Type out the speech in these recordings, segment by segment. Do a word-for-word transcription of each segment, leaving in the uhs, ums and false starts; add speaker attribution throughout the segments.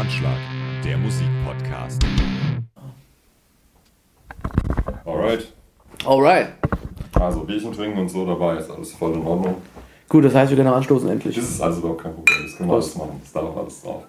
Speaker 1: Anschlag, der Musikpodcast.
Speaker 2: Alright.
Speaker 3: Alright.
Speaker 2: Also Bierchen trinken und so dabei ist alles voll in Ordnung.
Speaker 3: Gut, das heißt, wir können auch anstoßen endlich.
Speaker 2: Das ist also überhaupt kein Problem. Das können wir alles machen. Das darf alles drauf.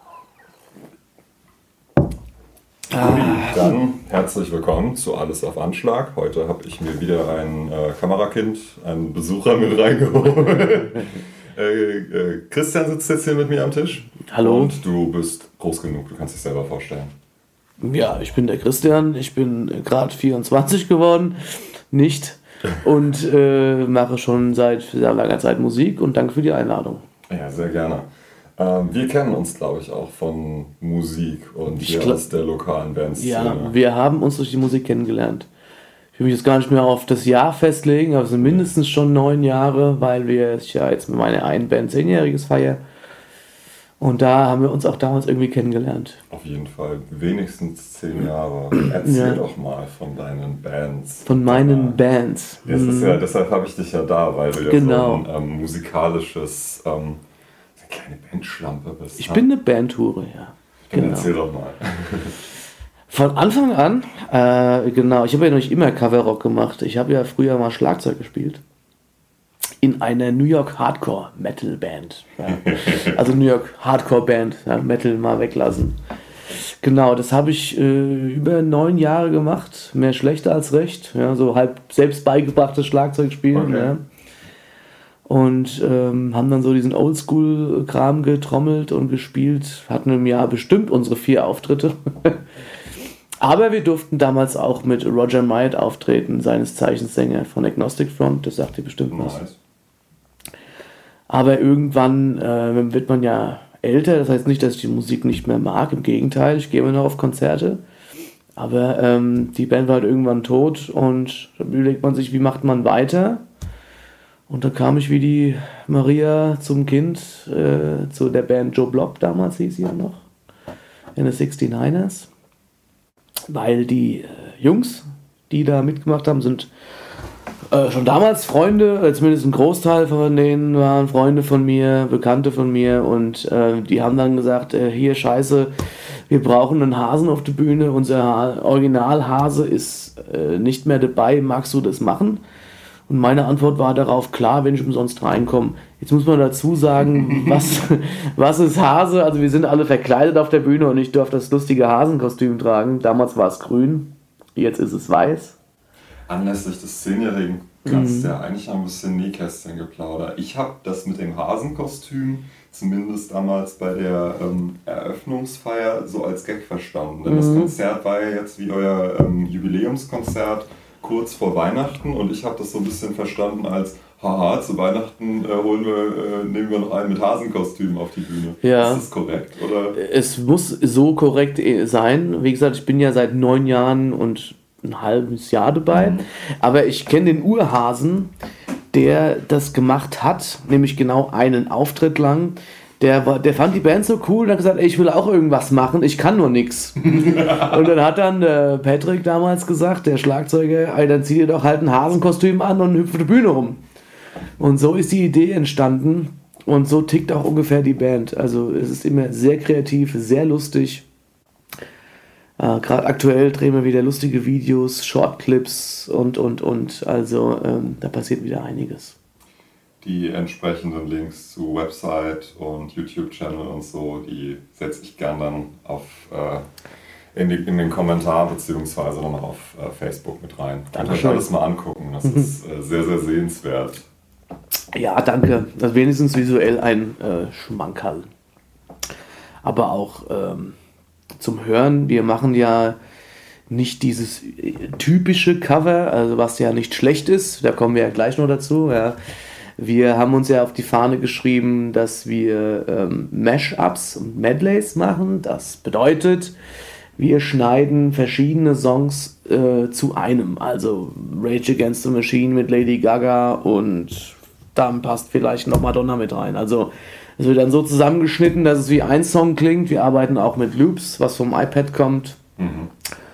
Speaker 3: Ah.
Speaker 2: Dann herzlich willkommen zu Alles auf Anschlag. Heute habe ich mir wieder ein äh, Kamerakind, einen Besucher mit reingeholt. äh, äh, Christian sitzt jetzt hier mit mir am Tisch.
Speaker 3: Hallo.
Speaker 2: Und du bist groß genug, du kannst dich selber vorstellen.
Speaker 3: Ja, ich bin der Christian, ich bin gerade vierundzwanzig geworden, nicht, und äh, mache schon seit sehr langer Zeit Musik und danke für die Einladung.
Speaker 2: Ja, sehr gerne. Ähm, wir kennen uns, glaube ich, auch von Musik und
Speaker 3: Ich
Speaker 2: wir
Speaker 3: glaub-
Speaker 2: aus der lokalen Bandszene.
Speaker 3: Ja, wir haben uns durch die Musik kennengelernt. Ich will mich jetzt gar nicht mehr auf das Jahr festlegen, aber es sind mindestens schon neun Jahre, weil wir ich ja jetzt mit meiner einen Band zehnjähriges feiern. Und da haben wir uns auch damals irgendwie kennengelernt.
Speaker 2: Auf jeden Fall wenigstens zehn Jahre. Erzähl
Speaker 3: Ja.
Speaker 2: doch mal von deinen Bands.
Speaker 3: Von meinen
Speaker 2: Ja.
Speaker 3: Bands.
Speaker 2: Das ist ja, deshalb habe ich dich ja da, weil du ja
Speaker 3: Genau.
Speaker 2: so ein ähm, musikalisches, ähm, so eine kleine Bandschlampe bist.
Speaker 3: Ich
Speaker 2: ne?
Speaker 3: bin eine Bandhure, ja.
Speaker 2: Dann
Speaker 3: Genau.
Speaker 2: erzähl doch mal.
Speaker 3: Von Anfang an, äh, genau, ich habe ja noch nicht immer Coverrock gemacht. Ich habe ja früher mal Schlagzeug gespielt. In einer New York Hardcore Metal Band. Ja. Also New York Hardcore Band, ja, Metal mal weglassen. Genau, das habe ich äh, über neun Jahre gemacht. Mehr schlechter als recht. Ja, so halb selbst beigebrachtes Schlagzeugspielen.
Speaker 2: Okay.
Speaker 3: Ja. Und ähm, haben dann so diesen Oldschool-Kram getrommelt und gespielt. Hatten im Jahr bestimmt unsere vier Auftritte. Aber wir durften damals auch mit Roger Might auftreten, seines Zeichens Sänger von Agnostic Front, das sagt ihr bestimmt was.
Speaker 2: Nice.
Speaker 3: Aber irgendwann äh, wird man ja älter, das heißt nicht, dass ich die Musik nicht mehr mag, im Gegenteil, ich gehe immer noch auf Konzerte. Aber ähm, die Band war halt irgendwann tot und dann überlegt man sich, wie macht man weiter? Und da kam ich wie die Maria zum Kind, äh, zu der Band Joe Block, damals hieß sie ja noch, in den sixty-niners. Weil die äh, Jungs, die da mitgemacht haben, sind äh, schon damals Freunde, äh, zumindest ein Großteil von denen waren Freunde von mir, Bekannte von mir, und äh, die haben dann gesagt, äh, hier scheiße, wir brauchen einen Hasen auf der Bühne, unser ha- Originalhase ist äh, nicht mehr dabei, magst du das machen? Und meine Antwort war darauf, klar, wenn ich umsonst reinkomme. Jetzt muss man dazu sagen, was, was ist Hase? Also wir sind alle verkleidet auf der Bühne und ich durfte das lustige Hasenkostüm tragen. Damals war es grün, jetzt ist es weiß.
Speaker 2: Anlässlich des Zehnjährigen kannst du ja eigentlich ein bisschen Nähkästchen geplaudert. Ich habe das mit dem Hasenkostüm zumindest damals bei der ähm, Eröffnungsfeier so als Gag verstanden. Denn das Konzert war ja jetzt wie euer ähm, Jubiläumskonzert kurz vor Weihnachten und ich habe das so ein bisschen verstanden als haha, zu Weihnachten äh, holen wir, äh, nehmen wir noch einen mit Hasenkostüm auf die Bühne.
Speaker 3: Ja.
Speaker 2: Ist das korrekt? Oder?
Speaker 3: Es muss so korrekt sein. Wie gesagt, ich bin ja seit neun Jahren und ein halbes Jahr dabei.
Speaker 2: Mhm.
Speaker 3: Aber ich kenne den Urhasen, der das gemacht hat, nämlich genau einen Auftritt lang. Der, war, der fand die Band so cool und hat gesagt, ey, ich will auch irgendwas machen, ich kann nur nix. Und dann hat dann äh, Patrick damals gesagt, der Schlagzeuger, ey, dann zieh dir doch halt ein Hasenkostüm an und hüpf auf der Bühne rum. Und so ist die Idee entstanden und so tickt auch ungefähr die Band. Also es ist immer sehr kreativ, sehr lustig. Äh, Gerade aktuell drehen wir wieder lustige Videos, Shortclips und, und, und. Also ähm, da passiert wieder einiges.
Speaker 2: Die entsprechenden Links zu Website und YouTube-Channel und so, die setze ich gern dann auf, äh, in, die, in den Kommentar beziehungsweise nochmal auf äh, Facebook mit rein. Könnt ihr euch
Speaker 3: Dankeschön.
Speaker 2: alles mal angucken, das ist äh, sehr, sehr sehenswert.
Speaker 3: Ja, danke. Das ist wenigstens visuell ein äh, Schmankerl. Aber auch ähm, zum Hören, wir machen ja nicht dieses äh, typische Cover, also was ja nicht schlecht ist, da kommen wir ja gleich noch dazu. Ja. Wir haben uns ja auf die Fahne geschrieben, dass wir ähm, Mashups und Medleys machen. Das bedeutet, wir schneiden verschiedene Songs äh, zu einem. Also Rage Against the Machine mit Lady Gaga und dann passt vielleicht noch Madonna mit rein. Also es wird dann so zusammengeschnitten, dass es wie ein Song klingt. Wir arbeiten auch mit Loops, was vom iPad kommt.
Speaker 2: Mhm.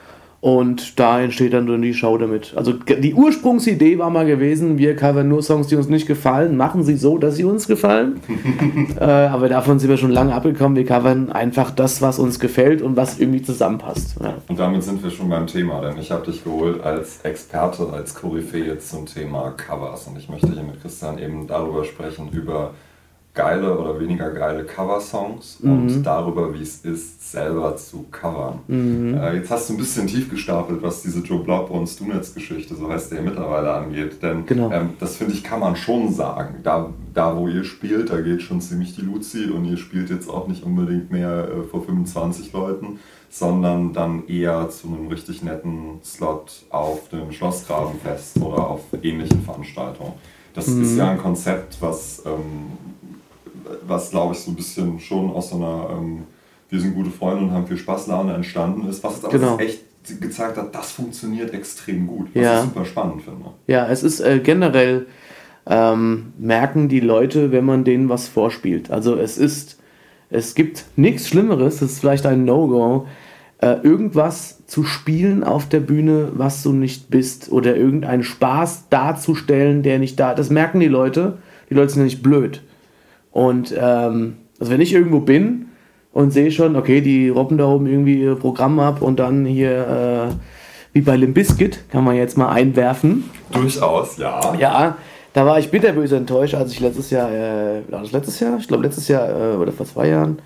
Speaker 3: Und da entsteht dann so die Show damit. Also die Ursprungsidee war mal gewesen, wir covern nur Songs, die uns nicht gefallen, machen sie so, dass sie uns gefallen. äh, aber davon sind wir schon lange abgekommen. Wir covern einfach das, was uns gefällt und was irgendwie zusammenpasst. Ja.
Speaker 2: Und damit sind wir schon beim Thema, denn ich habe dich geholt als Experte, als Koryphäe zum Thema Covers. Und ich möchte hier mit Christian eben darüber sprechen, über geile oder weniger geile Coversongs mhm. und darüber, wie es ist, selber zu covern. Mhm. Äh, jetzt hast du ein bisschen tief gestapelt, was diese Joe Blob und Stunets-Geschichte, so heißt der mittlerweile, angeht. Denn
Speaker 3: genau.
Speaker 2: ähm, das, finde ich, kann man schon sagen. Da, da, wo ihr spielt, da geht schon ziemlich die Luzi und ihr spielt jetzt auch nicht unbedingt mehr äh, vor fünfundzwanzig Leuten, sondern dann eher zu einem richtig netten Slot auf dem Schlossgrabenfest oder auf ähnlichen Veranstaltungen. Das mhm. ist ja ein Konzept, was... Ähm, was, glaube ich, so ein bisschen schon aus so einer ähm, wir sind gute Freunde und haben viel Spaßlaune entstanden ist, was jetzt aber
Speaker 3: genau.
Speaker 2: echt gezeigt hat, das funktioniert extrem gut, was
Speaker 3: ja.
Speaker 2: ich super spannend finde.
Speaker 3: Ja, es ist äh, generell, ähm, merken die Leute, wenn man denen was vorspielt. Also es ist, es gibt nichts Schlimmeres, das ist vielleicht ein No-Go, äh, irgendwas zu spielen auf der Bühne, was du nicht bist, oder irgendeinen Spaß darzustellen, der nicht da ist. Das merken die Leute, die Leute sind ja nicht blöd. Und ähm, also wenn ich irgendwo bin und sehe schon, okay, die robben da oben irgendwie ihr Programm ab und dann hier, äh, wie bei Limp Bizkit, kann man jetzt mal einwerfen.
Speaker 2: Durchaus, ja.
Speaker 3: Ja, da war ich bitterböse enttäuscht, als ich letztes Jahr, äh, war das letztes Jahr? Ich glaube letztes Jahr äh, oder vor zwei Jahren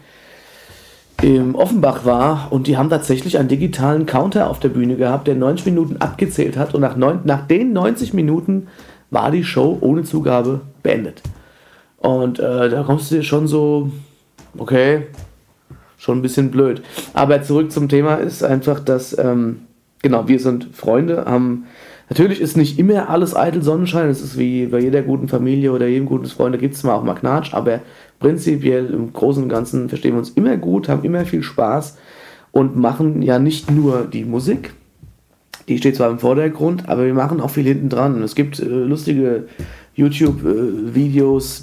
Speaker 3: im Offenbach war und die haben tatsächlich einen digitalen Counter auf der Bühne gehabt, der neunzig Minuten abgezählt hat und nach, neun, nach den neunzig Minuten war die Show ohne Zugabe beendet. Und äh, da kommst du dir schon so, okay, schon ein bisschen blöd. Aber zurück zum Thema ist einfach, dass, ähm, genau, wir sind Freunde, haben, natürlich ist nicht immer alles eitel Sonnenschein, es ist wie bei jeder guten Familie oder jedem guten Freund, da gibt es mal auch mal Knatsch, aber prinzipiell im Großen und Ganzen verstehen wir uns immer gut, haben immer viel Spaß und machen ja nicht nur die Musik, die steht zwar im Vordergrund, aber wir machen auch viel hinten dran. Es gibt äh, lustige YouTube-Videos,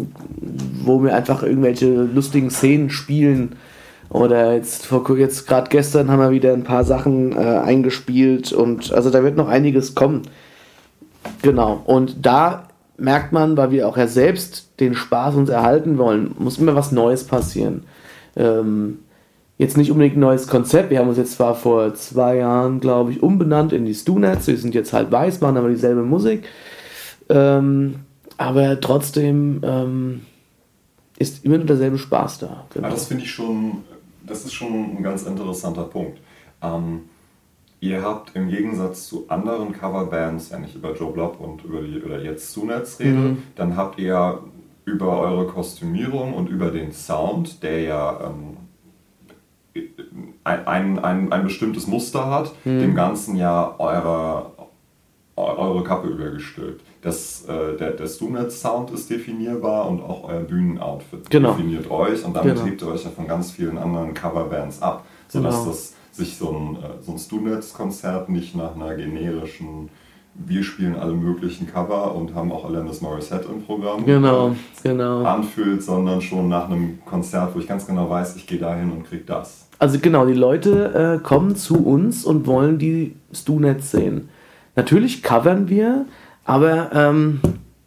Speaker 3: wo wir einfach irgendwelche lustigen Szenen spielen. Oder jetzt, jetzt gerade gestern haben wir wieder ein paar Sachen äh, eingespielt und also da wird noch einiges kommen. Genau. Und da merkt man, weil wir auch ja selbst den Spaß uns erhalten wollen, muss immer was Neues passieren. Ähm, jetzt nicht unbedingt ein neues Konzept. Wir haben uns jetzt zwar vor zwei Jahren, glaube ich, umbenannt in die Stunets. Wir sind jetzt halt weiß, machen aber dieselbe Musik. Ähm, aber trotzdem ähm, ist immer nur derselbe Spaß da.
Speaker 2: Genau. Ja, das finde ich schon, das ist schon ein ganz interessanter Punkt. Ähm, ihr habt im Gegensatz zu anderen Coverbands, wenn ich über Joe Blob und über die oder jetzt Stunets rede, mhm. dann habt ihr über eure Kostümierung und über den Sound, der ja ähm, ein, ein, ein, ein bestimmtes Muster hat, mhm. dem Ganzen ja eure, eure Kappe übergestülpt. Das, äh, der, der Stunets-Sound ist definierbar und auch euer Bühnenoutfit
Speaker 3: genau.
Speaker 2: definiert euch und damit
Speaker 3: genau.
Speaker 2: hebt ihr euch ja von ganz vielen anderen Coverbands ab, sodass genau. das sich so ein, so ein Stunets-Konzert nicht nach einer generischen, wir spielen alle möglichen Cover und haben auch Alanis Morissette im Programm
Speaker 3: genau, genau.
Speaker 2: anfühlt, sondern schon nach einem Konzert, wo ich ganz genau weiß, ich gehe dahin und krieg das.
Speaker 3: Also genau, die Leute äh, kommen zu uns und wollen die Stunets sehen. Natürlich covern wir, aber ähm,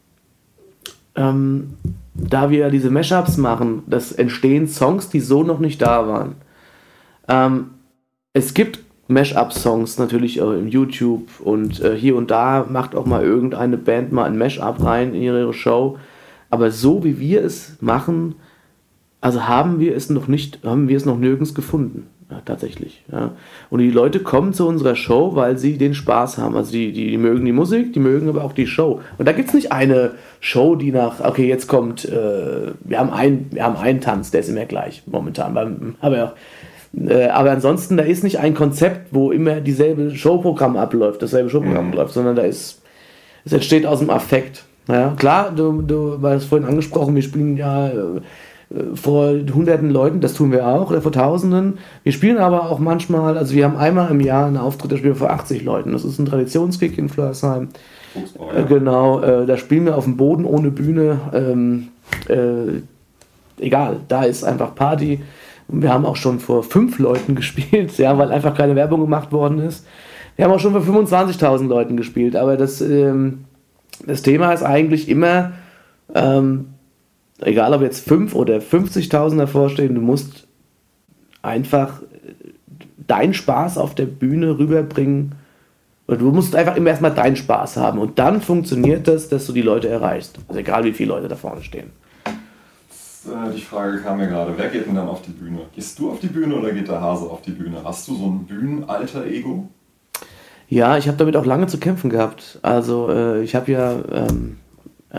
Speaker 3: ähm, da wir diese Mashups machen, das entstehen Songs, die so noch nicht da waren. Ähm, es gibt Mashup-Songs natürlich auch im YouTube und äh, hier und da macht auch mal irgendeine Band mal ein Mashup rein in ihre Show. Aber so wie wir es machen, also haben wir es noch nicht, haben wir es noch nirgends gefunden. Ja, tatsächlich. Ja. Und die Leute kommen zu unserer Show, weil sie den Spaß haben. Also die, die, die mögen die Musik, die mögen aber auch die Show. Und da gibt es nicht eine Show, die nach, okay, jetzt kommt, äh, wir, haben ein, wir haben einen Tanz, der ist immer gleich momentan. Beim, aber, auch, äh, aber ansonsten, da ist nicht ein Konzept, wo immer dieselbe Showprogramm abläuft, dasselbe Showprogramm
Speaker 2: mhm.
Speaker 3: abläuft, sondern da ist, es entsteht aus dem Affekt. Ja, klar, du, du hast vorhin angesprochen, wir spielen ja äh, vor hunderten Leuten, das tun wir auch, oder vor tausenden. Wir spielen aber auch manchmal, also wir haben einmal im Jahr einen Auftritt, da spielen wir vor achtzig Leuten. Das ist ein Traditionskick in Flörsheim.
Speaker 2: Fußball, ja.
Speaker 3: äh, genau, äh, da spielen wir auf dem Boden ohne Bühne. Ähm, äh, egal, da ist einfach Party, Und wir haben auch schon vor fünf Leuten gespielt, ja, weil einfach keine Werbung gemacht worden ist. Wir haben auch schon vor fünfundzwanzigtausend Leuten gespielt, aber das, ähm, das Thema ist eigentlich immer, ähm, egal ob jetzt fünf oder fünfzigtausend davor stehen, du musst einfach deinen Spaß auf der Bühne rüberbringen. Und du musst einfach immer erstmal deinen Spaß haben. Und dann funktioniert das, dass du die Leute erreichst. Also egal, wie viele Leute da vorne stehen.
Speaker 2: Das, äh, die Frage kam mir gerade. Wer geht denn dann auf die Bühne? Gehst du auf die Bühne oder geht der Hase auf die Bühne? Hast du so ein Bühnenalter-Ego?
Speaker 3: Ja, ich habe damit auch lange zu kämpfen gehabt. Also äh, ich habe ja ähm, äh,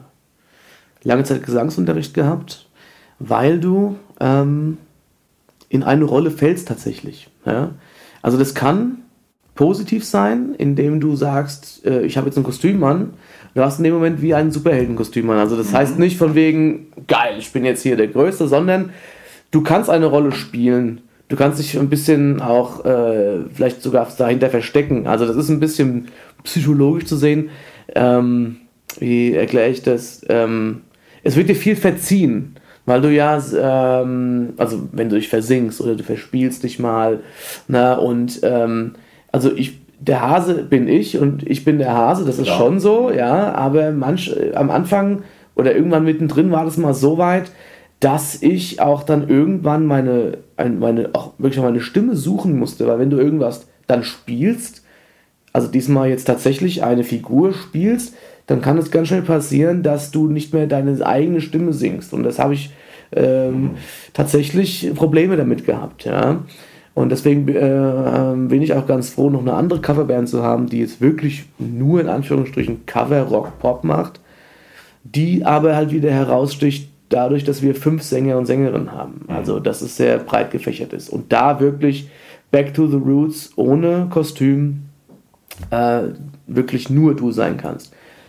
Speaker 3: lange Zeit Gesangsunterricht gehabt, weil du ähm, in eine Rolle fällst tatsächlich. Ja? Also das kann positiv sein, indem du sagst, äh, ich habe jetzt ein Kostüm an. Du hast in dem Moment wie ein Superheldenkostüm an. Also das mhm. heißt nicht von wegen, geil, ich bin jetzt hier der Größte, sondern du kannst eine Rolle spielen. Du kannst dich ein bisschen auch äh, vielleicht sogar dahinter verstecken. Also das ist ein bisschen psychologisch zu sehen. Ähm, wie erkläre ich das? Ähm, es wird dir viel verziehen. Weil du ja, ähm, also wenn du dich versingst oder du verspielst dich mal, na, und ähm, also ich, der Hase bin ich und ich bin der Hase, das ist ja schon so, ja, aber manch, am Anfang oder irgendwann mittendrin war das mal so weit, dass ich auch dann irgendwann meine, meine auch wirklich meine Stimme suchen musste, weil wenn du irgendwas dann spielst, also diesmal jetzt tatsächlich eine Figur spielst, dann kann es ganz schnell passieren, dass du nicht mehr deine eigene Stimme singst. Und das habe ich ähm, mhm. tatsächlich Probleme damit gehabt. Ja. Und deswegen äh, bin ich auch ganz froh, noch eine andere Coverband zu haben, die jetzt wirklich nur in Anführungsstrichen Cover, Rock, Pop macht, die aber halt wieder heraussticht dadurch, dass wir fünf Sänger und Sängerinnen haben. Also dass es sehr breit gefächert ist. Und da wirklich back to the roots, ohne Kostüm, äh, wirklich nur du sein kannst.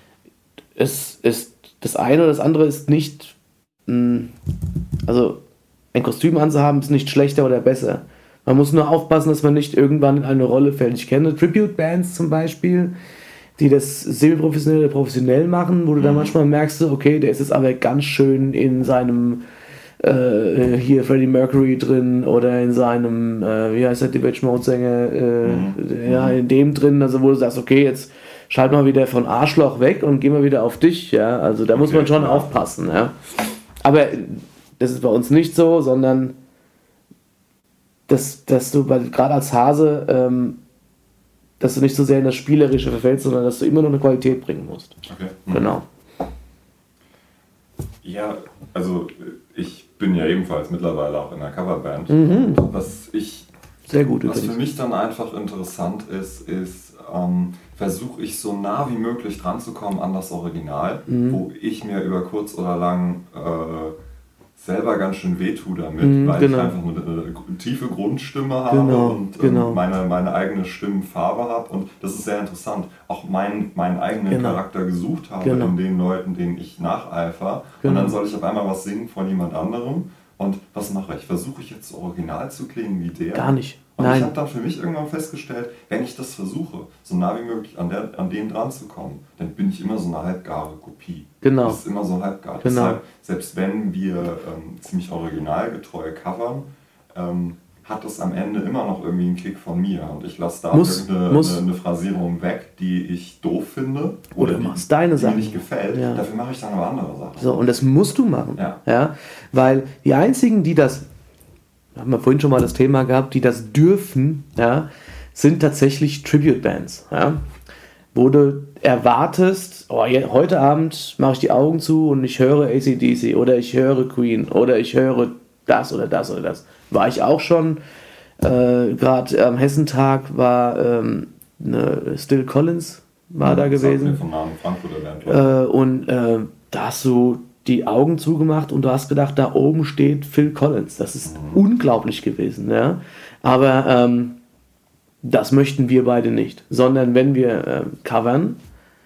Speaker 3: Es ist das eine oder das andere ist nicht, mh, also ein Kostüm anzuhaben ist nicht schlechter oder besser. Man muss nur aufpassen, dass man nicht irgendwann in eine Rolle fällt. Ich kenne Tribute-Bands zum Beispiel, die das semi-professionell oder professionell machen, wo du dann manchmal merkst, okay, der ist jetzt aber ganz schön in seinem äh, hier Freddie Mercury drin oder in seinem, äh, wie heißt der, Depeche Mode-Sänger, äh, mhm. ja, in dem drin, also wo du sagst, okay, jetzt schalt mal wieder von Arschloch weg und geh mal wieder auf dich, ja, also da okay, muss man schon klar. aufpassen, ja. Aber das ist bei uns nicht so, sondern dass, dass du gerade als Hase, ähm, dass du nicht so sehr in das Spielerische verfällst, sondern dass du immer noch eine Qualität bringen musst. Okay. Mhm. Genau.
Speaker 2: Ja, also ich bin ja ebenfalls mittlerweile auch in einer Coverband.
Speaker 3: Mhm.
Speaker 2: Und was ich,
Speaker 3: sehr gut,
Speaker 2: was für mich dann einfach interessant ist, ist, ähm, versuche ich so nah wie möglich dran zu kommen an das Original, mhm. wo ich mir über kurz oder lang äh, selber ganz schön wehtue damit, mhm, weil genau. ich einfach eine, eine tiefe Grundstimme habe
Speaker 3: genau,
Speaker 2: und
Speaker 3: genau.
Speaker 2: ähm, meine, meine eigene Stimmfarbe habe und das ist sehr interessant. Auch meinen, meinen eigenen
Speaker 3: genau.
Speaker 2: Charakter gesucht habe
Speaker 3: genau.
Speaker 2: in den Leuten, denen ich nacheifer
Speaker 3: genau.
Speaker 2: und dann soll ich auf einmal was singen von jemand anderem und was mache ich? Versuche ich jetzt so original zu klingen wie der?
Speaker 3: Gar nicht.
Speaker 2: Und
Speaker 3: Nein.
Speaker 2: ich habe dann für mich irgendwann festgestellt, wenn ich das versuche, so nah wie möglich an, der, an denen dran zu kommen, dann bin ich immer so eine halbgare Kopie.
Speaker 3: Genau.
Speaker 2: Das ist immer so halbgar.
Speaker 3: Genau.
Speaker 2: Deshalb, selbst wenn wir ähm, ziemlich originalgetreu covern, ähm, hat das am Ende immer noch irgendwie einen Kick von mir. Und ich lasse da
Speaker 3: muss,
Speaker 2: irgendeine
Speaker 3: muss.
Speaker 2: Eine, eine Phrasierung weg, die ich doof finde.
Speaker 3: Oder, oder
Speaker 2: die,
Speaker 3: machst deine
Speaker 2: die
Speaker 3: Sachen.
Speaker 2: mir nicht gefällt.
Speaker 3: Ja.
Speaker 2: Dafür mache ich dann aber andere Sachen.
Speaker 3: So, und das musst du machen.
Speaker 2: Ja.
Speaker 3: Ja? Weil die einzigen, die das, haben wir vorhin schon mal das Thema gehabt, die das dürfen, ja, sind tatsächlich Tribute-Bands. Ja? Wo du erwartest, oh, heute Abend mache ich die Augen zu und ich höre A C D C oder ich höre Queen oder ich höre das oder das oder das. War ich auch schon, äh, gerade am Hessentag war ähm, eine Still Collins war ja, da gewesen.
Speaker 2: Vom Namen Frankfurter
Speaker 3: äh, und äh, da hast du die Augen zugemacht und du hast gedacht, da oben steht Phil Collins. Das ist mhm. unglaublich gewesen. Ja? Aber ähm, das möchten wir beide nicht. Sondern wenn wir äh, covern,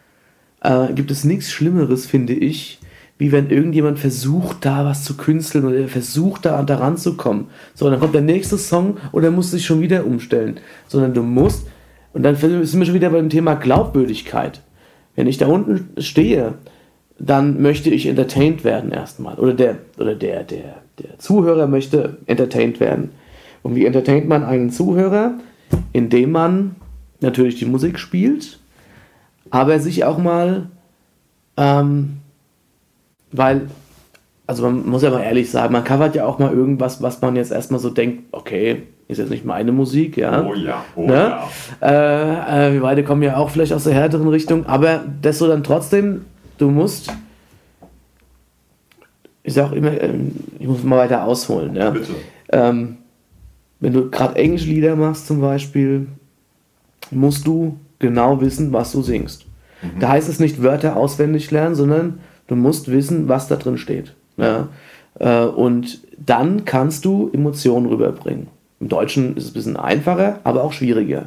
Speaker 3: äh, gibt es nichts Schlimmeres, finde ich, wie wenn irgendjemand versucht, da was zu künsteln oder versucht, da daran zu kommen. So, dann kommt der nächste Song und dann musst du dich schon wieder umstellen. Sondern du musst, und dann sind wir schon wieder beim Thema Glaubwürdigkeit. Wenn ich da unten stehe dann möchte ich entertained werden erstmal. Oder der, oder der, der, der Zuhörer möchte entertained werden. Und wie entertaint man einen Zuhörer? Indem man natürlich die Musik spielt, aber sich auch mal, ähm, weil, also man muss ja mal ehrlich sagen, man covert ja auch mal irgendwas, was man jetzt erstmal so denkt, okay, ist jetzt nicht meine Musik, ja.
Speaker 2: Oh ja, oh
Speaker 3: ne?
Speaker 2: ja.
Speaker 3: Äh, äh, wir beide kommen ja auch vielleicht aus der härteren Richtung, aber das so dann trotzdem, du musst, ich sag immer, ich muss mal weiter ausholen, ja.
Speaker 2: Bitte.
Speaker 3: Ähm, wenn du gerade englische Lieder machst zum Beispiel, musst du genau wissen, was du singst. Mhm. Da heißt es nicht Wörter auswendig lernen, sondern du musst wissen, was da drin steht. Ja? Äh, und dann kannst du Emotionen rüberbringen. Im Deutschen ist es ein bisschen einfacher, aber auch schwieriger.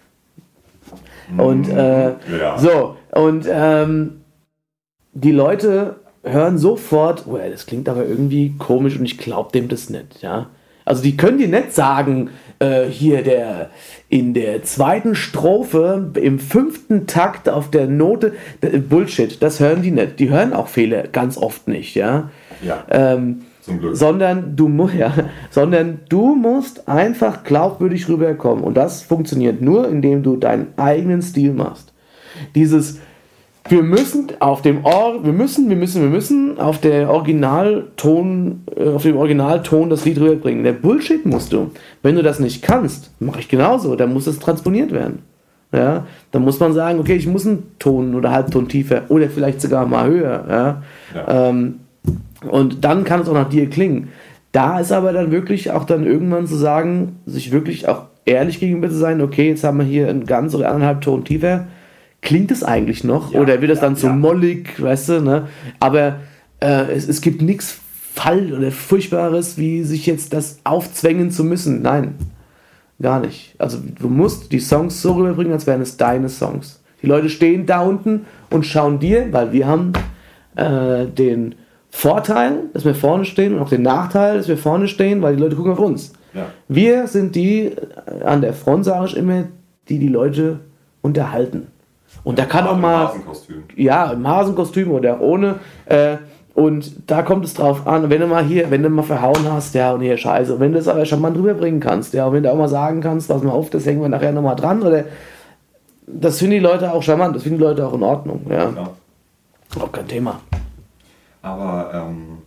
Speaker 3: Und äh,
Speaker 2: ja.
Speaker 3: so, und ähm, die Leute hören sofort, oh, das klingt aber irgendwie komisch und ich glaube dem das nicht. Ja? Also die können dir nicht sagen, äh, hier der in der zweiten Strophe im fünften Takt auf der Note, Bullshit, das hören die nicht. Die hören auch Fehler ganz oft nicht, ja.
Speaker 2: Ja.
Speaker 3: Ähm,
Speaker 2: Zum Glück.
Speaker 3: Sondern du, mu- ja, sondern du musst einfach glaubwürdig rüberkommen. Und das funktioniert nur, indem du deinen eigenen Stil machst. Dieses, wir müssen auf dem Or, wir müssen, wir müssen, wir müssen auf der Originalton, äh, auf dem Originalton das Lied rüberbringen. Der Bullshit musst du. Wenn du das nicht kannst, mache ich genauso, dann muss es transponiert werden. Ja, dann muss man sagen, okay, ich muss einen Ton oder Halbton tiefer oder vielleicht sogar mal höher. Ja.
Speaker 2: Ja.
Speaker 3: Ähm, und dann kann es auch nach dir klingen. Da ist aber dann wirklich auch dann irgendwann zu sagen, sich wirklich auch ehrlich gegenüber zu sein, okay, jetzt haben wir hier einen ganz oder anderthalb Ton tiefer. Klingt es eigentlich noch?
Speaker 2: Ja,
Speaker 3: oder wird es
Speaker 2: ja,
Speaker 3: dann zu
Speaker 2: ja.
Speaker 3: mollig, weißt du, ne? Aber äh, es, es gibt nichts Fall oder Furchtbares, wie sich jetzt das aufzwängen zu müssen. Nein, gar nicht. Also du musst die Songs so rüberbringen, als wären es deine Songs. Die Leute stehen da unten und schauen dir, weil wir haben äh, den Vorteil, dass wir vorne stehen und auch den Nachteil, dass wir vorne stehen, weil die Leute gucken auf uns.
Speaker 2: Ja.
Speaker 3: Wir sind die, an der Front sage ich immer, die die Leute unterhalten. Und da kann auch
Speaker 2: Im
Speaker 3: mal,
Speaker 2: Hasenkostüm.
Speaker 3: ja, im Hasenkostüm oder ohne, äh, und da kommt es drauf an, wenn du mal hier, wenn du mal verhauen hast, ja, und hier Scheiße, und wenn du es aber schon mal drüber bringen kannst, ja, und wenn du auch mal sagen kannst, pass mal auf, das hängen wir nachher nochmal dran, oder, das finden die Leute auch charmant, das finden die Leute auch in Ordnung, ja.
Speaker 2: Ja.
Speaker 3: Auch kein Thema.
Speaker 2: Aber ähm,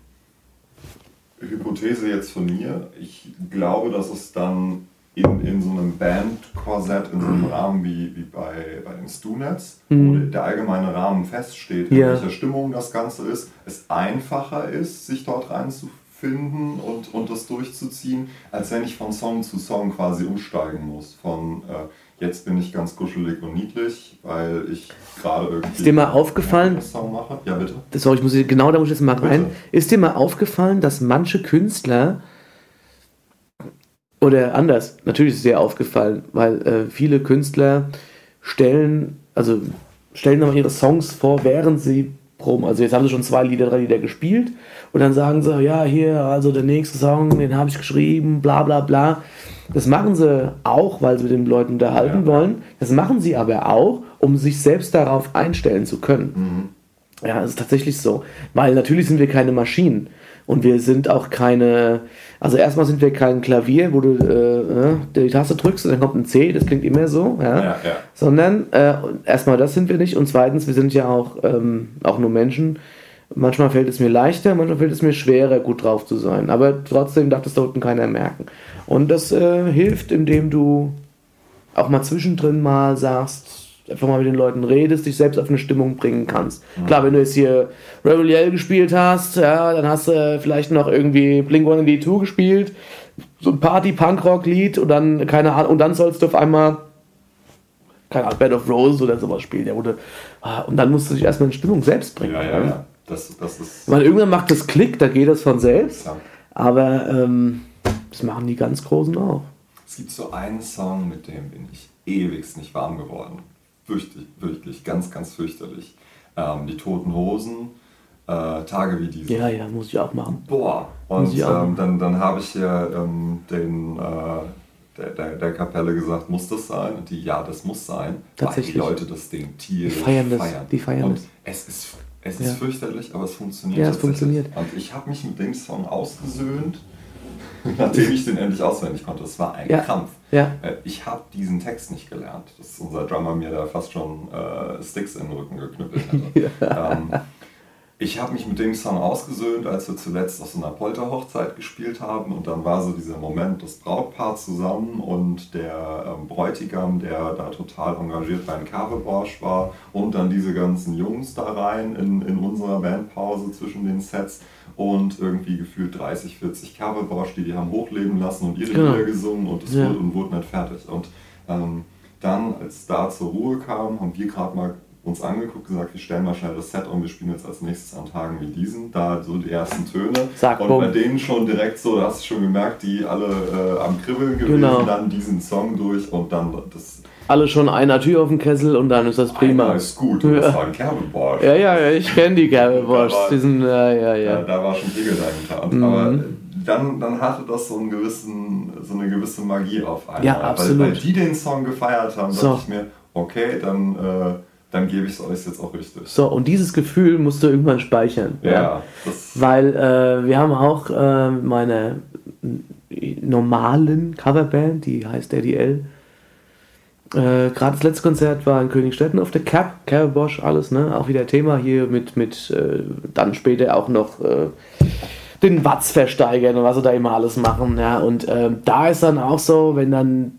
Speaker 2: Hypothese jetzt von mir, ich glaube, dass es dann in, in so einem Bandkorsett, in so einem Rahmen wie, wie bei, bei den Stu-Nets,
Speaker 3: Mhm.
Speaker 2: wo der allgemeine Rahmen feststeht, in
Speaker 3: Ja.
Speaker 2: welcher Stimmung das Ganze ist, es einfacher ist, sich dort reinzufinden und, und das durchzuziehen, als wenn ich von Song zu Song quasi umsteigen muss. Von äh, jetzt bin ich ganz kuschelig und niedlich, weil ich gerade irgendwie
Speaker 3: Ist dir mal aufgefallen-
Speaker 2: einen Song mache. Ja, bitte.
Speaker 3: Das, sorry, ich muss, genau da muss ich jetzt mal rein.
Speaker 2: Bitte.
Speaker 3: Ist dir mal aufgefallen, dass manche Künstler, oder anders, natürlich ist es dir aufgefallen, weil äh, viele Künstler stellen, also stellen nochmal ihre Songs vor, während sie proben. Also jetzt haben sie schon zwei Lieder, drei Lieder gespielt und dann sagen sie, ja, hier, also der nächste Song, den habe ich geschrieben, bla bla bla. Das machen sie auch, weil sie mit den Leuten unterhalten
Speaker 2: Ja.
Speaker 3: wollen. Das machen sie aber auch, um sich selbst darauf einstellen zu können.
Speaker 2: Mhm.
Speaker 3: Ja, es ist tatsächlich so. Weil natürlich sind wir keine Maschinen. Und wir sind auch keine, also erstmal sind wir kein Klavier, wo du äh, die Taste drückst und dann kommt ein C, das klingt immer so, ja.
Speaker 2: Ja, ja.
Speaker 3: Sondern äh, erstmal das sind wir nicht und zweitens, wir sind ja auch, ähm, auch nur Menschen. Manchmal fällt es mir leichter, manchmal fällt es mir schwerer, gut drauf zu sein. Aber trotzdem darf das da unten keiner merken. Und das äh, hilft, indem du auch mal zwischendrin mal sagst, einfach mal mit den Leuten redest, dich selbst auf eine Stimmung bringen kannst. Mhm. Klar, wenn du jetzt hier Rebel Yell gespielt hast, ja, dann hast du vielleicht noch irgendwie Blink one eighty-two gespielt, so ein Party-Punk-Rock-Lied und dann, keine Ahnung, und dann sollst du auf einmal, keine Ahnung, Bed of Roses oder sowas spielen. Ja, wo du, und dann musst du dich erstmal in Stimmung selbst bringen.
Speaker 2: Ja, ja, ja. Das, das ist.
Speaker 3: Weil irgendwann macht das Klick, da geht das von selbst,
Speaker 2: Ja.
Speaker 3: aber ähm, das machen die ganz Großen auch.
Speaker 2: Es gibt so einen Song, mit dem bin ich ewigst nicht warm geworden. Fürchterlich, wirklich, ganz, ganz fürchterlich. Ähm, die Toten Hosen, äh, Tage wie diese.
Speaker 3: Ja, ja, muss ich auch machen.
Speaker 2: Boah,
Speaker 3: Muss
Speaker 2: und
Speaker 3: ich auch
Speaker 2: ähm, dann, dann habe ich hier ähm, den, äh, der, der, der Kapelle gesagt, muss das sein? Und die, ja, das muss sein,
Speaker 3: Tatsächlich.
Speaker 2: weil die Leute das Ding tierisch
Speaker 3: Die feiern das,
Speaker 2: feiern.
Speaker 3: die feiern
Speaker 2: und
Speaker 3: das.
Speaker 2: es ist, Es ist
Speaker 3: Ja.
Speaker 2: fürchterlich, aber es funktioniert.
Speaker 3: Ja, es funktioniert.
Speaker 2: Und ich habe mich mit dem Song ausgesöhnt, nachdem ich den endlich auswendig konnte. Es war ein
Speaker 3: Ja.
Speaker 2: Krampf.
Speaker 3: Ja.
Speaker 2: Äh, Ich habe diesen Text nicht gelernt, dass unser Drummer mir da fast schon äh, Sticks in den Rücken geknüppelt hätte. Ja. Ähm, ich habe mich mit dem Song ausgesöhnt, als wir zuletzt auf so einer Polterhochzeit gespielt haben, und dann war so dieser Moment, das Brautpaar zusammen und der ähm, Bräutigam, der da total engagiert beim Carveborsch war, und dann diese ganzen Jungs da rein in, in unserer Bandpause zwischen den Sets und irgendwie gefühlt dreißig, vierzig Carveborsch, die die haben hochleben lassen und ihre
Speaker 3: Genau.
Speaker 2: Lieder gesungen, und es
Speaker 3: Ja.
Speaker 2: wurde und wurde nicht fertig. Und ähm, dann, als da zur Ruhe kam, haben wir gerade mal uns angeguckt, gesagt, wir stellen mal schnell das Set um, wir spielen jetzt als nächstes an Tagen wie diesen, da so die ersten Töne.
Speaker 3: Zack,
Speaker 2: und
Speaker 3: bumm.
Speaker 2: bei denen schon direkt so, da hast du schon gemerkt, die alle äh, am Kribbeln gewesen,
Speaker 3: Genau.
Speaker 2: dann diesen Song durch und dann das
Speaker 3: Alle schon einer Tür auf dem Kessel und dann ist das prima.
Speaker 2: Einer ist gut, und das war ein Kerbenborsch.
Speaker 3: Ja, ja, ja, ich kenne die Kerbeborsch.
Speaker 2: Da war-
Speaker 3: Diesen, ja, ja,
Speaker 2: Ja,
Speaker 3: ja.
Speaker 2: da war schon Pegel dahinter. Und,
Speaker 3: Mhm.
Speaker 2: Aber dann, dann hatte das so, einen gewissen, so eine gewisse Magie auf einmal.
Speaker 3: Ja, absolut.
Speaker 2: Weil, weil die den Song gefeiert haben,
Speaker 3: So.
Speaker 2: dachte ich mir, okay, dann, äh, dann gebe ich es euch jetzt auch richtig.
Speaker 3: So, und dieses Gefühl musst du irgendwann speichern.
Speaker 2: Ja, das
Speaker 3: Weil äh, wir haben auch äh, meine normalen Coverband, die heißt R D L. Äh, Gerade das letzte Konzert war in Königstetten auf der Cap, Kerbeborsch, alles, ne? Auch wieder Thema hier mit, mit äh, dann später auch noch äh, den Watz versteigern und was sie da immer alles machen, ja. Und äh, da ist dann auch so, wenn dann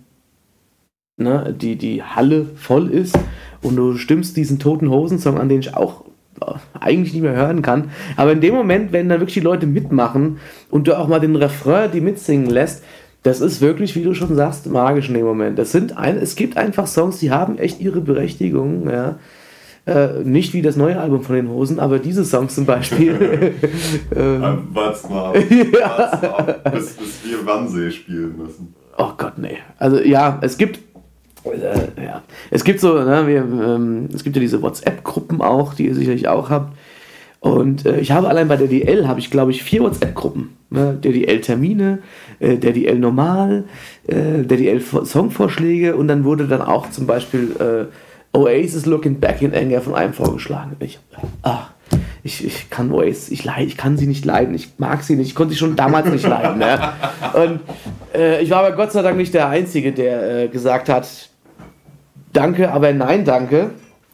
Speaker 3: ne, die, die Halle voll ist und du stimmst diesen Toten Hosen-Song an, den ich auch äh, eigentlich nicht mehr hören kann, aber in dem Moment, wenn dann wirklich die Leute mitmachen und du auch mal den Refrain die mitsingen lässt, das ist wirklich, wie du schon sagst, magisch in dem Moment. Das sind ein, es gibt einfach Songs, die haben echt ihre Berechtigung, ja. Äh, nicht wie das neue Album von den Hosen, aber diese Songs zum Beispiel. ähm,
Speaker 2: Ähm, Warte mal, warte mal, bis, bis wir Wannsee spielen müssen.
Speaker 3: Oh Gott, nee. Also ja, es gibt äh, ja, es gibt so, ne, wir, ähm, es gibt ja diese WhatsApp-Gruppen auch, die ihr sicherlich auch habt. Und äh, ich habe allein bei der D L, habe ich glaube ich vier WhatsApp-Gruppen. Ne? Der D L-Termine, äh, der D L Normal, äh, der D L-Songvorschläge, und dann wurde dann auch zum Beispiel äh, Oasis Looking Back in Anger von einem vorgeschlagen. Ich, ach, ich, ich kann Oasis, ich, leid, ich kann sie nicht leiden, ich mag sie nicht, ich konnte sie schon damals nicht leiden. Ne? Und äh, ich war aber Gott sei Dank nicht der Einzige, der äh, gesagt hat, danke, aber nein, danke.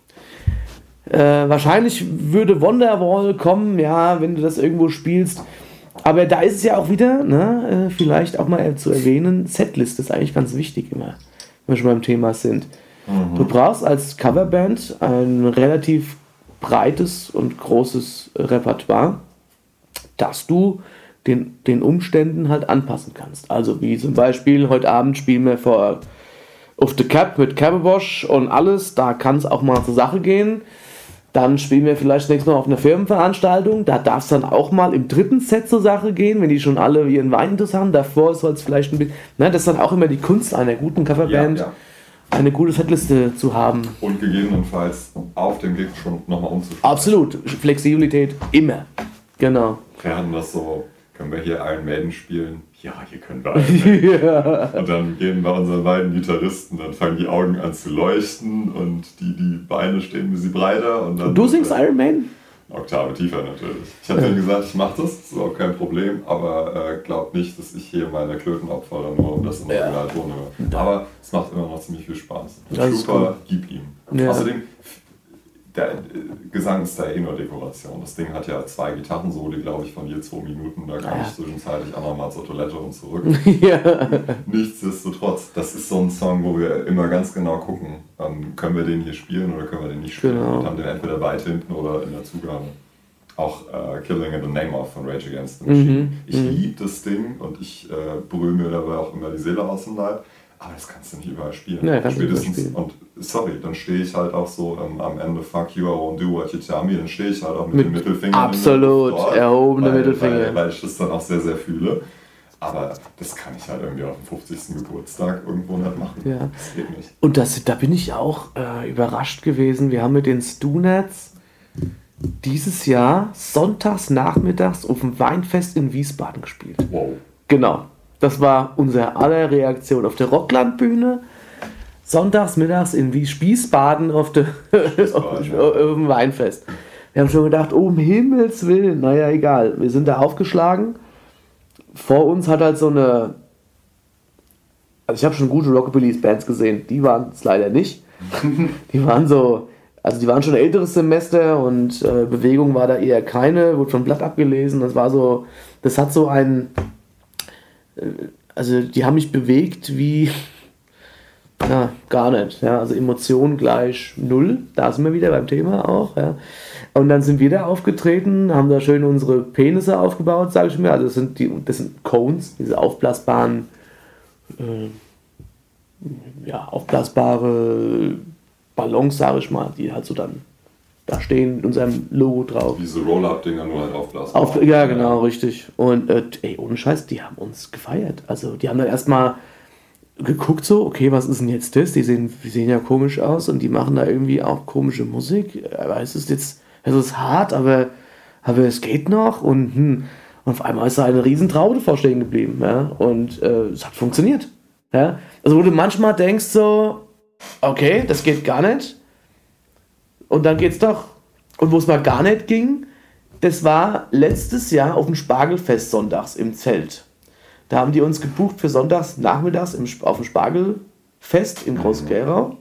Speaker 3: Äh, wahrscheinlich würde Wonderwall kommen, ja, wenn du das irgendwo spielst. Aber da ist es ja auch wieder, ne, äh, vielleicht auch mal zu erwähnen, Setlist ist eigentlich ganz wichtig immer, wenn wir schon beim Thema sind.
Speaker 2: Mhm.
Speaker 3: Du brauchst als Coverband ein relativ breites und großes Repertoire, das du den, den Umständen halt anpassen kannst. Also wie zum Beispiel, heute Abend spielen wir vor auf the Cap mit Kerbeborsch und alles, da kann es auch mal zur Sache gehen. Dann spielen wir vielleicht nächstes Mal auf einer Firmenveranstaltung, da darf es dann auch mal im dritten Set zur Sache gehen, wenn die schon alle ihren Wein haben. Davor soll es vielleicht ein bisschen, ne, das ist dann auch immer die Kunst einer guten Coverband,
Speaker 2: Ja, ja.
Speaker 3: eine gute Setliste zu haben.
Speaker 2: Und gegebenenfalls auf dem Gig schon nochmal umzuspielen.
Speaker 3: Absolut, Flexibilität immer. Genau.
Speaker 2: Wir hatten das so, können wir hier Iron Maiden spielen? Ja, hier können wir Iron Maiden.
Speaker 3: Ja.
Speaker 2: Und dann gehen bei unseren beiden Gitarristen, dann fangen die Augen an zu leuchten und die, die Beine stehen ein bisschen breiter. Und dann
Speaker 3: Du singst Iron Man?
Speaker 2: Eine Oktave tiefer natürlich. Ich habe denen gesagt, ich mache das, das ist überhaupt kein Problem, aber äh, glaub nicht, dass ich hier meine Klöten opfere, nur um das im
Speaker 3: Ja.
Speaker 2: Originalton höre. Aber es macht immer noch ziemlich viel Spaß.
Speaker 3: Das ist
Speaker 2: Trooper, gib ihm.
Speaker 3: Ja.
Speaker 2: Außerdem, der äh, Gesang ist da eh nur Dekoration. Das Ding hat ja zwei Gitarrensoli, glaube ich, von je zwei Minuten. Da kann
Speaker 3: Ja.
Speaker 2: ich zwischenzeitlich auch noch mal zur Toilette und zurück.
Speaker 3: Ja.
Speaker 2: Nichtsdestotrotz, das ist so ein Song, wo wir immer ganz genau gucken, ähm, können wir den hier spielen oder können wir den nicht spielen.
Speaker 3: Genau.
Speaker 2: Und haben den entweder weit hinten oder in der Zugabe. Auch äh, Killing in the Name of von Rage Against the Machine.
Speaker 3: Mhm,
Speaker 2: Ich
Speaker 3: mhm.
Speaker 2: liebe das Ding und ich äh, brühe mir dabei auch immer die Seele aus dem Leib. Aber das kannst du nicht überall spielen.
Speaker 3: Ja, kannst du nicht
Speaker 2: Spätestens,
Speaker 3: überall
Speaker 2: und sorry, dann stehe ich halt auch so ähm, am Ende, fuck you, I won't do what you tell me, dann stehe ich halt auch mit,
Speaker 3: Mit
Speaker 2: dem Mittelfinger
Speaker 3: absolut
Speaker 2: in der Luft
Speaker 3: erhobenem
Speaker 2: weil,
Speaker 3: Mittelfinger.
Speaker 2: Weil, weil ich das dann auch sehr, sehr fühle. Aber das kann ich halt irgendwie auf dem fünfzigsten Geburtstag irgendwo nicht machen.
Speaker 3: Ja.
Speaker 2: Das geht nicht.
Speaker 3: Und das, da bin ich auch äh, überrascht gewesen. Wir haben mit den Stunats dieses Jahr sonntags nachmittags auf dem Weinfest in Wiesbaden gespielt.
Speaker 2: Wow.
Speaker 3: Genau. Das war unsere aller Reaktion auf der Rocklandbühne. Sonntags mittags in Wiesbaden auf, der,
Speaker 2: Wiesbaden,
Speaker 3: auf,
Speaker 2: ja.
Speaker 3: auf dem Weinfest. Wir haben schon gedacht, oh, um Himmels Willen, naja, egal. Wir sind da aufgeschlagen. Vor uns hat halt so eine, also ich habe schon gute Rockabilly-Bands gesehen, die waren es leider nicht. Die waren so, also die waren schon ein älteres Semester und äh, Bewegung war da eher keine, wurde vom Blatt abgelesen. Das war so, das hat so ein, äh, also die haben mich bewegt wie, ja, gar nicht. Ja, also Emotionen gleich null, da sind wir wieder beim Thema auch. Ja. Und dann sind wir da aufgetreten, haben da schön unsere Penisse aufgebaut, sage ich mir. Also das sind, die, das sind Cones, diese aufblasbaren, äh, ja, aufblasbare Ballons, sage ich mal, die halt so dann da stehen mit unserem Logo drauf.
Speaker 2: Diese Roll-Up-Dinger nur halt aufblasbar.
Speaker 3: Auf, ja, genau, richtig. Und äh, ey, ohne Scheiß, die haben uns gefeiert. Also die haben dann erstmal geguckt so, okay, was ist denn jetzt das? Die sehen, die sehen ja komisch aus und die machen da irgendwie auch komische Musik. Aber es ist jetzt, es ist hart, aber, aber es geht noch und, hm, und auf einmal ist da eine riesen Traube davor stehen geblieben. Ja? Und äh, es hat funktioniert. Ja? Also wo du manchmal denkst so, okay, das geht gar nicht. Und dann geht's doch. Und wo es mal gar nicht ging, das war letztes Jahr auf dem Spargelfest sonntags im Zelt. Da haben die uns gebucht für sonntags nachmittags im, auf dem Spargelfest in Groß-Gerau.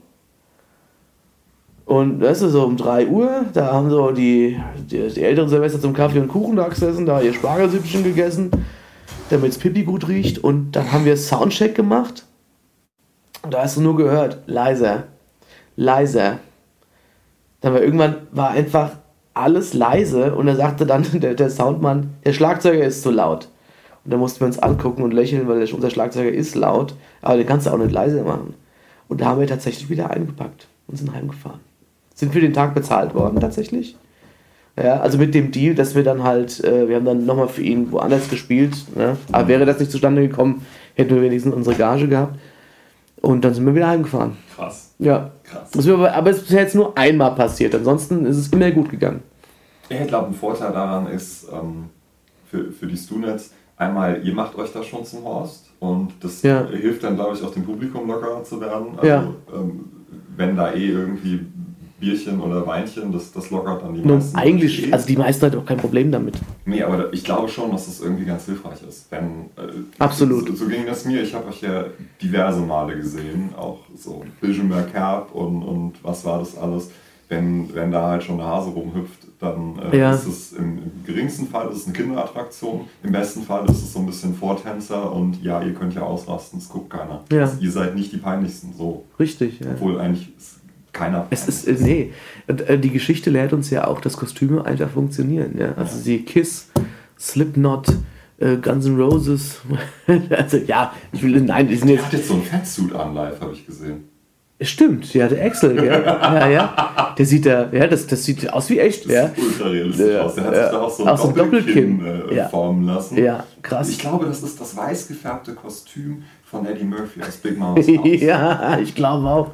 Speaker 3: Und das ist so um drei Uhr, da haben so die, die, die älteren Silvester zum Kaffee und Kuchen da gesessen, da ihr Spargelsüppchen gegessen, damit es Pipi gut riecht. Und dann haben wir Soundcheck gemacht. Und da hast du nur gehört, leiser, leiser. Dann war irgendwann war einfach alles leise und da sagte dann der, der Soundmann, der Schlagzeuger ist zu laut. Und da mussten wir uns angucken und lächeln, weil unser Schlagzeuger ist laut, aber den kannst du auch nicht leise machen. Und da haben wir tatsächlich wieder eingepackt und sind heimgefahren. Sind für den Tag bezahlt worden tatsächlich. Ja, also mit dem Deal, dass wir dann halt, äh, wir haben dann nochmal für ihn woanders gespielt. Ne? Aber wäre das nicht zustande gekommen, hätten wir wenigstens unsere Gage gehabt. Und dann sind wir wieder heimgefahren.
Speaker 2: Krass.
Speaker 3: Ja.
Speaker 2: Krass.
Speaker 3: Das aber, aber es ist jetzt nur einmal passiert. Ansonsten ist es immer gut gegangen.
Speaker 2: Ich glaube, ein Vorteil daran ist ähm, für, für die Stu-Nets, einmal, ihr macht euch da schon zum Horst und das
Speaker 3: ja.
Speaker 2: hilft dann, glaube ich, auch dem Publikum lockerer zu werden. Also,
Speaker 3: ja.
Speaker 2: ähm, wenn da eh irgendwie Bierchen oder Weinchen, das, das lockert dann die
Speaker 3: Nun,
Speaker 2: meisten.
Speaker 3: eigentlich, also die meisten hat auch kein Problem damit.
Speaker 2: Nee, aber ich glaube schon, dass das irgendwie ganz hilfreich ist. Wenn, äh,
Speaker 3: Absolut.
Speaker 2: So, so ging das mir. Ich habe euch ja diverse Male gesehen, auch so Bijoumer Kerb und, und was war das alles. Wenn, wenn da halt schon der Hase rumhüpft, dann äh,
Speaker 3: ja.
Speaker 2: ist es im, im geringsten Fall ist es eine Kinderattraktion, im besten Fall ist es so ein bisschen Vortänzer und ja, ihr könnt ja ausrasten, es guckt keiner.
Speaker 3: Ja.
Speaker 2: Also, ihr seid nicht die Peinlichsten, so.
Speaker 3: Richtig, ja.
Speaker 2: Obwohl eigentlich ist keiner
Speaker 3: es ist, äh, nee, die Geschichte lehrt uns ja auch, dass Kostüme einfach funktionieren. Ja? Also sie Kiss, Slipknot, äh, Guns N' Roses, also ja, ich will, nein, die sind
Speaker 2: Der
Speaker 3: jetzt...
Speaker 2: hat jetzt so ein Fatsuit an live, habe ich gesehen.
Speaker 3: Stimmt, ja, der Axel, ja, ja, ja. Der sieht da, ja, das, das sieht aus wie echt,
Speaker 2: das
Speaker 3: ja.
Speaker 2: Sieht ultra realistisch
Speaker 3: ja,
Speaker 2: aus. Der hat
Speaker 3: ja.
Speaker 2: sich da auch so ein
Speaker 3: Aus dem
Speaker 2: Doppelkinn,
Speaker 3: Doppelkinn.
Speaker 2: äh,
Speaker 3: Ja.
Speaker 2: formen lassen.
Speaker 3: Ja, krass.
Speaker 2: Ich glaube, das ist das weiß gefärbte Kostüm von Eddie Murphy aus Big Mouth House.
Speaker 3: Ja, ich glaube auch.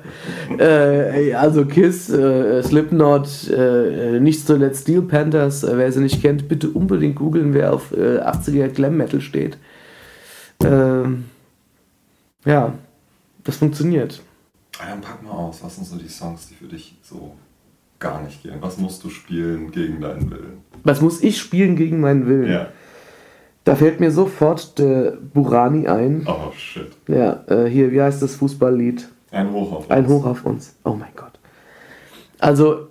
Speaker 3: äh, also Kiss, äh, Slipknot, äh, nicht zuletzt Steel Panthers, äh, wer sie nicht kennt, bitte unbedingt googeln, wer auf äh, achtziger Glam Metal steht. Ähm, ja, das funktioniert.
Speaker 2: Dann pack mal aus, was sind so die Songs, die für dich so gar nicht gehen? Was musst du spielen gegen deinen Willen?
Speaker 3: Was muss ich spielen gegen meinen Willen?
Speaker 2: Ja.
Speaker 3: Da fällt mir sofort der Burani ein.
Speaker 2: Oh shit.
Speaker 3: Ja, äh, hier, wie heißt das Fußballlied?
Speaker 2: Ein Hoch auf uns.
Speaker 3: Ein Hoch auf uns. Oh mein Gott. Also,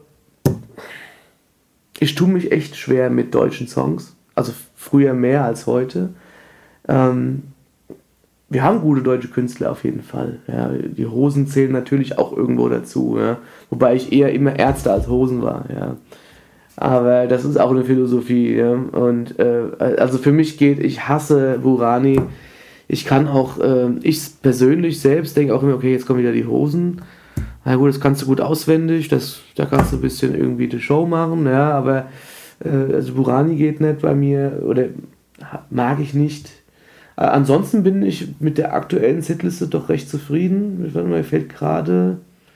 Speaker 3: ich tue mich echt schwer mit deutschen Songs. Also früher mehr als heute. Ähm, wir haben gute deutsche Künstler auf jeden Fall. Ja, die Hosen zählen natürlich auch irgendwo dazu. Ja. Wobei ich eher immer Ärzte als Hosen war. Ja. Aber das ist auch eine Philosophie. Ja. Und äh, also für mich geht, ich hasse Burani. Ich kann auch, äh, ich persönlich selbst denke auch immer, okay, jetzt kommen wieder die Hosen. Na gut, das kannst du gut auswendig, das, da kannst du ein bisschen irgendwie die Show machen, ja, aber äh, also Burani geht nicht bei mir oder mag ich nicht. Äh, ansonsten bin ich mit der aktuellen Setliste doch recht zufrieden. Warte mal, mir fällt gerade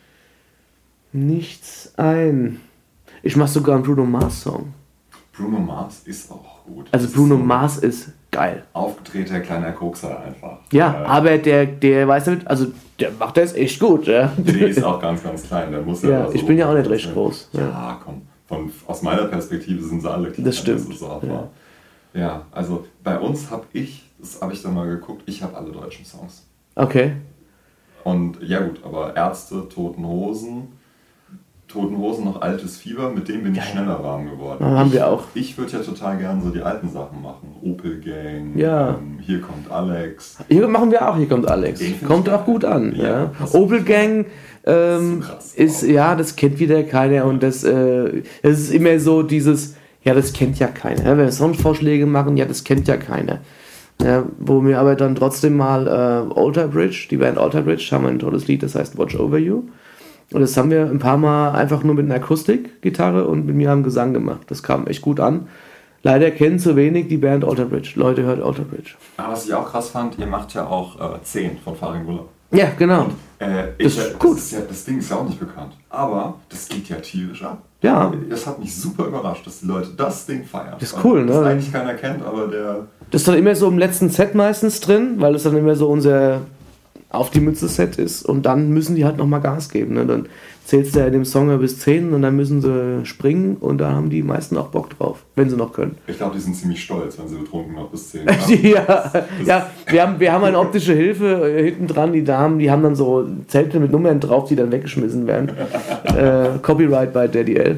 Speaker 3: nichts ein. Ich mache sogar einen Bruno Mars Song.
Speaker 2: Bruno Mars ist auch gut.
Speaker 3: Also
Speaker 2: das
Speaker 3: Bruno
Speaker 2: ist so
Speaker 3: Mars ist geil.
Speaker 2: aufgedrehter kleiner Kokser einfach.
Speaker 3: Ja, äh, aber der, der weiß damit, also der macht das echt gut. Ja.
Speaker 2: Der ist auch ganz, ganz klein. Der muss ja,
Speaker 3: ja
Speaker 2: so
Speaker 3: ich bin ja auch nicht recht groß.
Speaker 2: Ja,
Speaker 3: Ja,
Speaker 2: komm. Und aus meiner Perspektive sind sie alle klein.
Speaker 3: Das stimmt.
Speaker 2: Das ist auch ja. ja, also bei uns habe ich, das habe ich dann mal geguckt, ich habe alle deutschen Songs.
Speaker 3: Okay.
Speaker 2: Und ja gut, aber Ärzte, Toten Hosen, Toten Hosen noch Altes Fieber, mit dem bin ich
Speaker 3: Geil.
Speaker 2: schneller warm geworden.
Speaker 3: Ja, haben
Speaker 2: ich,
Speaker 3: wir auch.
Speaker 2: Ich würde ja total gern so die alten Sachen machen. Opel Gang,
Speaker 3: Ja.
Speaker 2: ähm, Hier kommt Alex.
Speaker 3: Hier machen wir auch, hier kommt Alex. Kommt auch gut an.
Speaker 2: Ja,
Speaker 3: Ja.
Speaker 2: das
Speaker 3: Opel
Speaker 2: ist
Speaker 3: Gang ähm,
Speaker 2: so krass.
Speaker 3: ist, ja, das kennt wieder keiner und das, äh, das ist immer so dieses, ja, das kennt ja keiner. Ja, wenn wir Songvorschläge machen, ja, das kennt ja keiner. Ja, wo wir aber dann trotzdem mal äh, Alter Bridge, die Band Alter Bridge, haben wir ein tolles Lied, das heißt Watch Over You. Und das haben wir ein paar Mal einfach nur mit einer Akustikgitarre und mit mir am Gesang gemacht. Das kam echt gut an. Leider kennen zu wenig die Band Alter Bridge. Leute, hört Alter Bridge.
Speaker 2: Aber was ich auch krass fand, ihr macht ja auch äh, zehn von Farin Guller.
Speaker 3: Ja, genau.
Speaker 2: Äh,
Speaker 3: Das
Speaker 2: ich,
Speaker 3: ist
Speaker 2: das,
Speaker 3: gut.
Speaker 2: ist ja, das Ding ist ja auch nicht bekannt. Aber das geht ja tierisch ab.
Speaker 3: Ja.
Speaker 2: Das hat mich super überrascht, dass die Leute das Ding feiern.
Speaker 3: Das ist cool,
Speaker 2: das
Speaker 3: ne?
Speaker 2: eigentlich keiner kennt, aber der...
Speaker 3: Das ist dann immer so im letzten Set meistens drin, weil das dann immer so unser auf die Mütze Set ist und dann müssen die halt nochmal Gas geben. Ne? Dann zählst du ja in dem Song bis zehn und dann müssen sie springen und da haben die meisten auch Bock drauf, wenn sie noch können.
Speaker 2: Ich glaube, die sind ziemlich stolz, wenn sie betrunken noch bis zehn
Speaker 3: ja, ja wir, haben, wir haben eine optische Hilfe äh, hinten dran, die Damen, die haben dann so Zelte mit Nummern drauf, die dann weggeschmissen werden. äh, Copyright bei Daddy L.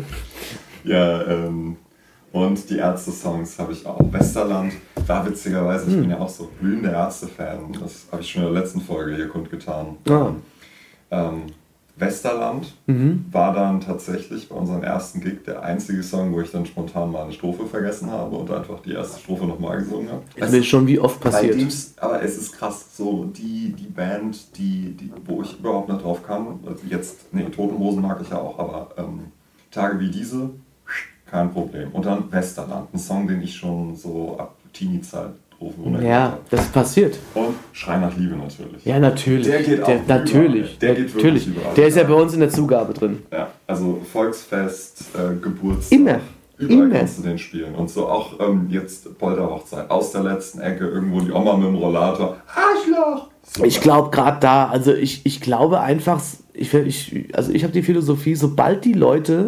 Speaker 2: Ja, ähm, und die Ärzte-Songs habe ich auch. Westerland war witzigerweise, ich
Speaker 3: Hm.
Speaker 2: bin ja auch so glühender Ärzte-Fan, das habe ich schon in der letzten Folge hier kundgetan.
Speaker 3: Ah.
Speaker 2: Ähm, Westerland
Speaker 3: Mhm.
Speaker 2: war dann tatsächlich bei unserem ersten Gig der einzige Song, wo ich dann spontan mal eine Strophe vergessen habe und einfach die erste Strophe nochmal gesungen habe.
Speaker 3: Das ist schon wie oft
Speaker 2: Bei
Speaker 3: passiert.
Speaker 2: dem's, aber es ist krass, so die, die Band, die, die, wo ich überhaupt nicht drauf kam, also jetzt, nee, Toten Hosen mag ich ja auch, aber ähm, Tage wie diese, kein Problem. Und dann Westerland, ein Song, den ich schon so ab Teenie-Zeit drauf runtergehört
Speaker 3: Ja,
Speaker 2: habe.
Speaker 3: das passiert.
Speaker 2: Und Schrei nach Liebe natürlich.
Speaker 3: Ja, natürlich.
Speaker 2: Der geht auch
Speaker 3: Der,
Speaker 2: überall.
Speaker 3: natürlich.
Speaker 2: Der geht wirklich
Speaker 3: natürlich.
Speaker 2: überall.
Speaker 3: Der ist ja bei uns in der Zugabe drin.
Speaker 2: Ja, also Volksfest, äh, Geburtstag.
Speaker 3: Immer.
Speaker 2: Überall
Speaker 3: Immer.
Speaker 2: kannst du den spielen. Und so auch ähm, jetzt Polterhochzeit. Aus der letzten Ecke irgendwo die Oma mit dem Rollator. Arschloch! Super.
Speaker 3: Ich glaube gerade da, also ich, ich glaube einfach, ich, ich, also ich habe die Philosophie, sobald die Leute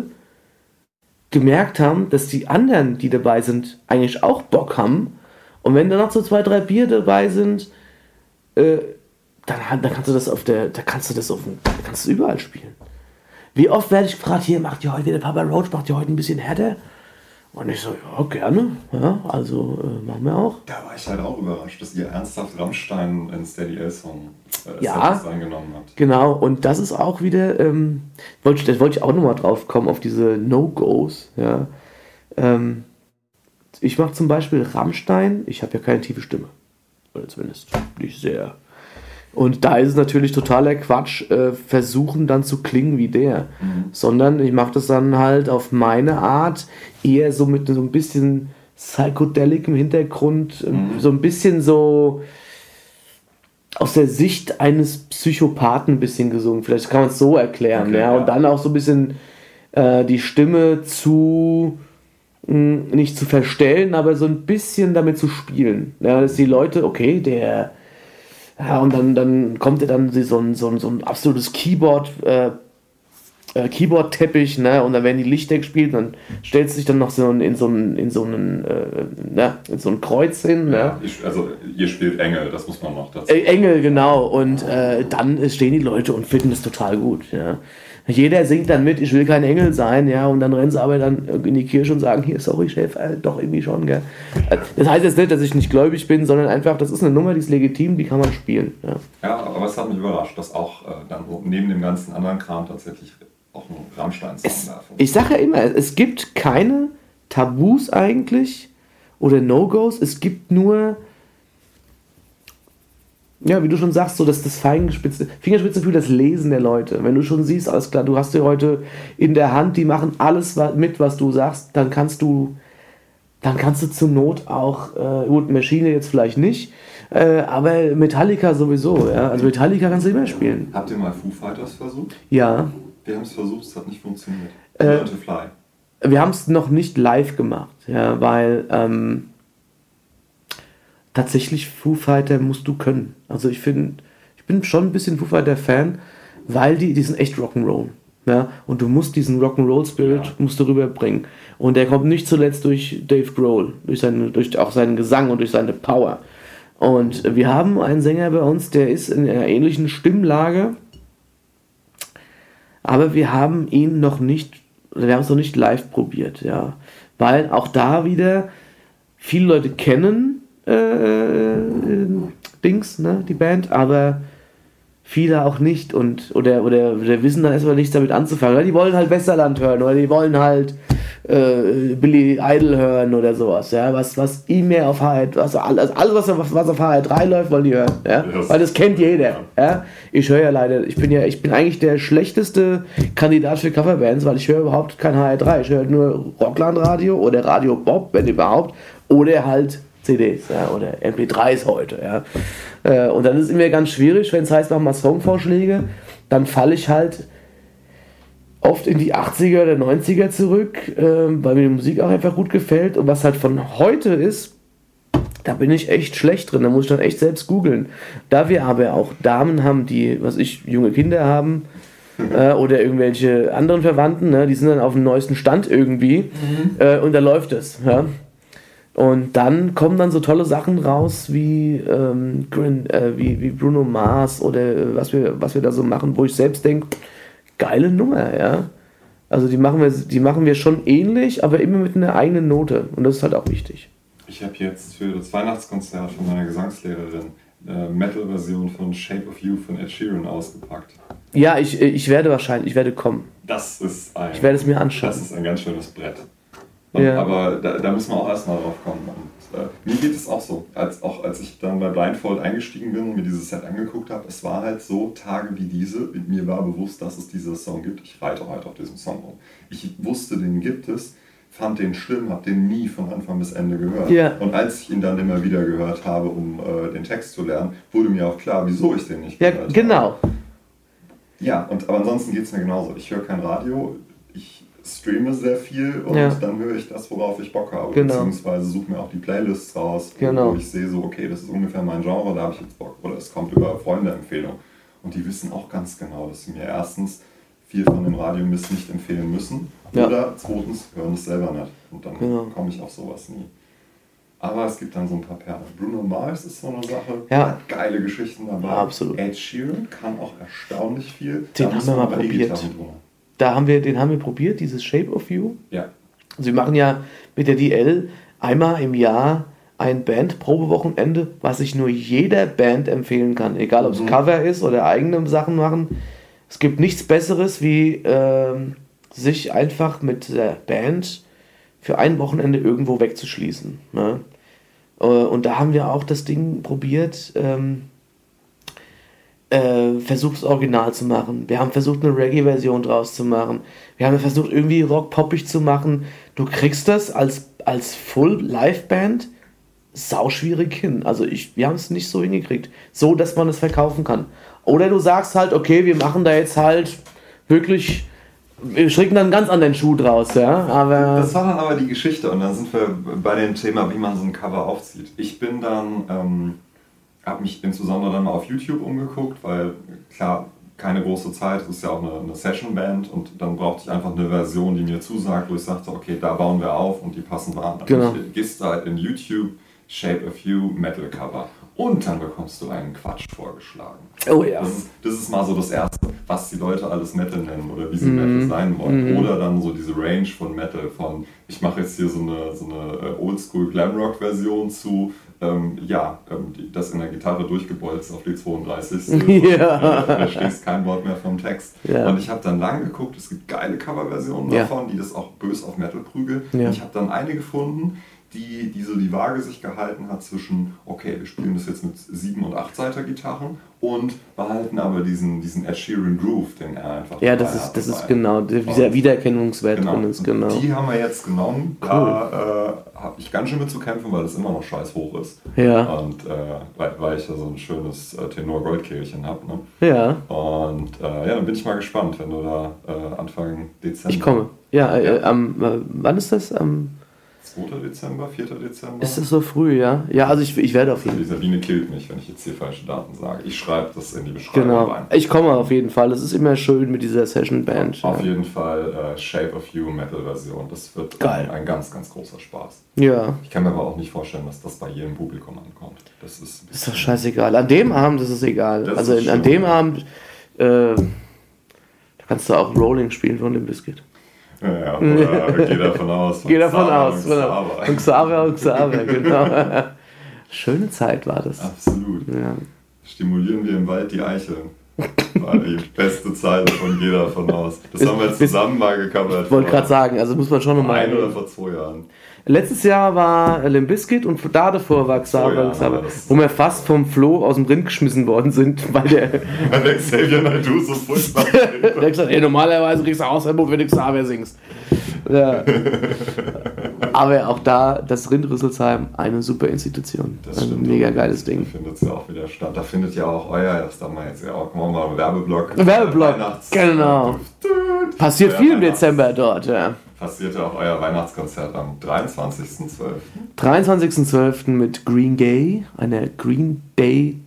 Speaker 3: gemerkt haben, dass die anderen, die dabei sind, eigentlich auch Bock haben und wenn da noch so zwei, drei Bier dabei sind, äh, dann, dann kannst du das auf der, da kannst du das auf dem, da kannst du überall spielen. Wie oft werde ich gefragt, hier macht ihr heute, der Papa Roach macht ihr heute ein bisschen härter? Und ich so, ja, gerne, ja, also äh, machen wir auch.
Speaker 2: Da war ich halt auch überrascht, dass ihr ernsthaft Rammstein ins Daddy L-Song äh,
Speaker 3: Ja.
Speaker 2: Set eingenommen habt.
Speaker 3: Genau, und das ist auch wieder, ähm, wollte, ich- da wollte ich auch nochmal drauf kommen, auf diese No-Gos. Ja. Ähm, ich mache zum Beispiel Rammstein, ich habe ja keine tiefe Stimme. Oder zumindest nicht sehr. Und da ist es natürlich totaler Quatsch, äh, versuchen dann zu klingen wie der.
Speaker 2: Mhm.
Speaker 3: Sondern ich mache das dann halt auf meine Art, eher so mit so ein bisschen Psychedelic im Hintergrund,
Speaker 2: Mhm.
Speaker 3: so ein bisschen so aus der Sicht eines Psychopathen ein bisschen gesungen. Vielleicht kann man es so erklären.
Speaker 2: Okay,
Speaker 3: ja.
Speaker 2: ja.
Speaker 3: Und dann auch so ein bisschen äh, die Stimme zu, mh, nicht zu verstellen, aber so ein bisschen damit zu spielen. Ja, dass die Leute, okay, der, ja, und dann, dann kommt ja dann so ein, so ein, so ein absolutes Keyboard, äh, äh, Keyboard-Teppich, ne, und dann werden die Lichter gespielt, und dann stellt sich dann noch so ein, in so einen, in so einen, äh, ne, in so ein Kreuz hin, ne.
Speaker 2: Ja, ich, also ihr spielt Engel, das muss man noch dazu.
Speaker 3: Äh, Engel, genau. Und äh, dann äh, stehen die Leute und finden das total gut. Ja. Jeder singt dann mit, ich will kein Engel sein, ja, und dann rennen sie aber dann in die Kirche und sagen, hier, sorry, Chef, äh, doch irgendwie schon, gell. Äh, Das heißt jetzt nicht, dass ich nicht gläubig bin, sondern einfach, das ist eine Nummer, die ist legitim, die kann man spielen. Ja.
Speaker 2: Ja, aber es hat mich überrascht, dass auch äh, dann neben dem ganzen anderen Kram tatsächlich auch ein Rammstein-Song
Speaker 3: Es,
Speaker 2: da
Speaker 3: ich sage ja immer, es gibt keine Tabus eigentlich oder No-Gos, es gibt nur, ja, wie du schon sagst, so dass das Fingerspitze, Fingerspitzengefühl, das Lesen der Leute. Wenn du schon siehst, alles klar, du hast die heute in der Hand, die machen alles wa- mit, was du sagst, dann kannst du, dann kannst du zur Not auch, äh, gut, Maschine jetzt vielleicht nicht, äh, aber Metallica sowieso, ja. Also Metallica kannst du immer spielen.
Speaker 2: Habt ihr mal Foo Fighters versucht?
Speaker 3: Ja.
Speaker 2: Wir haben es versucht, es hat nicht funktioniert.
Speaker 3: Äh,
Speaker 2: Learn to Fly.
Speaker 3: Wir haben es noch nicht live gemacht, ja, weil ähm, tatsächlich Foo Fighter musst du können. Also ich finde, ich bin schon ein bisschen Foo Fighter Fan, weil die, die sind echt Rock'n'Roll. Ja? Und du musst diesen Rock'n'Roll-Spirit
Speaker 2: Ja.
Speaker 3: musst du rüberbringen. Und der kommt nicht zuletzt durch Dave Grohl, durch, seine, durch auch seinen Gesang und durch seine Power. Und wir haben einen Sänger bei uns, der ist in einer ähnlichen Stimmlage, aber wir haben ihn noch nicht, wir haben es noch nicht live probiert, ja. Weil auch da wieder viele Leute kennen äh, äh, Dings, ne, die Band, aber viele auch nicht und oder, oder, oder wissen dann erstmal nichts damit anzufangen. Oder die wollen halt Westerland hören oder die wollen halt äh, Billy Idol hören oder sowas, ja, was, was ihm mehr auf H R, also alles, alles was, was auf H R drei läuft, wollen die hören, ja,
Speaker 2: Yes.
Speaker 3: weil das kennt jeder, ja. Ich höre ja leider, ich bin ja, ich bin eigentlich der schlechteste Kandidat für Coverbands, weil ich höre überhaupt kein H R drei, ich höre nur Rockland-Radio oder Radio Bob, wenn überhaupt, oder halt C Ds, ja, oder M P dreis heute, ja. Äh, und dann ist es mir ganz schwierig, wenn es heißt, mach mal Songvorschläge, dann falle ich halt oft in die achtziger oder neunziger zurück, äh, weil mir die Musik auch einfach gut gefällt. Und was halt von heute ist, da bin ich echt schlecht drin, da muss ich dann echt selbst googeln. Da wir aber auch Damen haben, die, was ich, junge Kinder haben, äh, oder irgendwelche anderen Verwandten, ne, die sind dann auf dem neuesten Stand irgendwie, mhm. äh, und da läuft es, ja. Und dann kommen dann so tolle Sachen raus wie, ähm, Grin, äh, wie, wie Bruno Mars oder äh, was wir, was wir da so machen, wo ich selbst denke, geile Nummer, ja. Also die machen wir, die machen wir schon ähnlich, aber immer mit einer eigenen Note. Und das ist halt auch wichtig.
Speaker 2: Ich habe jetzt für das Weihnachtskonzert von meiner Gesangslehrerin eine Metal-Version von Shape of You von Ed Sheeran ausgepackt.
Speaker 3: Ja, ich, ich werde wahrscheinlich, ich werde kommen.
Speaker 2: Das ist ein,
Speaker 3: ich werde es mir anschauen.
Speaker 2: Das ist ein ganz schönes Brett. Und,
Speaker 3: ja.
Speaker 2: Aber da, da müssen wir auch erstmal drauf kommen. Und, äh, mir geht es auch so. Als, auch als ich dann bei Blindfold eingestiegen bin und mir dieses Set angeguckt habe, es war halt so, Tage wie diese, mir war bewusst, dass es diesen Song gibt. Ich reite halt auf diesem Song rum. Ich wusste, den gibt es, fand den schlimm, habe den nie von Anfang bis Ende gehört.
Speaker 3: Ja.
Speaker 2: Und als ich ihn dann immer wieder gehört habe, um äh, den Text zu lernen, wurde mir auch klar, wieso ich den nicht
Speaker 3: ja,
Speaker 2: gehört
Speaker 3: genau.
Speaker 2: habe. Ja, und, aber ansonsten geht es mir genauso. Ich höre kein Radio, ich streame sehr viel und
Speaker 3: ja.
Speaker 2: dann höre ich das, worauf ich Bock habe.
Speaker 3: Genau.
Speaker 2: Beziehungsweise suche mir auch die Playlists raus,
Speaker 3: genau.
Speaker 2: wo ich sehe, so okay, das ist ungefähr mein Genre, da habe ich jetzt Bock. Oder es kommt über Freunde-Empfehlung. Und die wissen auch ganz genau, dass sie mir erstens viel von dem Radiomist nicht empfehlen müssen.
Speaker 3: Ja.
Speaker 2: Oder zweitens hören es selber nicht. Und dann
Speaker 3: genau.
Speaker 2: komme ich auf sowas nie. Aber es gibt dann so ein paar Perlen. Bruno Mars ist so eine Sache,
Speaker 3: ja.
Speaker 2: hat geile Geschichten dabei.
Speaker 3: Absolut.
Speaker 2: Ed Sheeran kann auch erstaunlich viel.
Speaker 3: Den haben wir mal probiert. Da haben wir, den haben wir probiert, dieses Shape of You.
Speaker 2: Ja.
Speaker 3: Also wir machen ja mit der D L einmal im Jahr ein Band-Probewochenende, was ich nur jeder Band empfehlen kann. Egal, ob es mhm. Cover ist oder eigene Sachen machen. Es gibt nichts Besseres, wie ähm, sich einfach mit der Band für ein Wochenende irgendwo wegzuschließen. Ne? Und da haben wir auch das Ding probiert, ähm, äh, versucht das Original zu machen. Wir haben versucht, eine Reggae-Version draus zu machen. Wir haben versucht, irgendwie rock-poppig zu machen. Du kriegst das als, als Full-Live-Band sauschwierig hin. Also ich, wir haben es nicht so hingekriegt. So, dass man es verkaufen kann. Oder du sagst halt, okay, wir machen da jetzt halt wirklich... Wir stricken dann einen ganz anderen Schuh draus, ja, aber...
Speaker 2: Das war dann aber die Geschichte und dann sind wir bei dem Thema, wie man so ein Cover aufzieht. Ich bin dann, ähm, habe mich insbesondere dann mal auf YouTube umgeguckt, weil klar, keine große Zeit, es ist ja auch eine, eine Session-Band und dann brauchte ich einfach eine Version, die mir zusagt, wo ich sagte, okay, da bauen wir auf und die passen wir an. Dann
Speaker 3: genau.
Speaker 2: gehst du halt in YouTube, Shape of You, Metal Cover. Und dann bekommst du einen Quatsch vorgeschlagen.
Speaker 3: Oh ja.
Speaker 2: Das ist, das ist mal so das Erste, was die Leute alles Metal nennen oder wie sie
Speaker 3: mm.
Speaker 2: Metal sein wollen.
Speaker 3: Mm.
Speaker 2: Oder dann so diese Range von Metal, von ich mache jetzt hier so eine, so eine Oldschool Glamrock-Version zu, ähm, ja, ähm, die, das in der Gitarre durchgebolzt auf die zweiunddreißig.
Speaker 3: Ja.
Speaker 2: Da verstehst kein Wort mehr vom Text.
Speaker 3: Ja.
Speaker 2: Und ich habe dann lange geguckt, es gibt geile Coverversionen
Speaker 3: ja.
Speaker 2: davon, die das auch bös auf Metal prügeln.
Speaker 3: Ja.
Speaker 2: Und ich habe dann eine gefunden, die, die so die Waage sich gehalten hat zwischen, okay, wir spielen das jetzt mit sieben- und acht-Seiter Gitarren und behalten aber diesen, diesen Ed Sheeran Groove, den er einfach
Speaker 3: ja, das ist, das ist genau, dieser Wiedererkennungswert
Speaker 2: genau.
Speaker 3: drin ist, genau.
Speaker 2: Die haben wir jetzt genommen,
Speaker 3: cool.
Speaker 2: Da äh, habe ich ganz schön mit zu kämpfen, weil es immer noch scheiß hoch ist.
Speaker 3: Ja.
Speaker 2: Und äh, weil, weil ich ja so ein schönes äh, Tenor-Goldkehlchen habe. Ne?
Speaker 3: Ja.
Speaker 2: Und äh, ja, dann bin ich mal gespannt, wenn du da äh, Anfang Dezember...
Speaker 3: Ich komme. Ja, äh, am, äh, wann ist das? Am
Speaker 2: zweiter Dezember, vierter Dezember?
Speaker 3: Ist das so früh, ja? Ja, also ich, ich werde auf jeden
Speaker 2: Fall. Die Sabine killt mich, wenn ich jetzt hier falsche Daten sage. Ich schreibe das in die Beschreibung
Speaker 3: genau.
Speaker 2: rein.
Speaker 3: Ich komme auf jeden Fall. Das ist immer schön mit dieser Session-Band.
Speaker 2: Auf
Speaker 3: ja.
Speaker 2: jeden Fall äh, Shape of You Metal-Version. Das wird
Speaker 3: Geil.
Speaker 2: Ein, ein ganz, ganz großer Spaß.
Speaker 3: Ja.
Speaker 2: Ich kann mir aber auch nicht vorstellen, dass das bei jedem Publikum ankommt. Das ist,
Speaker 3: ist doch scheißegal. An dem Abend ist es egal.
Speaker 2: Das
Speaker 3: also in, an dem Abend äh, da kannst du auch Rolling spielen von Limp Bizkit.
Speaker 2: Ja, ja, oder geh davon aus.
Speaker 3: Geh davon
Speaker 2: Xaver
Speaker 3: aus.
Speaker 2: und Xaver.
Speaker 3: Und Xaver und Xaver, genau. Schöne Zeit war das.
Speaker 2: Absolut.
Speaker 3: Ja.
Speaker 2: Stimulieren wir im Wald die Eicheln. War die beste Zeile von Geh davon aus. Das ist, haben wir jetzt zusammen mal gecovert.
Speaker 3: Ich wollte gerade sagen, also muss man schon nochmal.
Speaker 2: Ein oder vor zwei Jahren.
Speaker 3: Letztes Jahr war Limp Bizkit und da davor war Xaver und Xaver, wo wir fast vom Floh aus dem Rind geschmissen worden sind, weil der.
Speaker 2: Weil der Xavier Naidoo so furchtbar
Speaker 3: der hat gesagt, ey, normalerweise kriegst du Auswerbung, wenn du Xaver singst. Ja. Aber auch da, das Rind Rüsselsheim, eine super Institution.
Speaker 2: Das
Speaker 3: ein
Speaker 2: stimmt.
Speaker 3: mega geiles Ding.
Speaker 2: Da findet es ja auch wieder statt. Da findet ja auch euer, das da mal jetzt ja auch, machen wir mal einen Werbeblock.
Speaker 3: Werbeblock,
Speaker 2: Weihnachts-
Speaker 3: genau. Passiert
Speaker 2: euer
Speaker 3: viel im
Speaker 2: Weihnachts-
Speaker 3: Dezember dort, ja.
Speaker 2: Passiert ja auch euer Weihnachtskonzert am dreiundzwanzigsten zwölften
Speaker 3: dreiundzwanzigsten zwölften mit Green Gay, einer Green Day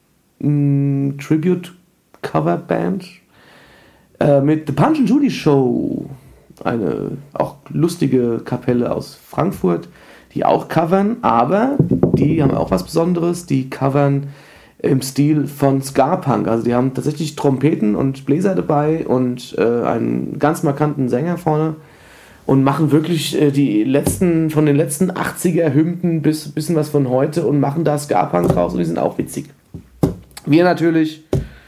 Speaker 3: mh, Tribute Coverband. Äh, mit The Punch and Judy Show, eine auch lustige Kapelle aus Frankfurt, die auch covern, aber die haben auch was Besonderes, die covern im Stil von Ska-Punk. Also die haben tatsächlich Trompeten und Bläser dabei und äh, einen ganz markanten Sänger vorne und machen wirklich äh, die letzten, von den letzten achtziger-Hymnen bis bisschen was von heute und machen da Ska-Punk raus und die sind auch witzig. Wir natürlich.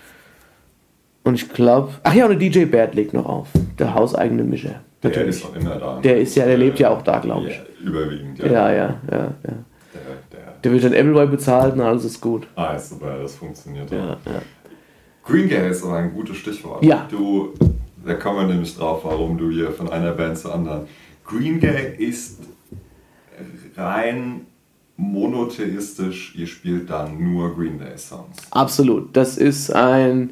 Speaker 3: Und ich glaube, ach ja, und der D J Bert legt noch auf. Der hauseigene Mischer.
Speaker 2: Der
Speaker 3: Natürlich.
Speaker 2: ist auch immer da.
Speaker 3: Der ist ja, der lebt ja auch da, glaube ich.
Speaker 2: Ja, überwiegend, ja.
Speaker 3: Ja, ja, ja, ja.
Speaker 2: Der, der,
Speaker 3: Der wird dann Appleboy bezahlt und alles ist gut.
Speaker 2: ah, ist super, das funktioniert
Speaker 3: Ja,
Speaker 2: auch.
Speaker 3: ja.
Speaker 2: Green Gay ist aber ein gutes Stichwort.
Speaker 3: Ja.
Speaker 2: Du, da kommen wir nämlich drauf, warum du hier von einer Band zur anderen. Green Gay ist rein monotheistisch, ihr spielt dann nur Green Day Songs.
Speaker 3: Absolut. Das ist ein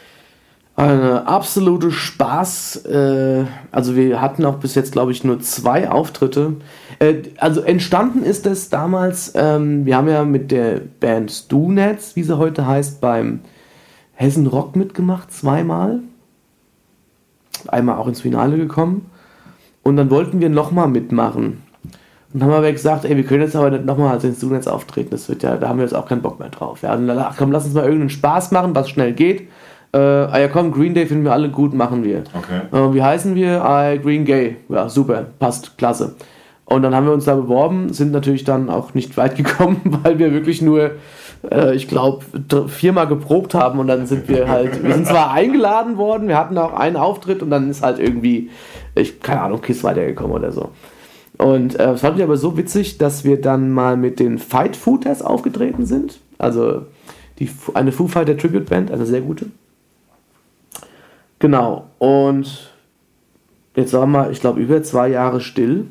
Speaker 3: eine absolute Spaß. Äh, also wir hatten auch bis jetzt, glaube ich, nur zwei Auftritte. Äh, also entstanden ist es damals, ähm, wir haben ja mit der Band Stonets, wie sie heute heißt, beim Hessen Rock mitgemacht, zweimal. Einmal auch ins Finale gekommen. Und dann wollten wir nochmal mitmachen. Und haben aber gesagt, ey, wir können jetzt aber nicht nochmal als Stonets auftreten. Das wird ja, da haben wir jetzt auch keinen Bock mehr drauf. Ja, und dann, ach komm, lass uns mal irgendeinen Spaß machen, was schnell geht. Äh, ah ja komm, Green Day finden wir alle gut, machen wir.
Speaker 2: Okay.
Speaker 3: Äh, wie heißen wir? Ah, Green Gay. Ja, super, passt, klasse. Und dann haben wir uns da beworben, sind natürlich dann auch nicht weit gekommen, weil wir wirklich nur, äh, ich glaube, viermal geprobt haben und dann sind wir halt, wir sind zwar eingeladen worden, wir hatten auch einen Auftritt und dann ist halt irgendwie, ich keine Ahnung, Kiss weitergekommen oder so. Und äh, das fand ich aber so witzig, dass wir dann mal mit den Fight Footers aufgetreten sind, also die, eine Foo Fighter Tribute Band, eine sehr gute. Genau, und jetzt waren wir, ich glaube, über zwei Jahre still.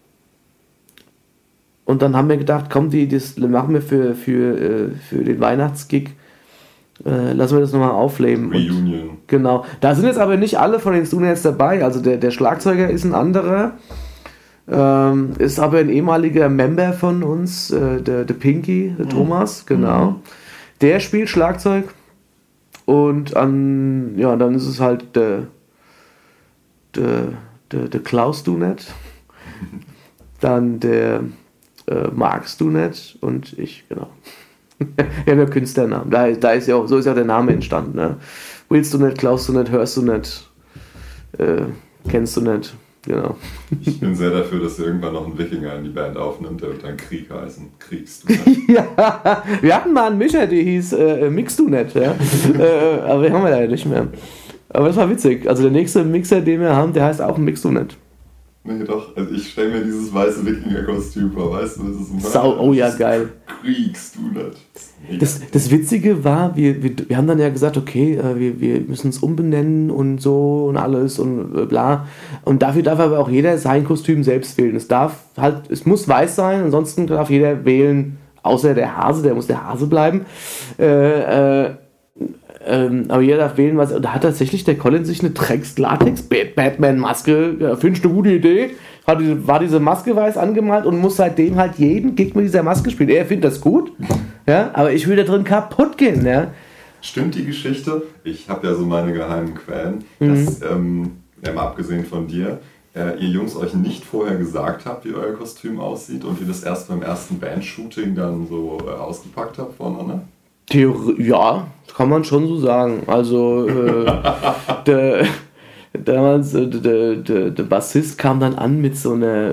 Speaker 3: Und dann haben wir gedacht, komm, die, das machen wir für, für, für den Weihnachtsgig, äh, lassen wir das nochmal aufleben.
Speaker 2: Reunion.
Speaker 3: Und, genau, da sind jetzt aber nicht alle von den Stonets dabei, also der, der Schlagzeuger ist ein anderer, ähm, ist aber ein ehemaliger Member von uns, äh, der, der Pinky, der mhm. Thomas, genau. Mhm. Der spielt Schlagzeug. Und an, ja, dann ist es halt der, der, der, der Klaus Stonet, dann der äh, Mark Stonet und ich, genau. Wir haben ja Künstlernamen, da, da ist ja auch, so ist ja der Name entstanden. Ne? Willst du nicht, Klaus du nicht, hörst du nicht, äh, kennst du nicht, genau.
Speaker 2: Ich bin sehr dafür, dass irgendwann noch ein Wikinger in die Band aufnimmt, der wird dann Krieg heißen. Kriegst du nicht.
Speaker 3: Ja, wir hatten mal einen Mischer, der hieß äh, Mix du nicht, ja? äh, aber den haben wir leider nicht mehr. Aber das war witzig, also der nächste Mixer, den wir haben, der heißt auch Mix du nicht.
Speaker 2: Nee, doch, also ich stelle mir dieses weiße Wikinger-Kostüm vor, weißt du, das ist ein
Speaker 3: Sau, oh ja, geil.
Speaker 2: Kriegst du nicht.
Speaker 3: Das, das Witzige war, wir, wir, wir haben dann ja gesagt, okay, äh, wir, wir müssen es umbenennen und so und alles und äh, bla. Und dafür darf aber auch jeder sein Kostüm selbst wählen. Es darf halt, es muss weiß sein, ansonsten darf jeder wählen, außer der Hase, der muss der Hase bleiben. Äh, äh, ähm, aber jeder darf wählen, was. Und da hat tatsächlich der Colin sich eine Drecks-Latex-Batman-Maske, ja, finde ich eine gute Idee, hat diese, war diese Maske weiß angemalt und muss seitdem halt jeden Gig mit dieser Maske spielen. Er findet das gut, ja, aber ich will da drin kaputt gehen, ja.
Speaker 2: Stimmt die Geschichte? Ich habe ja so meine geheimen Quellen,
Speaker 3: Mhm.
Speaker 2: dass, ähm, ja, mal abgesehen von dir, äh, ihr Jungs euch nicht vorher gesagt habt, wie euer Kostüm aussieht und ihr das erst beim ersten Bandshooting dann so äh, ausgepackt habt voneinander?
Speaker 3: Theorie, ja, kann man schon so sagen. Also, äh, der, damals, äh, der, der, der Bassist kam dann an mit so einer,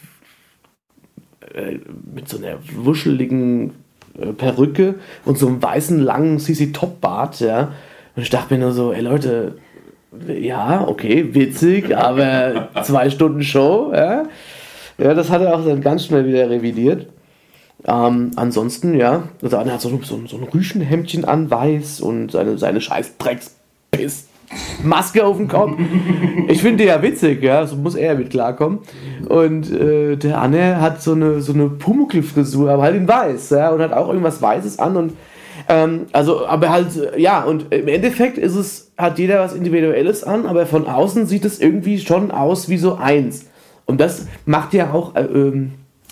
Speaker 3: äh, mit so einer wuscheligen äh, Perücke und so einem weißen, langen C C Top-Bart, ja. Und ich dachte mir nur so, ey Leute, ja, okay, witzig, aber zwei Stunden Show, ja. Ja, das hat er auch dann ganz schnell wieder revidiert. Ähm, ansonsten, ja, also er hat so, so, so ein Rüschenhemdchen an, weiß und seine, seine scheiß Dreckspiss Maske auf dem Kopf. Ich finde die ja witzig, ja, so muss er mit klarkommen. Und äh, der Anne hat so eine, so eine Pumuckl-Frisur, aber halt in weiß, ja, und hat auch irgendwas Weißes an und ähm, also, aber halt, ja, und im Endeffekt ist es, hat jeder was Individuelles an, aber von außen sieht es irgendwie schon aus wie so eins. Und das macht ja auch äh, ähm,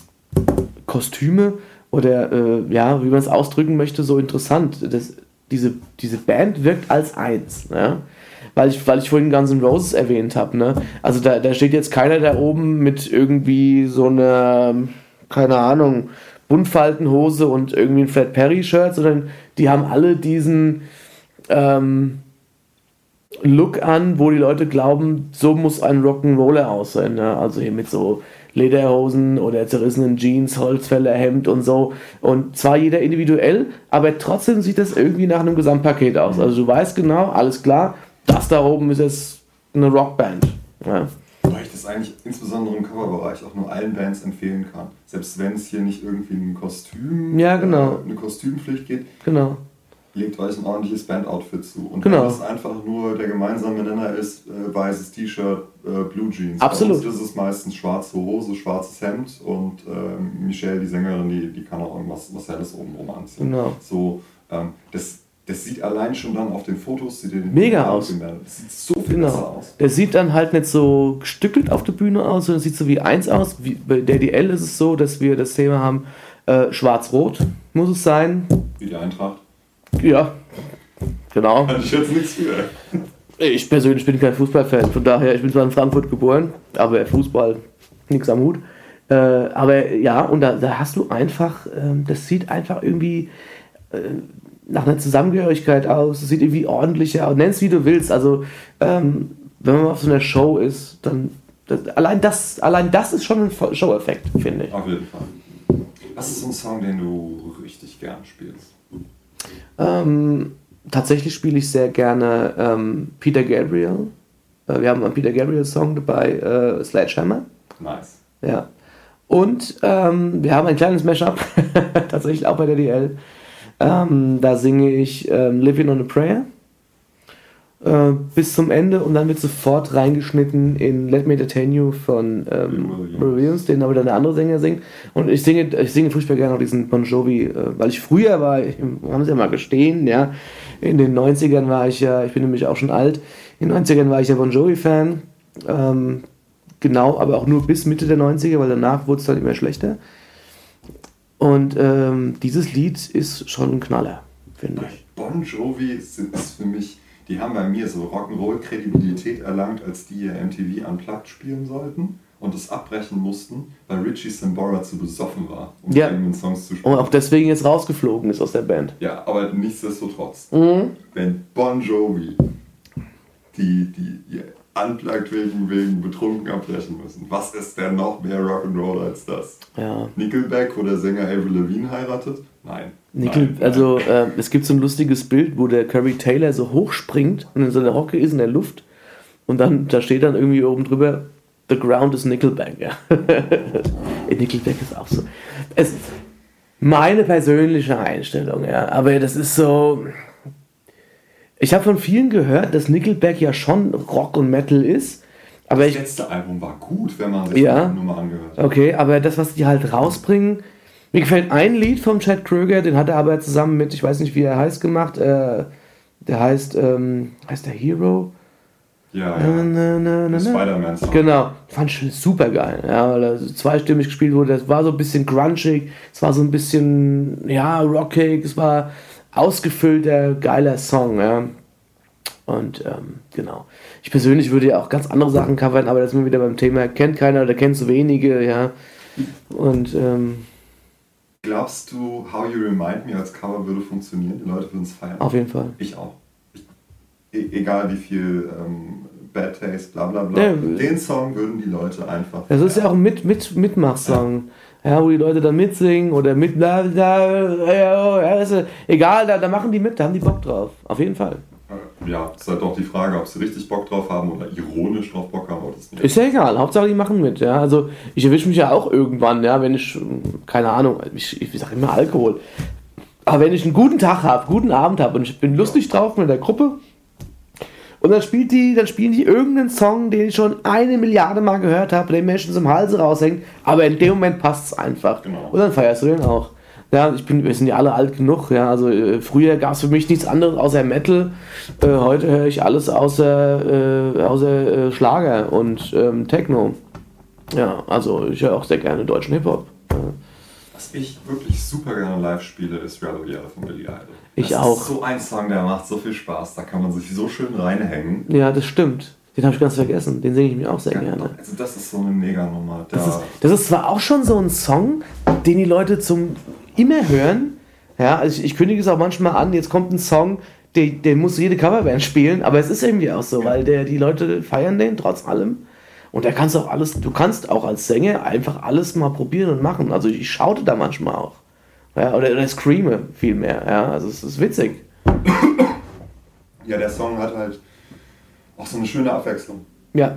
Speaker 3: Kostüme oder äh, ja, wie man es ausdrücken möchte, so interessant. Das, diese, diese Band wirkt als eins, ja? Weil ich, weil ich vorhin Guns N' Roses erwähnt habe. Ne? Also da, da steht jetzt keiner da oben mit irgendwie so einer, keine Ahnung, Buntfaltenhose und irgendwie ein Fred Perry-Shirt, sondern die haben alle diesen ähm, Look an, wo die Leute glauben, so muss ein Rock'n'Roller aussehen. Ne? Also hier mit so Lederhosen oder zerrissenen Jeans, Holzfällerhemd und so. Und zwar jeder individuell, aber trotzdem sieht das irgendwie nach einem Gesamtpaket aus. Also du weißt genau, alles klar, das da oben ist jetzt eine Rockband. Ja.
Speaker 2: Weil ich das eigentlich insbesondere im Coverbereich auch nur allen Bands empfehlen kann. Selbst wenn es hier nicht irgendwie ein Kostüm,
Speaker 3: Ja, genau.
Speaker 2: äh, eine Kostümpflicht gibt,
Speaker 3: Genau.
Speaker 2: legt euch ein ordentliches Bandoutfit zu. Und
Speaker 3: Genau.
Speaker 2: wenn es einfach nur der gemeinsame Nenner ist, äh, weißes T-Shirt, äh, Blue Jeans.
Speaker 3: Absolut.
Speaker 2: Bei uns ist es meistens schwarze Hose, schwarzes Hemd und äh, Michelle, die Sängerin, die, die kann auch irgendwas was Helles obenrum anziehen.
Speaker 3: Genau.
Speaker 2: So, ähm, das, das sieht allein schon dann auf den Fotos, die den
Speaker 3: Mega aus.
Speaker 2: Das sieht so viel besser
Speaker 3: Genau.
Speaker 2: aus.
Speaker 3: Der sieht dann halt nicht so gestückelt auf der Bühne aus, sondern sieht so wie eins aus. Wie, bei der D L ist es so, dass wir das Thema haben, äh, schwarz-rot muss es sein.
Speaker 2: Wie die Eintracht.
Speaker 3: Ja, genau.
Speaker 2: Hatte ich jetzt nichts für.
Speaker 3: Ich persönlich bin kein Fußballfan, von daher, ich bin zwar in Frankfurt geboren, aber Fußball, nichts am Hut. Äh, aber ja, und da, da hast du einfach, ähm, das sieht einfach irgendwie äh, nach einer Zusammengehörigkeit aus, es sieht irgendwie ordentlicher aus, nenn es wie du willst. Also, ähm, wenn man auf so einer Show ist, dann, das, allein, das, allein das ist schon ein Show-Effekt, finde ich.
Speaker 2: Auf jeden Fall. Was ist so ein Song, den du richtig gern spielst?
Speaker 3: Ähm, tatsächlich spiele ich sehr gerne ähm, Peter Gabriel. Äh, wir haben einen Peter Gabriel Song dabei, äh, Sledgehammer.
Speaker 2: Nice.
Speaker 3: Ja. Und ähm, wir haben ein kleines Mashup, tatsächlich auch bei der D L. Ähm, da singe ich ähm, Living on a Prayer äh, bis zum Ende und dann wird sofort reingeschnitten in Let Me Entertain You von ähm,
Speaker 2: Williams.
Speaker 3: Williams, den aber dann der andere Sänger singt. Und ich singe, ich singe furchtbar gerne auch diesen Bon Jovi, äh, weil ich früher war, ich, haben sie ja mal gestehen, ja, in den neunzigern war ich ja, ich bin nämlich auch schon alt, in den neunzigern war ich ja Bon Jovi-Fan, ähm, genau, aber auch nur bis Mitte der neunziger, weil danach wurde es dann immer schlechter. Und ähm, dieses Lied ist schon ein Knaller, finde ich.
Speaker 2: Bon Jovi sind ist für mich, die haben bei mir so Rock'n'Roll-Kredibilität erlangt, als die ihr M T V Unplugged spielen sollten und es abbrechen mussten, weil Richie Sambora zu besoffen war, um
Speaker 3: Ja.
Speaker 2: die eigenen Songs zu spielen.
Speaker 3: Und auch deswegen jetzt rausgeflogen ist aus der Band.
Speaker 2: Ja, aber nichtsdestotrotz,
Speaker 3: Mhm.
Speaker 2: wenn Bon Jovi die, die ihr Unplugged wegen, wegen betrunken abbrechen müssen, was ist denn noch mehr Rock'n'Roll als das?
Speaker 3: Ja.
Speaker 2: Nickelback, wo der Sänger Avril Lavigne heiratet? Nein.
Speaker 3: Nickel,
Speaker 2: nein, nein.
Speaker 3: also äh, es gibt so ein lustiges Bild, wo der Corey Taylor so hoch springt und in so einer Rocke ist in der Luft und dann da steht dann irgendwie oben drüber The Ground is Nickelback. Ja. Nickelback ist auch so. Es, meine persönliche Einstellung, ja, aber das ist so. Ich habe von vielen gehört, dass Nickelback ja schon Rock und Metal ist, aber
Speaker 2: Das
Speaker 3: ich
Speaker 2: letzte Album war gut, wenn man sich
Speaker 3: Ja.
Speaker 2: die Nummer angehört hat.
Speaker 3: Okay, aber das, was die halt rausbringen, mir gefällt ein Lied vom Chad Kroeger, den hat er aber zusammen mit, ich weiß nicht, wie er heißt, gemacht, äh, Der heißt, ähm, heißt der Hero?
Speaker 2: Ja, ja.
Speaker 3: Na, na, na,
Speaker 2: Spider-Man-Song.
Speaker 3: Genau, fand ich super geil, ja, weil er so zweistimmig gespielt wurde. Das war so ein bisschen grungig, es war so ein bisschen, ja, rockig, es war ausgefüllter, geiler Song, ja. Und ähm, genau. Ich persönlich würde ja auch ganz andere Sachen covern, aber das sind wir wieder beim Thema, kennt keiner oder kennt so wenige, ja. Und ähm,
Speaker 2: glaubst du, How You Remind Me als Cover würde funktionieren? Die Leute würden es feiern?
Speaker 3: Auf jeden Fall.
Speaker 2: Ich auch. Ich, e- egal wie viel ähm, Bad Taste, bla bla bla.
Speaker 3: Ja,
Speaker 2: den Song würden die Leute einfach
Speaker 3: das ist ja auch ein mit, mit, Mitmachsong. Ja. Ja, wo die Leute dann mitsingen oder mit bla bla, ja, ja, ist ja, egal, da, da machen die mit, da haben die Bock drauf. Auf jeden Fall.
Speaker 2: Ja, ist halt doch die Frage, ob sie richtig Bock drauf haben oder ironisch drauf Bock haben. Oder das nicht.
Speaker 3: Ist ja egal, Hauptsache die machen mit. Ja. Also ich erwische mich ja auch irgendwann, ja, wenn ich, keine Ahnung, ich, ich sage immer Alkohol. Aber wenn ich einen guten Tag habe, guten Abend habe und ich bin lustig drauf mit der Gruppe und dann spielt die, dann spielen die irgendeinen Song, den ich schon eine Milliarde Mal gehört habe, den Menschen zum Halse raushängt, aber in dem Moment passt es einfach.
Speaker 2: Genau.
Speaker 3: Und dann feierst du den auch. Ja, ich bin, wir sind ja alle alt genug, ja, also äh, früher gab es für mich nichts anderes außer Metal, äh, heute höre ich alles außer, äh, außer äh, Schlager und ähm, Techno. Ja, also ich höre auch sehr gerne deutschen Hip-Hop. Ja.
Speaker 2: Was ich wirklich super gerne live spiele, ist Rebel Yell von Billy Idol.
Speaker 3: Ich
Speaker 2: das
Speaker 3: auch.
Speaker 2: Das ist so ein Song, der macht so viel Spaß, da kann man sich so schön reinhängen.
Speaker 3: Ja, das stimmt. Den habe ich ganz vergessen, den singe ich mir auch sehr
Speaker 2: Ja,
Speaker 3: gerne.
Speaker 2: Also das ist so eine Mega-Nummer.
Speaker 3: Das ist, das ist zwar auch schon so ein Song, den die Leute zum immer hören. Ja, also ich, ich kündige es auch manchmal an, jetzt kommt ein Song, den, den muss jede Coverband spielen, aber es ist irgendwie auch so, ja. Weil der, die Leute feiern den trotz allem. Und da kannst du auch alles, du kannst auch als Sänger einfach alles mal probieren und machen. Also ich schaute da manchmal auch. Ja, oder, oder screame viel mehr. Ja, also es ist witzig.
Speaker 2: Ja, der Song hat halt auch so eine schöne Abwechslung.
Speaker 3: Ja.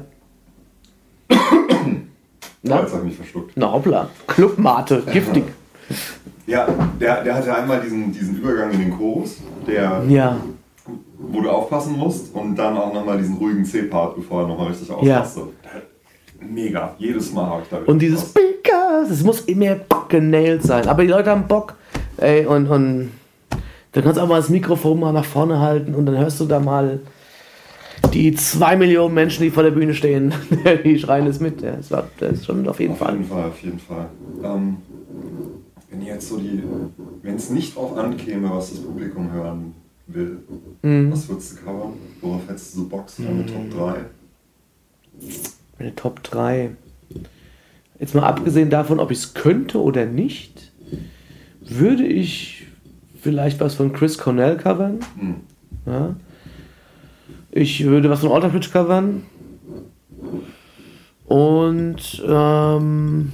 Speaker 2: Na, jetzt habe ich mich verschluckt.
Speaker 3: Na hoppla, Clubmate, giftig.
Speaker 2: Ja, der, der hatte einmal diesen, diesen Übergang in den Chorus, der,
Speaker 3: ja.
Speaker 2: wo du aufpassen musst, und dann auch nochmal diesen ruhigen C-Part, bevor er nochmal richtig aufpasst. Ja. Mega, jedes Mal habe ich da wieder
Speaker 3: und dieses Because, es muss immer genailt sein, aber die Leute haben Bock. Ey, und, und du kannst auch mal das Mikrofon mal nach vorne halten und dann hörst du da mal die zwei Millionen Menschen, die vor der Bühne stehen, die schreien es mit. Ja, das, war, das ist schon auf jeden
Speaker 2: auf
Speaker 3: Fall.
Speaker 2: Auf jeden Fall, auf jeden Fall. Ähm, wenn jetzt so die, wenn es nicht drauf ankäme, was das Publikum hören will, mhm. was würdest du covern? Worauf hättest du so Bock? So eine mhm. Top drei?
Speaker 3: Eine Top drei. Jetzt mal abgesehen davon, ob ich es könnte oder nicht, würde ich vielleicht was von Chris Cornell covern. Mhm. Ja. Ich würde was von Alter Bridge covern. Und ähm,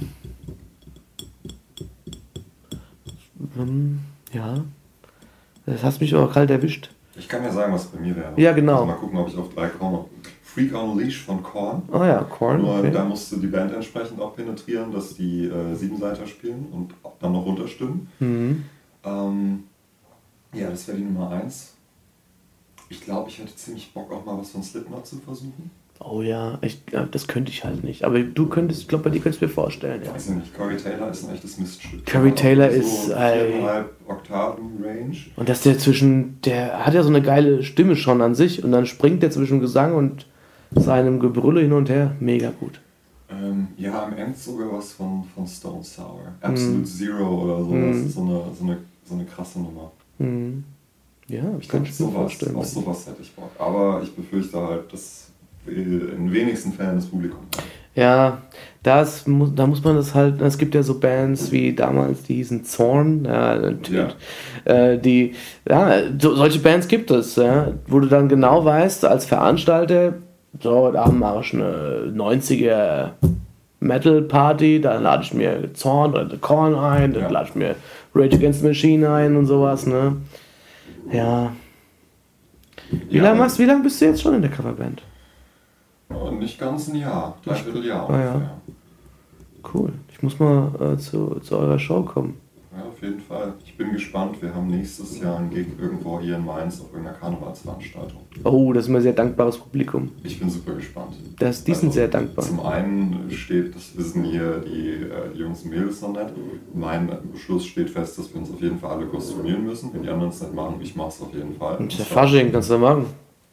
Speaker 3: ähm, ja, das hast mich aber kalt erwischt.
Speaker 2: Ich kann ja sagen, was bei mir wäre.
Speaker 3: Ja, genau.
Speaker 2: Also mal gucken, ob ich auf drei komme. Freak on a Leash von Korn.
Speaker 3: Oh ja, Korn.
Speaker 2: Nur
Speaker 3: okay.
Speaker 2: Da musste die Band entsprechend auch penetrieren, dass die äh, Siebenseiter spielen und dann noch runterstimmen.
Speaker 3: Mhm.
Speaker 2: Ähm, ja, das wäre die Nummer eins. Ich glaube, ich hätte ziemlich Bock, auch mal was von Slipknot zu versuchen.
Speaker 3: Oh ja, ich, ja, das könnte ich halt nicht. Aber du könntest, ich glaube, bei dir könntest du mir vorstellen. Ja.
Speaker 2: Weiß ich nicht, Corey Taylor ist ein echtes Miststück.
Speaker 3: Corey Taylor
Speaker 2: so
Speaker 3: ist
Speaker 2: viereinhalb Oktaven Range.
Speaker 3: Und dass der zwischen, der hat ja so eine geile Stimme schon an sich und dann springt der zwischen Gesang und seinem Gebrülle hin und her. Mega gut.
Speaker 2: Ähm, ja, am Ende sogar was von, von Stone Sour. Absolute mm. Zero oder so.
Speaker 3: Mm.
Speaker 2: Das ist so eine, so eine, so eine krasse Nummer.
Speaker 3: Mm. Ja,
Speaker 2: ich kann mir vorstellen. Auf sowas hätte ich Bock. Aber ich befürchte halt, dass in den wenigsten Fällen das Publikum hat.
Speaker 3: Ja, das muss, da muss man das halt, es gibt ja so Bands wie damals, die hießen Zorn, ja, ja. Äh, die, ja, so, solche Bands gibt es, ja, wo du dann genau weißt, als Veranstalter, so, da mache ich eine neunziger Metal-Party, dann lade ich mir Zorn oder The Korn ein, dann ja. lade ich mir Rage Against the Machine ein und sowas, ne. Ja. Wie ja, lange machst, wie lange bist du jetzt schon in der Coverband?
Speaker 2: Oh, nicht ganz ein Jahr, dreiviertel Jahr.
Speaker 3: Ah, ja. Cool. Ich muss mal äh, zu, zu eurer Show kommen.
Speaker 2: Ja, auf jeden Fall. Ich bin gespannt. Wir haben nächstes Jahr einen Gig irgendwo hier in Mainz auf irgendeiner Karnevalsveranstaltung.
Speaker 3: Oh, das ist immer ein sehr dankbares Publikum.
Speaker 2: Ich bin super gespannt.
Speaker 3: Das, die
Speaker 2: also,
Speaker 3: sind sehr dankbar.
Speaker 2: Zum einen steht, das wissen hier die, die Jungs und Mädels noch nicht, mein Beschluss steht fest, dass wir uns auf jeden Fall alle kostümieren müssen. Wenn die anderen es nicht machen, ich mache es auf jeden Fall.
Speaker 3: Und der Fasching kannst du machen.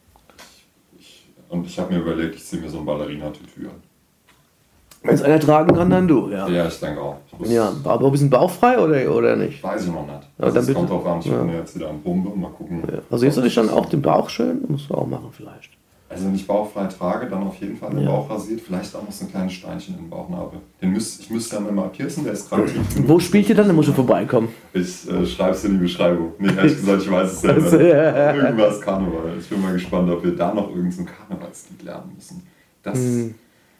Speaker 2: Ich, und ich habe mir überlegt, ich ziehe mir so ein Ballerina-Tütü an.
Speaker 3: Wenn es einer tragen kann, dann du, ja.
Speaker 2: Ja, ich denke auch. Ich muss,
Speaker 3: Ja, aber ein bisschen bauchfrei oder, oder nicht?
Speaker 2: Weiß ich noch nicht.
Speaker 3: Ja,
Speaker 2: Also
Speaker 3: dann
Speaker 2: es
Speaker 3: bitte.
Speaker 2: kommt drauf an, ich
Speaker 3: Ja.
Speaker 2: bin ja jetzt wieder am Pumpe, mal gucken.
Speaker 3: Ja. Also siehst du dich dann auch den Bauch schön? Musst du auch machen vielleicht.
Speaker 2: Also wenn ich bauchfrei trage, dann auf jeden Fall den
Speaker 3: Ja.
Speaker 2: Bauch rasiert, vielleicht auch noch so ein kleines Steinchen in den Bauchnabel. Den müsst, ich müsste dann immer piercen, der ist gerade tief genug.
Speaker 3: Wo spielt ihr dann? Dann musst du vorbeikommen.
Speaker 2: Ich äh, schreibe es in die Beschreibung. Nee, ehrlich gesagt, ich weiß es
Speaker 3: Also,
Speaker 2: selber.
Speaker 3: ja.
Speaker 2: Irgendwas Karneval. Ich bin mal gespannt, ob wir da noch irgendein Karnevalslied lernen müssen. Das ist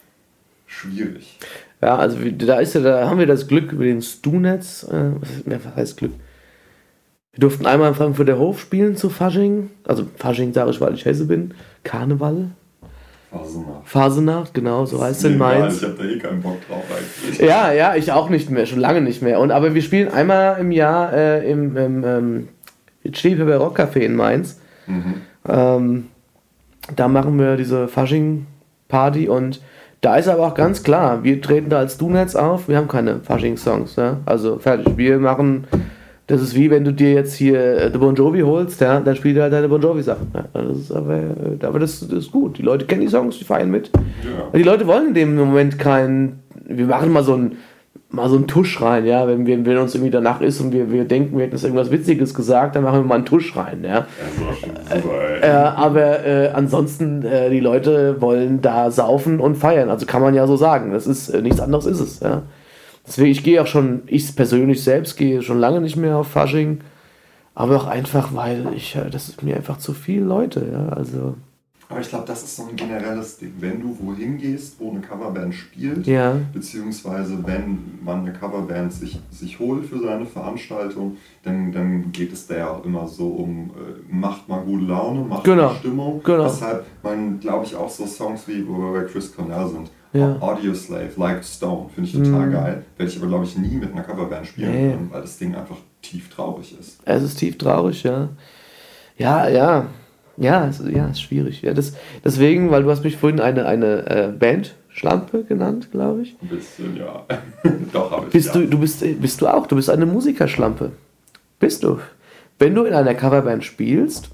Speaker 2: schwierig.
Speaker 3: Ja, also wie- da ist ja, da haben wir das Glück über den Stu-Netz. Äh, was was heißt Glück? Wir durften einmal im Frankfurter Hof spielen zu Fasching. Also Fasching sage ich, weil ich Hesse bin. Karneval.
Speaker 2: Phasenacht.
Speaker 3: Phasenacht, genau, so heißt es in
Speaker 2: Egal,
Speaker 3: Mainz.
Speaker 2: Ich hab da eh keinen Bock drauf eigentlich.
Speaker 3: Ja, ja, ich auch nicht mehr, schon lange nicht mehr. Und aber wir spielen einmal im Jahr äh, im, im ähm, Chili Pepper Rock Café in Mainz.
Speaker 2: Mhm.
Speaker 3: Ähm, da machen wir diese Fasching-Party und da ist aber auch ganz klar, wir treten da als Donuts auf, wir haben keine Fasching-Songs, ja? Also fertig, wir machen, das ist wie wenn du dir jetzt hier äh, The Bon Jovi holst, ja? Dann spielt er halt deine Bon Jovi-Sachen. Ja? Das ist aber, äh, aber das, das ist gut, die Leute kennen die Songs, die feiern mit.
Speaker 2: Ja.
Speaker 3: Und die Leute wollen in dem Moment keinen, wir machen mal so ein mal so einen Tusch rein, ja, wenn wir wenn uns irgendwie danach ist und wir, wir denken, wir hätten jetzt irgendwas Witziges gesagt, dann machen wir mal einen Tusch rein, ja.
Speaker 2: Das ist auch schon super, ey.
Speaker 3: Äh, aber äh, ansonsten, äh, die Leute wollen da saufen und feiern, also kann man ja so sagen, das ist, äh, nichts anderes ist es, ja. Deswegen, ich gehe auch schon, ich persönlich selbst gehe schon lange nicht mehr auf Fasching, aber auch einfach, weil ich, äh, das ist mir einfach zu viel Leute, ja, also.
Speaker 2: Aber ich glaube, das ist so ein generelles Ding. Wenn du wohin gehst, wo eine Coverband spielt,
Speaker 3: Ja.
Speaker 2: beziehungsweise wenn man eine Coverband sich, sich holt für seine Veranstaltung, dann, dann geht es da ja auch immer so um, äh, macht mal gute Laune, macht
Speaker 3: Genau.
Speaker 2: mal Stimmung.
Speaker 3: Genau.
Speaker 2: Deshalb, man, glaube ich, auch so Songs wie, wo wir bei Chris Cornell sind,
Speaker 3: Ja.
Speaker 2: Audio Slave, Like Stone, finde ich total
Speaker 3: Mhm.
Speaker 2: geil. Werde ich aber, glaube ich, nie mit einer Coverband spielen
Speaker 3: Nee.
Speaker 2: können, weil das Ding einfach tief traurig ist.
Speaker 3: Es ist tief traurig, ja. Ja, ja. Ja, es, ja, ist schwierig. Ja, das, deswegen, weil du hast mich vorhin eine, eine äh, Band-Schlampe genannt, glaube ich.
Speaker 2: Ein bisschen, ja. Doch, habe ich,
Speaker 3: Bist
Speaker 2: ja.
Speaker 3: du, du bist, bist du auch, du bist eine Musikerschlampe. Bist du. Wenn du in einer Coverband spielst,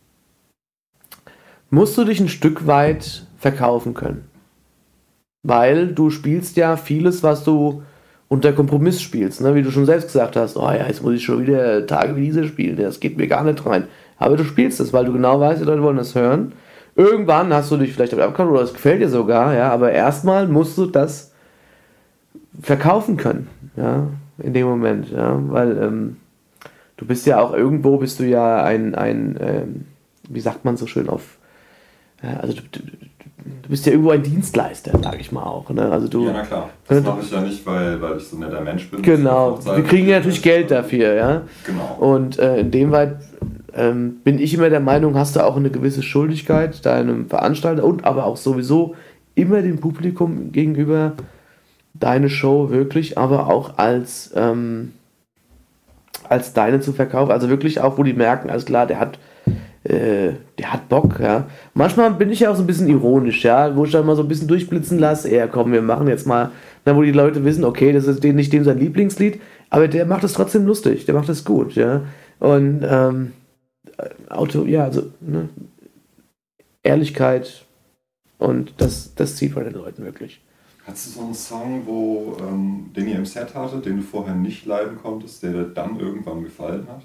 Speaker 3: musst du dich ein Stück weit verkaufen können. Weil du spielst ja vieles, was du unter Kompromiss spielst. Ne? Wie du schon selbst gesagt hast, oh ja, jetzt muss ich schon wieder Tage wie diese spielen, das geht mir gar nicht rein. Aber du spielst es, weil du genau weißt, die Leute wollen das hören. Irgendwann hast du dich vielleicht damit abgekommen oder es gefällt dir sogar, ja, aber erstmal musst du das verkaufen können, ja, in dem Moment, ja, weil ähm, du bist ja auch irgendwo, bist du ja ein, ein ähm, wie sagt man so schön auf, ja, also du, du, du bist ja irgendwo ein Dienstleister, sage ich mal auch, ne, also du,
Speaker 2: Ja, na klar. Das mache ich ja nicht, weil, weil ich so ein netter Mensch bin.
Speaker 3: genau,
Speaker 2: Das ist
Speaker 3: wir kriegen ja natürlich Geld dafür, ja,
Speaker 2: Genau.
Speaker 3: und äh, in dem Weit ähm, bin ich immer der Meinung, hast du auch eine gewisse Schuldigkeit deinem Veranstalter und aber auch sowieso immer dem Publikum gegenüber deine Show wirklich, aber auch als, ähm, als deine zu verkaufen. Also wirklich auch, wo die merken, alles klar, der hat, äh, der hat Bock, ja. Manchmal bin ich ja auch so ein bisschen ironisch, ja, wo ich dann mal so ein bisschen durchblitzen lasse, ja komm, wir machen jetzt mal, na, wo die Leute wissen, okay, das ist nicht dem sein Lieblingslied, aber der macht es trotzdem lustig, der macht es gut, ja. Und ähm, Auto, ja, also ne, Ehrlichkeit und das, das zieht bei den Leuten wirklich.
Speaker 2: Hast du so einen Song, wo, ähm, den ihr im Set hattet, den du vorher nicht leiden konntest, der dir dann irgendwann gefallen hat?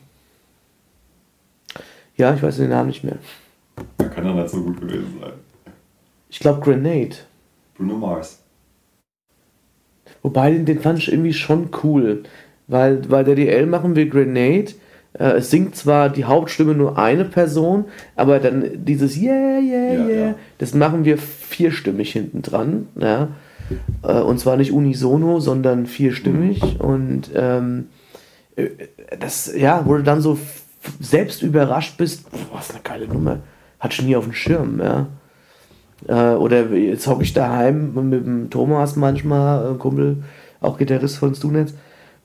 Speaker 3: Ja, ich weiß den Namen nicht mehr.
Speaker 2: Der kann dann nicht so gut gewesen sein.
Speaker 3: Ich glaube Grenade.
Speaker 2: Bruno Mars.
Speaker 3: Wobei, den, den fand ich irgendwie schon cool. Weil bei der D L machen wir Grenade. Äh, es singt zwar die Hauptstimme nur eine Person, aber dann dieses Yeah, yeah,
Speaker 2: Ja,
Speaker 3: yeah,
Speaker 2: ja.
Speaker 3: das machen wir vierstimmig hinten dran. Ja? Äh, und zwar nicht unisono, sondern vierstimmig. Und ähm, äh, das, ja, wo du dann so f- selbst überrascht bist, boah, was eine geile Nummer. Hatte ich nie auf dem Schirm, ja. Äh, oder jetzt hocke ich daheim mit dem Thomas manchmal, äh, Kumpel, auch Gitarrist von Stunetz.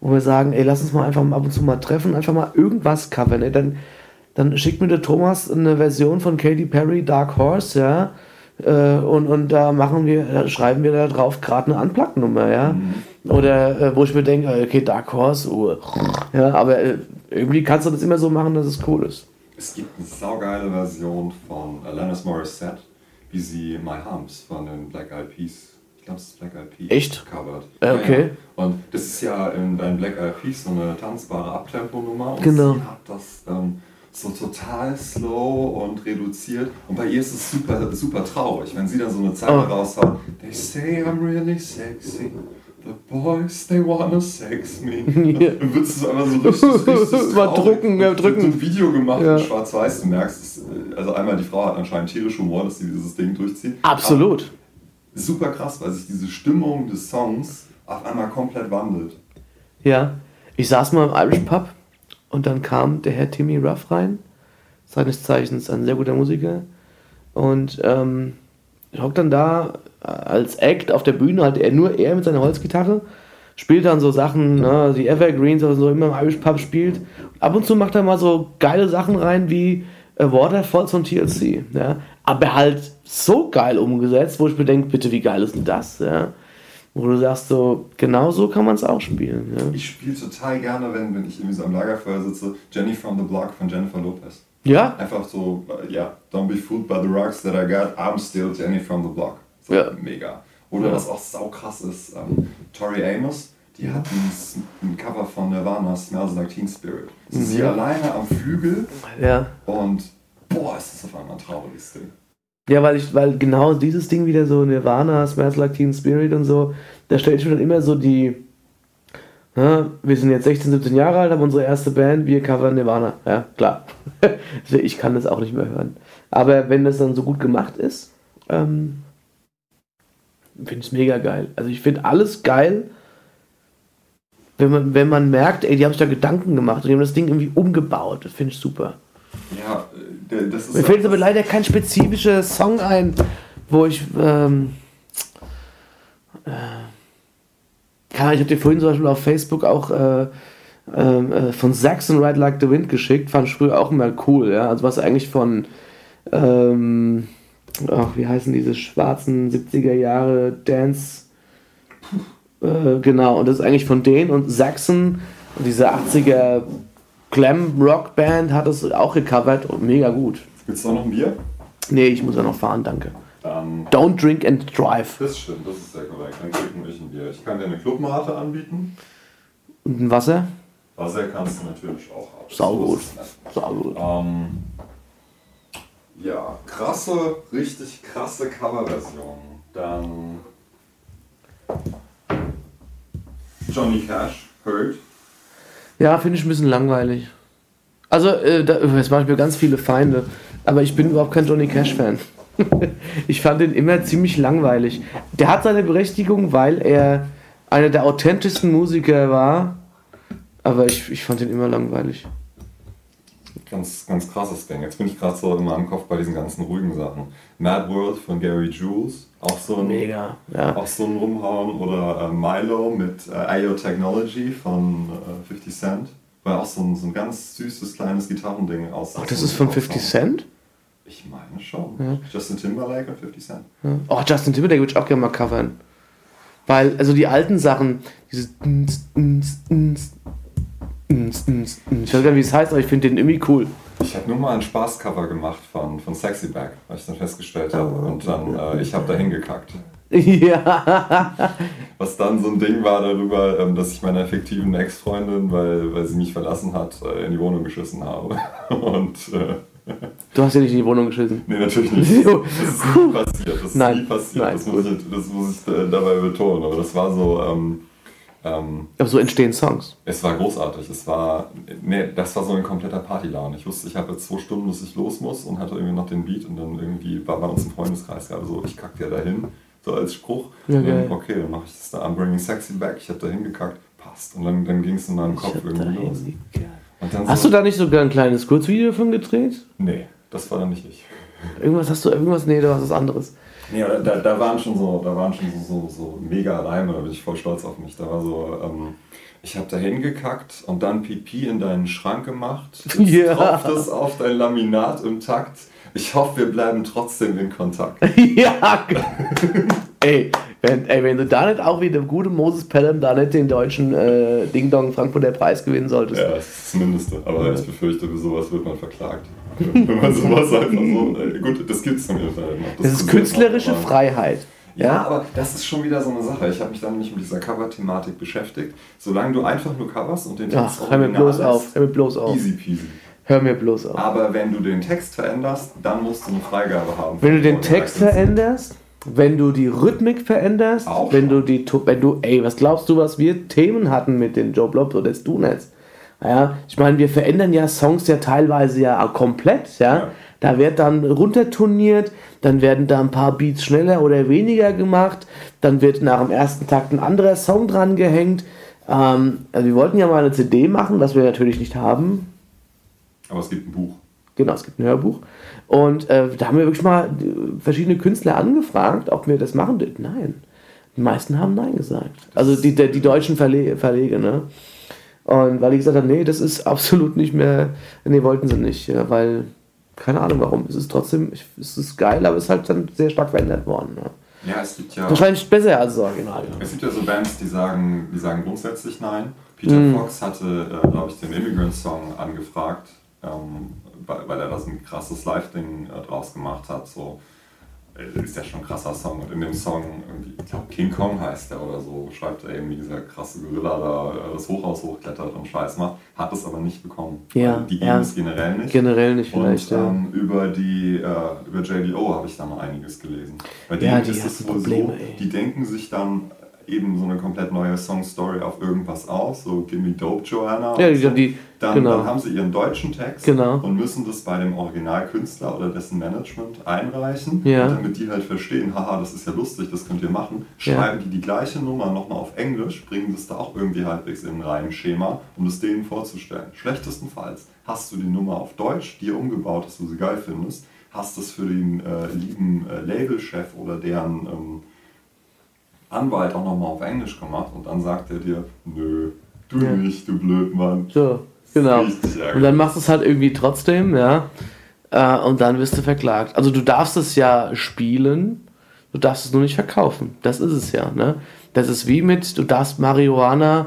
Speaker 3: wo wir sagen, ey, lass uns mal einfach mal ab und zu mal treffen, einfach mal irgendwas covern. Ey, dann, dann schickt mir der Thomas eine Version von Katy Perry, Dark Horse, ja, äh, und, und da machen wir, da schreiben wir da drauf gerade eine Unplugged-Nummer, ja. Mhm. Oder äh, wo ich mir denke, okay, Dark Horse, uh, ja, aber äh, irgendwie kannst du das immer so machen, dass es cool ist.
Speaker 2: Es gibt eine saugeile Version von Alanis Morissette, wie sie My Humps von den Black Eyed Peas, ich glaube es ist Black Eyed Peas,
Speaker 3: echt?
Speaker 2: Covered.
Speaker 3: Äh, okay.
Speaker 2: Ja, ja. Und das ist ja in den Black Eyed Peas so eine tanzbare Abtempo-Nummer und
Speaker 3: genau.
Speaker 2: sie hat das ähm, so total slow und reduziert und bei ihr ist es super, super traurig, wenn sie dann so eine Zeile oh. raushaut, they say I'm really sexy. The boys, they wanna sex me. Yeah. Dann wird es einfach so richtig, richtig
Speaker 3: mal drucken, ja, drücken.
Speaker 2: So ein Video gemacht
Speaker 3: ja.
Speaker 2: in schwarz-weiß, du merkst, dass, also einmal die Frau hat anscheinend tierischen Humor, dass sie dieses Ding durchzieht.
Speaker 3: Absolut.
Speaker 2: Aber super krass, weil sich diese Stimmung des Songs auf einmal komplett wandelt.
Speaker 3: Ja, ich saß mal im Irish Pub und dann kam der Herr Timmy Ruff rein, seines Zeichens ein sehr guter Musiker, und ähm, ich hock dann da als Act auf der Bühne, halt er, nur er mit seiner Holzgitarre, spielt dann so Sachen, ne, die Evergreens oder so, immer im Irish Pub spielt. Und ab und zu macht er mal so geile Sachen rein wie äh, Waterfalls von T L C, ja, aber halt so geil umgesetzt, wo ich mir denke, bitte, wie geil ist denn das, ja? Wo du sagst so, genau so kann man es auch spielen. Ja?
Speaker 2: Ich spiele total gerne, wenn, wenn ich irgendwie so am Lagerfeuer sitze, Jenny from the Block von Jennifer Lopez.
Speaker 3: Ja?
Speaker 2: Einfach so, ja, yeah, don't be fooled by the rocks that I got, I'm still Jenny from the Block. So, ja. Mega. Oder ja. was auch saukrass ist, ähm, Tori Amos, die hat ein, ein Cover von Nirvana, Smells Like Teen Spirit. Sie ist mhm. sie alleine am Flügel
Speaker 3: ja.
Speaker 2: und boah, ist das auf einmal ein trauriges Ding.
Speaker 3: Ja, weil ich, weil genau dieses Ding wieder so Nirvana, Smells Like Teen Spirit und so, da stelle ich mir dann immer so die, ja, wir sind jetzt sechzehn, siebzehn Jahre alt, haben unsere erste Band, wir covern Nirvana. Ja, klar. Ich kann das auch nicht mehr hören. Aber wenn das dann so gut gemacht ist, ähm, finde ich es mega geil. Also ich finde alles geil, wenn man, wenn man merkt, ey, die haben sich da Gedanken gemacht und die haben das Ding irgendwie umgebaut. Das finde ich super.
Speaker 2: Ja, das ist...
Speaker 3: Mir fällt aber leider kein spezifischer Song ein, wo ich... Ähm, äh, ich habe dir vorhin zum Beispiel auf Facebook auch äh, äh, von Saxon Ride Like the Wind geschickt. Fand ich früher auch immer cool. Ja? Also was eigentlich von... Ähm, ach, wie heißen diese schwarzen siebziger Jahre Dance... Äh, genau, und das ist eigentlich von denen. Und Saxon, diese achtziger Glam-Rock-Band, hat es auch gecovert und mega gut.
Speaker 2: Willst du noch ein Bier?
Speaker 3: Nee, ich muss ja noch fahren, danke.
Speaker 2: Dann
Speaker 3: Don't drink and drive.
Speaker 2: Das stimmt, das ist sehr korrekt. Dann kriegen wir ein Bier. Ich kann dir eine Clubmate anbieten.
Speaker 3: Und ein Wasser?
Speaker 2: Wasser kannst du natürlich auch haben.
Speaker 3: Sau gut. Sau gut.
Speaker 2: Ähm, ja, krasse, richtig krasse Coverversion. Dann Johnny Cash, Hurt.
Speaker 3: Ja, finde ich ein bisschen langweilig. Also, äh, da, jetzt mache ich mir ganz viele Feinde, aber ich bin überhaupt kein Johnny Cash-Fan. Ich fand ihn immer ziemlich langweilig. Der hat seine Berechtigung, weil er einer der authentischsten Musiker war, aber ich, ich fand ihn immer langweilig.
Speaker 2: Ganz, ganz krasses Ding. Jetzt bin ich gerade so in meinem Kopf bei diesen ganzen ruhigen Sachen. Mad World von Gary Jules, auch so ein,
Speaker 3: Mega, ja.
Speaker 2: Auch so ein Rumhauen. Oder äh, Milo mit äh, A O Technology von äh, fifty Cent. War auch so ein, so ein ganz süßes kleines Gitarrending aus.
Speaker 3: Ach, das ist von fifty Cent?
Speaker 2: Ich meine schon.
Speaker 3: Ja.
Speaker 2: Justin Timberlake und fifty Cent.
Speaker 3: Ja. Oh, Justin Timberlake würde ich auch gerne mal covern. Weil, also die alten Sachen, dieses ich weiß gar nicht, wie es heißt, aber ich finde den irgendwie cool.
Speaker 2: Ich habe nur mal ein Spaßcover gemacht von, von Sexy Back, was ich dann festgestellt habe. Und dann, äh, ich habe da hingekackt.
Speaker 3: Ja.
Speaker 2: Was dann so ein Ding war darüber, dass ich meiner fiktiven Ex-Freundin, weil, weil sie mich verlassen hat, in die Wohnung geschissen habe. Und... Äh,
Speaker 3: du hast ja nicht in die Wohnung geschissen.
Speaker 2: Nee, natürlich nicht. Das ist nie passiert. Das ist
Speaker 3: Nein.
Speaker 2: nie passiert.
Speaker 3: Nein,
Speaker 2: das, muss ich, das muss ich dabei betonen. Aber das war so... Ähm, ähm,
Speaker 3: Aber so entstehen Songs.
Speaker 2: Es war großartig. Es war... Nee, das war so ein kompletter Partylaune. Ich wusste, ich habe jetzt zwei Stunden, bis ich los muss und hatte irgendwie noch den Beat und dann irgendwie war bei uns im Freundeskreis gerade so, ich kacke ja dahin, so als Spruch.
Speaker 3: Ja,
Speaker 2: und dann,
Speaker 3: geil.
Speaker 2: okay, dann mache ich das da. I'm bringing sexy back. Ich habe da hingekackt. Passt. Und dann, dann ging es in meinem Kopf irgendwie los. Und dann
Speaker 3: hast
Speaker 2: so,
Speaker 3: du da nicht sogar ein kleines Kurzvideo davon gedreht?
Speaker 2: Nee, das war dann nicht ich.
Speaker 3: Irgendwas hast du, irgendwas, nee, da war was anderes.
Speaker 2: Nee, da, da, da waren schon so, da waren schon so, so, so mega Reime, da bin ich voll stolz auf mich. Da war so, ähm, ich hab da hingekackt und dann Pipi in deinen Schrank gemacht. Jetzt
Speaker 3: Ja.
Speaker 2: tropft es auf dein Laminat im Takt. Ich hoffe, wir bleiben trotzdem in Kontakt.
Speaker 3: Ja, ey, wenn, ey, wenn du da nicht auch wie der gute Moses Pelham da nicht den deutschen äh, Ding Dong Frankfurter Preis gewinnen solltest.
Speaker 2: Ja, das ist das Mindeste. Aber ich befürchte, für sowas wird man verklagt. Wenn man sowas einfach so. Äh, gut, das gibt's im Internet noch.
Speaker 3: Das, das ist künstlerische noch, Freiheit.
Speaker 2: Ja,
Speaker 3: ja,
Speaker 2: aber das ist schon wieder so eine Sache. Ich habe mich dann nicht mit dieser Cover-Thematik beschäftigt. Solange du einfach nur coverst und den Text
Speaker 3: Ach, hör mir bloß
Speaker 2: ist,
Speaker 3: auf, hör mir bloß auf.
Speaker 2: Easy peasy.
Speaker 3: Hör mir bloß auf.
Speaker 2: Aber wenn du den Text veränderst, dann musst du eine Freigabe haben.
Speaker 3: Wenn du den Text veränderst, wenn du die Rhythmik veränderst,
Speaker 2: auch
Speaker 3: wenn du die, wenn du, ey, was glaubst du, was wir Themen hatten mit den Joe Blob oder das Donuts? Ja, ich meine, wir verändern ja Songs ja teilweise ja komplett, ja. ja. Da wird dann runterturniert, dann werden da ein paar Beats schneller oder weniger gemacht, dann wird nach dem ersten Takt ein anderer Song dran gehängt. Ähm, also wir wollten ja mal eine C D machen, was wir natürlich nicht haben.
Speaker 2: Aber es gibt ein Buch.
Speaker 3: Genau, es gibt ein Hörbuch. Und äh, da haben wir wirklich mal verschiedene Künstler angefragt, ob wir das machen dürfen. Nein. Die meisten haben Nein gesagt. Also die, die, die deutschen Verle- Verleger, ne? Und weil ich gesagt habe, nee, das ist absolut nicht mehr, nee, wollten sie nicht, ja, weil, keine Ahnung warum, es ist trotzdem, es ist geil, aber es ist halt dann sehr stark verändert worden. Ne?
Speaker 2: Ja, es gibt ja...
Speaker 3: Wahrscheinlich besser als das Original. Ja.
Speaker 2: Es gibt ja so Bands, die sagen, die sagen grundsätzlich Nein. Peter mm. Fox hatte, äh, glaube ich, den Immigrant-Song angefragt, ähm, weil, weil er da so ein krasses Live-Ding äh, draus gemacht hat, so. Ist ja schon ein krasser Song und in dem Song, ich glaube King Kong heißt der oder so, schreibt er eben, wie dieser krasse Gorilla da das Hochhaus hochklettert und Scheiß macht, hat es aber nicht bekommen.
Speaker 3: Ja,
Speaker 2: die
Speaker 3: ja.
Speaker 2: geben es generell nicht.
Speaker 3: Generell nicht vielleicht,
Speaker 2: und,
Speaker 3: ja.
Speaker 2: ähm, über die, äh, über J D O habe ich da noch einiges gelesen. Bei denen
Speaker 3: ja, die
Speaker 2: ist es wohl
Speaker 3: Probleme,
Speaker 2: so,
Speaker 3: ey.
Speaker 2: die denken sich dann eben so eine komplett neue Song-Story auf irgendwas aus, so Gimme Dope Joanna.
Speaker 3: Ja, die,
Speaker 2: so.
Speaker 3: die,
Speaker 2: dann,
Speaker 3: genau.
Speaker 2: dann haben sie ihren deutschen Text
Speaker 3: genau.
Speaker 2: und müssen das bei dem Originalkünstler oder dessen Management einreichen.
Speaker 3: Ja.
Speaker 2: Und damit die halt verstehen, haha, das ist ja lustig, das könnt ihr machen, schreiben ja. die die gleiche Nummer nochmal auf Englisch, bringen das da auch irgendwie halbwegs in ein Reihenschema, um das denen vorzustellen. Schlechtestenfalls hast du die Nummer auf Deutsch, dir umgebaut, dass du sie geil findest, hast es für den äh, lieben äh, Labelchef oder deren ähm, Anwalt auch nochmal auf Englisch gemacht und dann sagt er dir, nö, du ja. nicht, du Blödmann.
Speaker 3: So, genau. Und dann machst du es halt irgendwie trotzdem, ja. Äh, und dann wirst du verklagt. Also du darfst es ja spielen, du darfst es nur nicht verkaufen. Das ist es ja, ne? Das ist wie mit, du darfst Marihuana...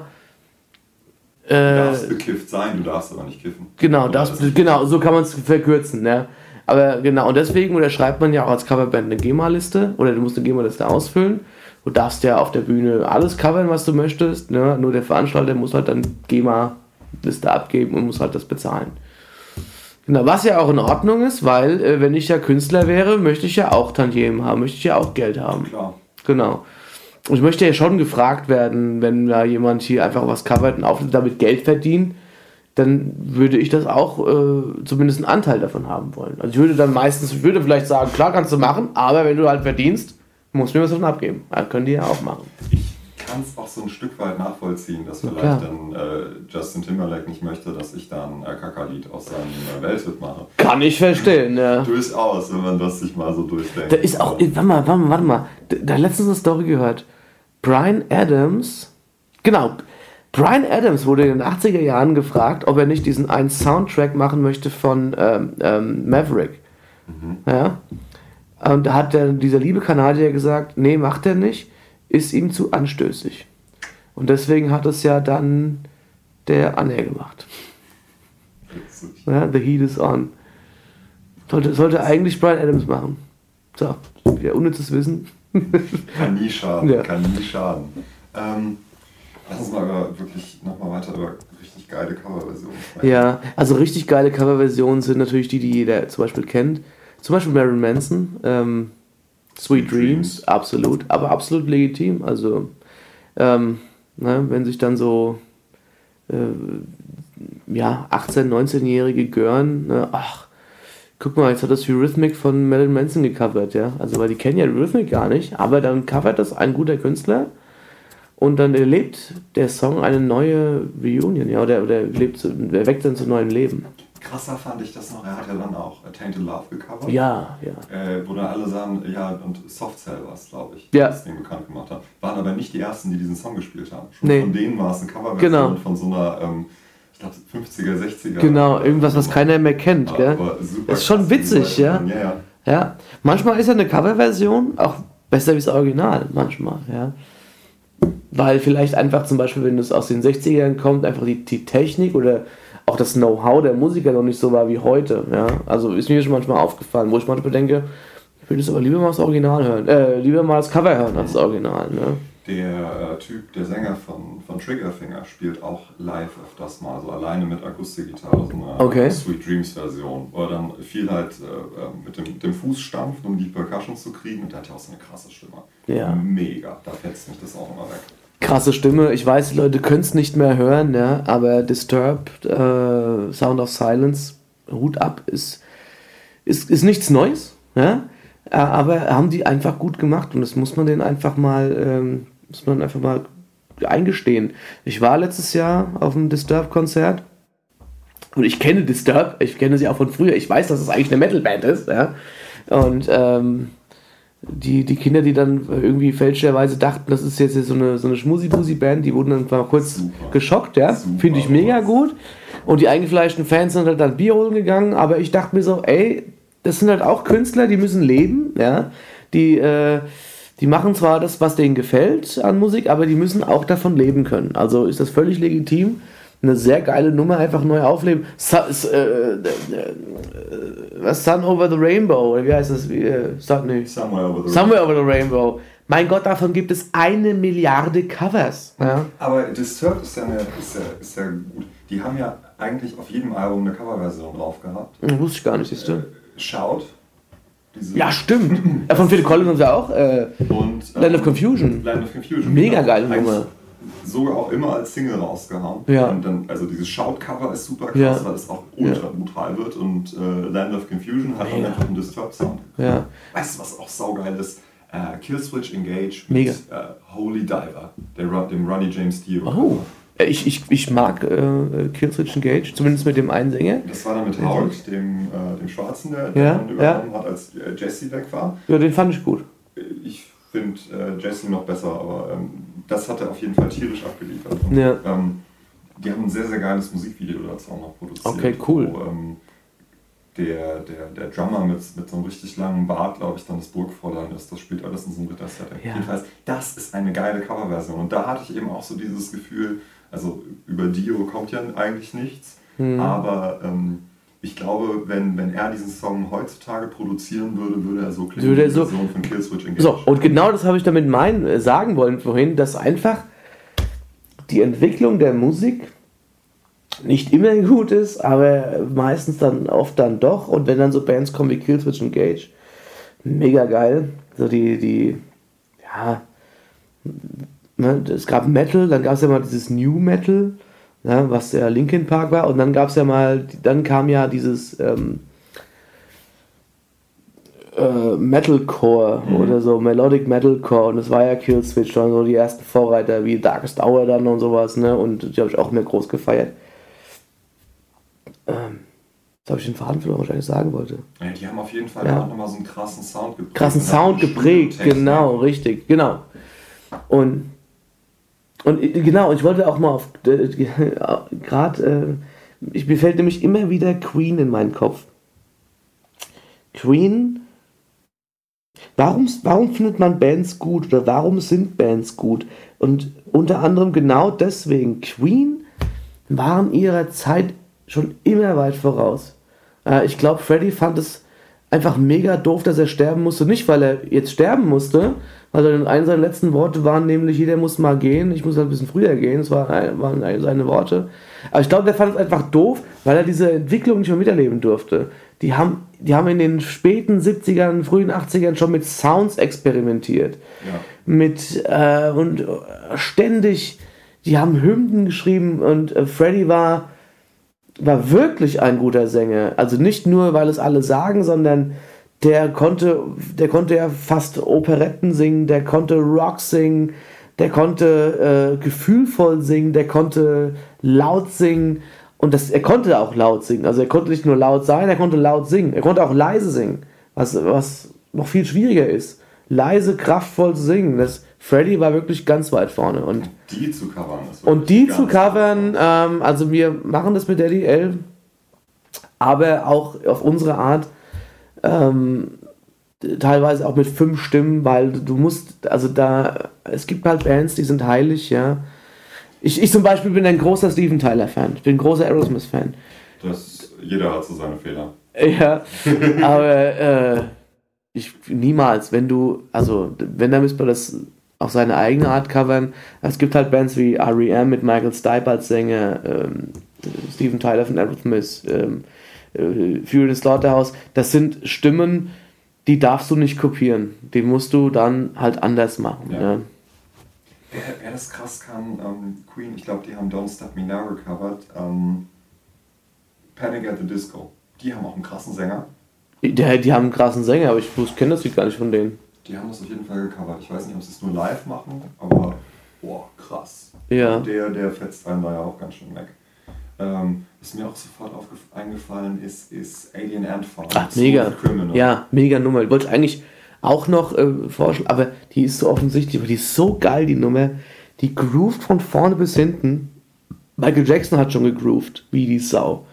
Speaker 2: Äh, du darfst bekifft sein, du darfst aber nicht kiffen.
Speaker 3: Genau, darfst, genau, so kann man es verkürzen, ne? Aber genau, und deswegen unterschreibt man ja auch als Coverband eine GEMA-Liste oder du musst eine GEMA-Liste ausfüllen. Du darfst ja auf der Bühne alles covern, was du möchtest, ne? Nur der Veranstalter muss halt dann GEMA-Liste abgeben und muss halt das bezahlen. Genau, was ja auch in Ordnung ist, weil äh, wenn ich ja Künstler wäre, möchte ich ja auch Tantiemen haben, möchte ich ja auch Geld haben.
Speaker 2: Klar.
Speaker 3: Genau. Und ich möchte ja schon gefragt werden, wenn da jemand hier einfach was covert und auf, damit Geld verdient, dann würde ich das auch äh, zumindest einen Anteil davon haben wollen. Also ich würde dann meistens, ich würde vielleicht sagen, klar kannst du machen, aber wenn du halt verdienst, musst du mir was davon abgeben. Das können die ja auch machen.
Speaker 2: Ich kann es auch so ein Stück weit nachvollziehen, dass vielleicht ja. dann äh, Justin Timberlake nicht möchte, dass ich dann ein Kaka-Lied aus seinem äh, Welthit mache.
Speaker 3: Kann ich verstehen, ja.
Speaker 2: Durchaus, wenn man das sich mal so durchdenkt.
Speaker 3: Da ist auch, warte mal, warte mal, warte mal. Da, da letztens eine Story gehört. Bryan Adams, genau, Bryan Adams wurde in den achtziger Jahren gefragt, ob er nicht diesen einen Soundtrack machen möchte von ähm, ähm, Maverick. Mhm. Ja. Und da hat der, dieser liebe Kanadier gesagt, nee, macht er nicht, ist ihm zu anstößig. Und deswegen hat es ja dann der Anhänger gemacht. Ja, the heat is on. Sollte, sollte eigentlich Bryan Adams machen. So, ja, unnützes Wissen.
Speaker 2: Kann nie schaden,
Speaker 3: ja.
Speaker 2: kann nie schaden. Ähm, lass uns mal über, wirklich nochmal weiter über richtig geile Coverversionen sprechen.
Speaker 3: Ja, also richtig geile Coverversionen sind natürlich die, die jeder zum Beispiel kennt. Zum Beispiel Marilyn Manson, ähm, Sweet Dreams, absolut, aber absolut legitim. Also, ähm, ne, wenn sich dann so äh, ja, achtzehn-, neunzehnjährige Gören, ne, ach, guck mal, jetzt hat das Eurythmic von Marilyn Manson gecovert, ja. Also, weil die kennen ja Eurythmic gar nicht, aber dann covert das ein guter Künstler und dann erlebt der Song eine neue Reunion, ja, oder, oder lebt, erweckt dann zu neuem Leben.
Speaker 2: krasser fand ich das noch, er hat ja dann auch Tainted Love gecovert.
Speaker 3: Ja, ja.
Speaker 2: Äh, wo dann alle sagen, ja, und Soft Cell war es, glaube ich,
Speaker 3: ja.
Speaker 2: die das Ding bekannt gemacht haben. Waren aber nicht die ersten, die diesen Song gespielt haben. Schon
Speaker 3: nee.
Speaker 2: von denen war es eine Coverversion
Speaker 3: genau.
Speaker 2: von so einer, ähm, ich glaube, fünfziger, sechziger.
Speaker 3: Genau, irgendwas, was keiner mehr kennt.
Speaker 2: Aber,
Speaker 3: gell?
Speaker 2: aber super
Speaker 3: ist schon witzig, ja?
Speaker 2: ja, ja.
Speaker 3: Ja. Manchmal ist ja eine Coverversion auch besser wie das Original, manchmal, ja. Weil vielleicht einfach zum Beispiel, wenn es aus den sechzigern kommt, einfach die, die Technik oder auch das Know-how der Musiker noch nicht so war wie heute. Ja? Also ist mir schon manchmal aufgefallen, wo ich manchmal denke, ich würde es aber lieber mal das Original hören, äh, lieber mal das Cover hören als das Original. Ne?
Speaker 2: Der äh, Typ, der Sänger von, von Triggerfinger, spielt auch live öfters mal, so alleine mit Akustikgitarre, so eine
Speaker 3: okay.
Speaker 2: Sweet Dreams Version, wo er dann viel halt äh, mit dem, dem Fuß stampft, um die Percussion zu kriegen, und der hat ja auch so eine krasse Stimme.
Speaker 3: Ja.
Speaker 2: Mega, da fetzt mich das auch immer weg.
Speaker 3: Krasse Stimme, ich weiß, die Leute können es nicht mehr hören, ja, aber Disturbed, äh, Sound of Silence, Hut ab, ist, ist, ist nichts Neues, ja, aber haben die einfach gut gemacht und das muss man denen einfach mal, ähm, muss man einfach mal eingestehen. Ich war letztes Jahr auf einem Disturbed-Konzert und ich kenne Disturbed, ich kenne sie auch von früher, ich weiß, dass es eigentlich eine Metalband ist, ja, und ähm, Die, die Kinder, die dann irgendwie fälschlicherweise dachten, das ist jetzt so eine, so eine Schmusi-Busi-Band, die wurden dann mal kurz Super. geschockt, ja. Finde ich mega gut. Und die eingefleischten Fans sind halt dann Bier holen gegangen, aber ich dachte mir so, ey, das sind halt auch Künstler, die müssen leben, ja. Die, äh, die machen zwar das, was denen gefällt an Musik, aber die müssen auch davon leben können. Also ist das völlig legitim. Eine sehr geile Nummer, einfach neu aufleben. Sun, äh, äh, äh, Sun Over the Rainbow, oder wie heißt das? Wie, äh, Sun, nee.
Speaker 2: Somewhere Over the
Speaker 3: Somewhere Over the Rainbow. Mein Gott, davon gibt es eine Milliarde Covers. Ja.
Speaker 2: Aber Disturbed ist ja, eine, ist, ja, ist ja gut. Die haben ja eigentlich auf jedem Album eine Coverversion drauf gehabt.
Speaker 3: Das wusste ich gar nicht, siehst du?
Speaker 2: Äh, Shout. Diese
Speaker 3: Ja, stimmt. Ja, von Phil Collins ja auch. Äh,
Speaker 2: und, ähm,
Speaker 3: Land of Confusion.
Speaker 2: Land of Confusion.
Speaker 3: Mega
Speaker 2: genau.
Speaker 3: geile Nummer.
Speaker 2: Sogar auch immer als Single rausgehauen.
Speaker 3: Ja.
Speaker 2: Und dann, also dieses Shout-Cover ist super krass,
Speaker 3: Ja.
Speaker 2: weil es auch ultra
Speaker 3: Ja.
Speaker 2: brutal wird. Und äh, Land of Confusion hat dann
Speaker 3: Mega.
Speaker 2: einfach einen Disturbed-Sound.
Speaker 3: Ja.
Speaker 2: Weißt du, was auch saugeil ist? Äh, Killswitch Engage
Speaker 3: Mega.
Speaker 2: mit äh, Holy Diver, der, dem Ronnie James Dio.
Speaker 3: Oh. Ich, ich, ich mag äh, Killswitch Engage, zumindest mit dem einen Sänger.
Speaker 2: Das war dann mit Howard, dem, äh, dem Schwarzen, der, der
Speaker 3: Ja,
Speaker 2: dann übernommen hat, als äh, Jesse weg war.
Speaker 3: Ja, den fand ich gut.
Speaker 2: Ich finde äh, Jesse noch besser, aber ähm, das hat er auf jeden Fall tierisch abgeliefert. Und,
Speaker 3: Ja.
Speaker 2: ähm, die haben ein sehr, sehr geiles Musikvideo dazu auch noch produziert.
Speaker 3: Okay, cool.
Speaker 2: Wo, ähm, der, der, der Drummer mit, mit so einem richtig langen Bart, glaube ich, dann das Burgfräulein ist. Das spielt alles in so einem Rittersetting.
Speaker 3: Ja.
Speaker 2: Jedenfalls, das ist eine geile Coverversion. Und da hatte ich eben auch so dieses Gefühl, also über Dio kommt ja eigentlich nichts,
Speaker 3: Mhm.
Speaker 2: aber ähm, ich glaube, wenn, wenn er diesen Song heutzutage produzieren würde, würde er so klingen
Speaker 3: Würde
Speaker 2: wie
Speaker 3: er
Speaker 2: die
Speaker 3: so-
Speaker 2: Version von Killswitch Engage.
Speaker 3: So, und genau das habe ich damit mein, äh, sagen wollen vorhin, dass einfach die Entwicklung der Musik nicht immer gut ist, aber meistens dann oft dann doch. Und wenn dann so Bands kommen wie Killswitch Engage, mega geil. So die, die, ja, ne, es gab Metal, dann gab es ja mal dieses New Metal, ja, was ja Linkin Park war, und dann gab es ja mal, dann kam ja dieses ähm, äh, Metalcore
Speaker 2: Mhm.
Speaker 3: oder so, Melodic Metalcore, und das war ja Killswitch, dann so die ersten Vorreiter wie Darkest Hour dann und sowas, ne, und die habe ich auch mehr groß gefeiert. Ähm, das habe ich den Faden verloren, was ich eigentlich sagen wollte.
Speaker 2: Ja, die haben auf jeden Fall
Speaker 3: Ja.
Speaker 2: auch nochmal so einen krassen Sound geprägt.
Speaker 3: Krassen
Speaker 2: Und
Speaker 3: Sound
Speaker 2: hatten
Speaker 3: geprägt,
Speaker 2: Studiotechnik.
Speaker 3: genau, richtig, genau. Und, und äh, genau, ich wollte auch mal auf, äh, gerade, äh, ich, mir fällt nämlich immer wieder Queen in meinen Kopf. Queen, warum, warum findet man Bands gut oder warum sind Bands gut? Und unter anderem genau deswegen, Queen waren ihrer Zeit schon immer weit voraus. Äh, ich glaube, Freddie fand es einfach mega doof, dass er sterben musste. Nicht, weil er jetzt sterben musste, weil also eine seiner letzten Worte waren nämlich, jeder muss mal gehen, ich muss halt ein bisschen früher gehen, das war, waren seine Worte. Aber ich glaube, der fand es einfach doof, weil er diese Entwicklung nicht mehr miterleben durfte. Die haben, die haben in den späten siebzigern, frühen achtzigern schon mit Sounds experimentiert.
Speaker 2: Ja.
Speaker 3: Mit, äh, und ständig, die haben Hymnen geschrieben, und äh, Freddie war war wirklich ein guter Sänger. Also nicht nur, weil es alle sagen, sondern der konnte, der konnte ja fast Operetten singen, der konnte Rock singen, der konnte äh, gefühlvoll singen, der konnte laut singen. Und das, er konnte auch laut singen. Also er konnte nicht nur laut sein, er konnte laut singen. Er konnte auch leise singen, was, was noch viel schwieriger ist. Leise, kraftvoll zu singen. Das, Freddie war wirklich ganz weit vorne. Und
Speaker 2: die zu covern. Ist
Speaker 3: und die zu covern, ähm, also wir machen das mit Daddy L, aber auch auf unsere Art, ähm, teilweise auch mit fünf Stimmen, weil du musst, also da, es gibt halt Bands, die sind heilig, ja. Ich, ich zum Beispiel bin ein großer Steven Tyler-Fan. Ich bin ein großer Aerosmith-Fan.
Speaker 2: Das, jeder hat so seine Fehler.
Speaker 3: Ja, aber äh, ich niemals, wenn du, also wenn, dann müsste man das auf seine eigene Art covern. Es gibt halt Bands wie R E M mit Michael Stipe als Sänger, ähm, Steven Tyler von Aerosmith, ähm, äh, Fury in the Slaughterhouse. Das sind Stimmen, die darfst du nicht kopieren. Die musst du dann halt anders machen. Ja. Ja.
Speaker 2: Wer, wer das krass kann, ähm, Queen, ich glaube, die haben Don't Stop Me Now gecovert. Ähm, Panic at the Disco. Die haben auch einen krassen Sänger.
Speaker 3: Die, die haben einen krassen Sänger, aber ich, ich kenne das Lied gar nicht von denen.
Speaker 2: Die haben das auf jeden Fall gecovert. Ich weiß nicht, ob sie es nur live machen, aber boah, krass.
Speaker 3: Ja.
Speaker 2: Der, der fetzt einen da ja auch ganz schön weg. Ähm, was mir auch sofort eingefallen ist, ist Alien Ant Farm.
Speaker 3: Ach, mega. Ja, mega Nummer. Ich wollte eigentlich auch noch äh, vorschlagen, aber die ist so offensichtlich, aber die ist so geil, die Nummer. Die groovt von vorne bis hinten. Michael Jackson hat schon gegroovt, wie die Sau.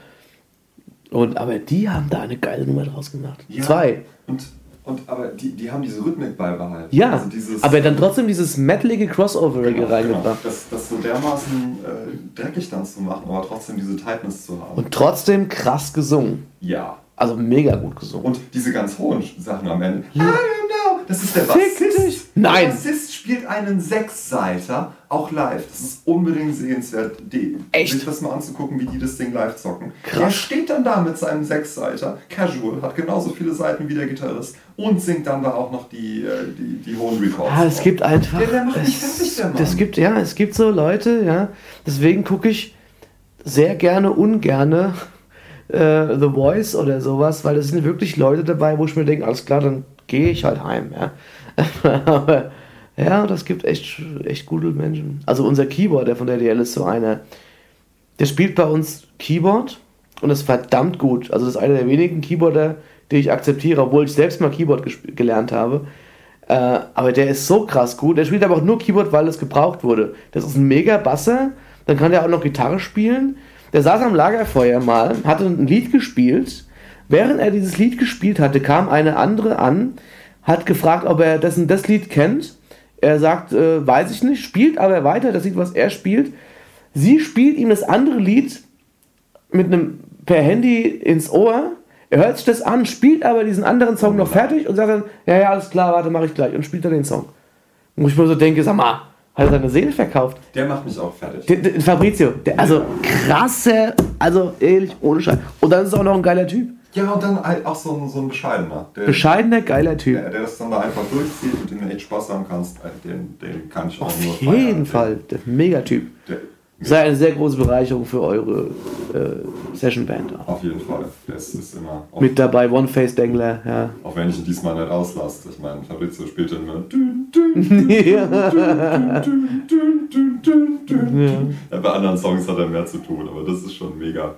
Speaker 3: Und, aber die haben da eine geile Nummer draus gemacht.
Speaker 2: Ja,
Speaker 3: Zwei.
Speaker 2: Und, und aber die, die haben diese Rhythmik beibehalten.
Speaker 3: Ja,
Speaker 2: also dieses,
Speaker 3: aber dann trotzdem dieses metalige Crossover
Speaker 2: genau,
Speaker 3: reingebracht.
Speaker 2: Genau. Das, das so dermaßen äh, dreckig dann zu machen, aber trotzdem diese Tightness zu haben.
Speaker 3: Und trotzdem krass gesungen.
Speaker 2: Ja.
Speaker 3: Also mega gut gesungen.
Speaker 2: Und diese ganz hohen Sachen am Ende.
Speaker 3: Ja.
Speaker 2: I don't know. Das ist der Bassist.
Speaker 3: Nein.
Speaker 2: Der Bassist spielt einen Sechsseiter, auch live. Das ist unbedingt sehenswert, die,
Speaker 3: Echt?
Speaker 2: sich das mal anzugucken, wie die das Ding live zocken.
Speaker 3: Krass.
Speaker 2: Er steht dann da mit seinem Sechsseiter, casual, hat genauso viele Seiten wie der Gitarrist und singt dann da auch noch die, die, die hohen Records.
Speaker 3: Ah, es
Speaker 2: auf.
Speaker 3: gibt einfach.
Speaker 2: Der, der macht mich
Speaker 3: es,
Speaker 2: fertig, der Mann.
Speaker 3: Das gibt, ja, es gibt so Leute, ja. Deswegen gucke ich sehr gerne, ungerne äh, The Voice oder sowas, weil es sind wirklich Leute dabei, wo ich mir denke, alles klar, dann gehe ich halt heim, ja. Aber ja, das gibt echt, echt gute Menschen. Also unser Keyboarder von der D L ist so einer, der spielt bei uns Keyboard und ist verdammt gut. Also das ist einer der wenigen Keyboarder, die ich akzeptiere, obwohl ich selbst mal Keyboard gesp- gelernt habe. Äh, aber der ist so krass gut. Der spielt aber auch nur Keyboard, weil es gebraucht wurde. Das ist ein mega Basser, dann kann der auch noch Gitarre spielen. Der saß am Lagerfeuer mal, hatte ein Lied gespielt. Während er dieses Lied gespielt hatte, kam eine andere an, hat gefragt, ob er das, das Lied kennt. Er sagt, äh, weiß ich nicht, spielt aber weiter das Lied, was er spielt. Sie spielt ihm das andere Lied mit einem per Handy ins Ohr. Er hört sich das an, spielt aber diesen anderen Song noch fertig und sagt dann, ja, ja, alles klar, warte, mache ich gleich. Und spielt dann den Song. Wo ich mir so denke, sag mal, hat er seine Seele verkauft?
Speaker 2: Der macht mich auch fertig.
Speaker 3: Der, der Fabrizio, der, also krasse, also ehrlich, ohne Scheiß. Und dann ist er auch noch ein geiler Typ.
Speaker 2: Ja, und dann halt auch so ein, so ein bescheidener. Der,
Speaker 3: Bescheidener, geiler Typ.
Speaker 2: Der, der das dann da einfach durchzieht und den du echt Spaß haben kannst, den, den kann ich auch
Speaker 3: Auf
Speaker 2: nur
Speaker 3: jeden
Speaker 2: feiern.
Speaker 3: Fall, der Megatyp.
Speaker 2: Der,
Speaker 3: Sei eine sehr große Bereicherung für eure äh, Sessionband.
Speaker 2: Auf jeden Fall. Das ist immer. Auch,
Speaker 3: Mit dabei One Face Dangler, ja.
Speaker 2: Auch wenn ich ihn diesmal nicht auslasse. Ich meine, Fabrizio spielt dann immer. Dün, dün, dün, dün, dün, dün, dün, dün, dün.
Speaker 3: Ja.
Speaker 2: Ja, bei anderen Songs hat er mehr zu tun, aber das ist schon mega.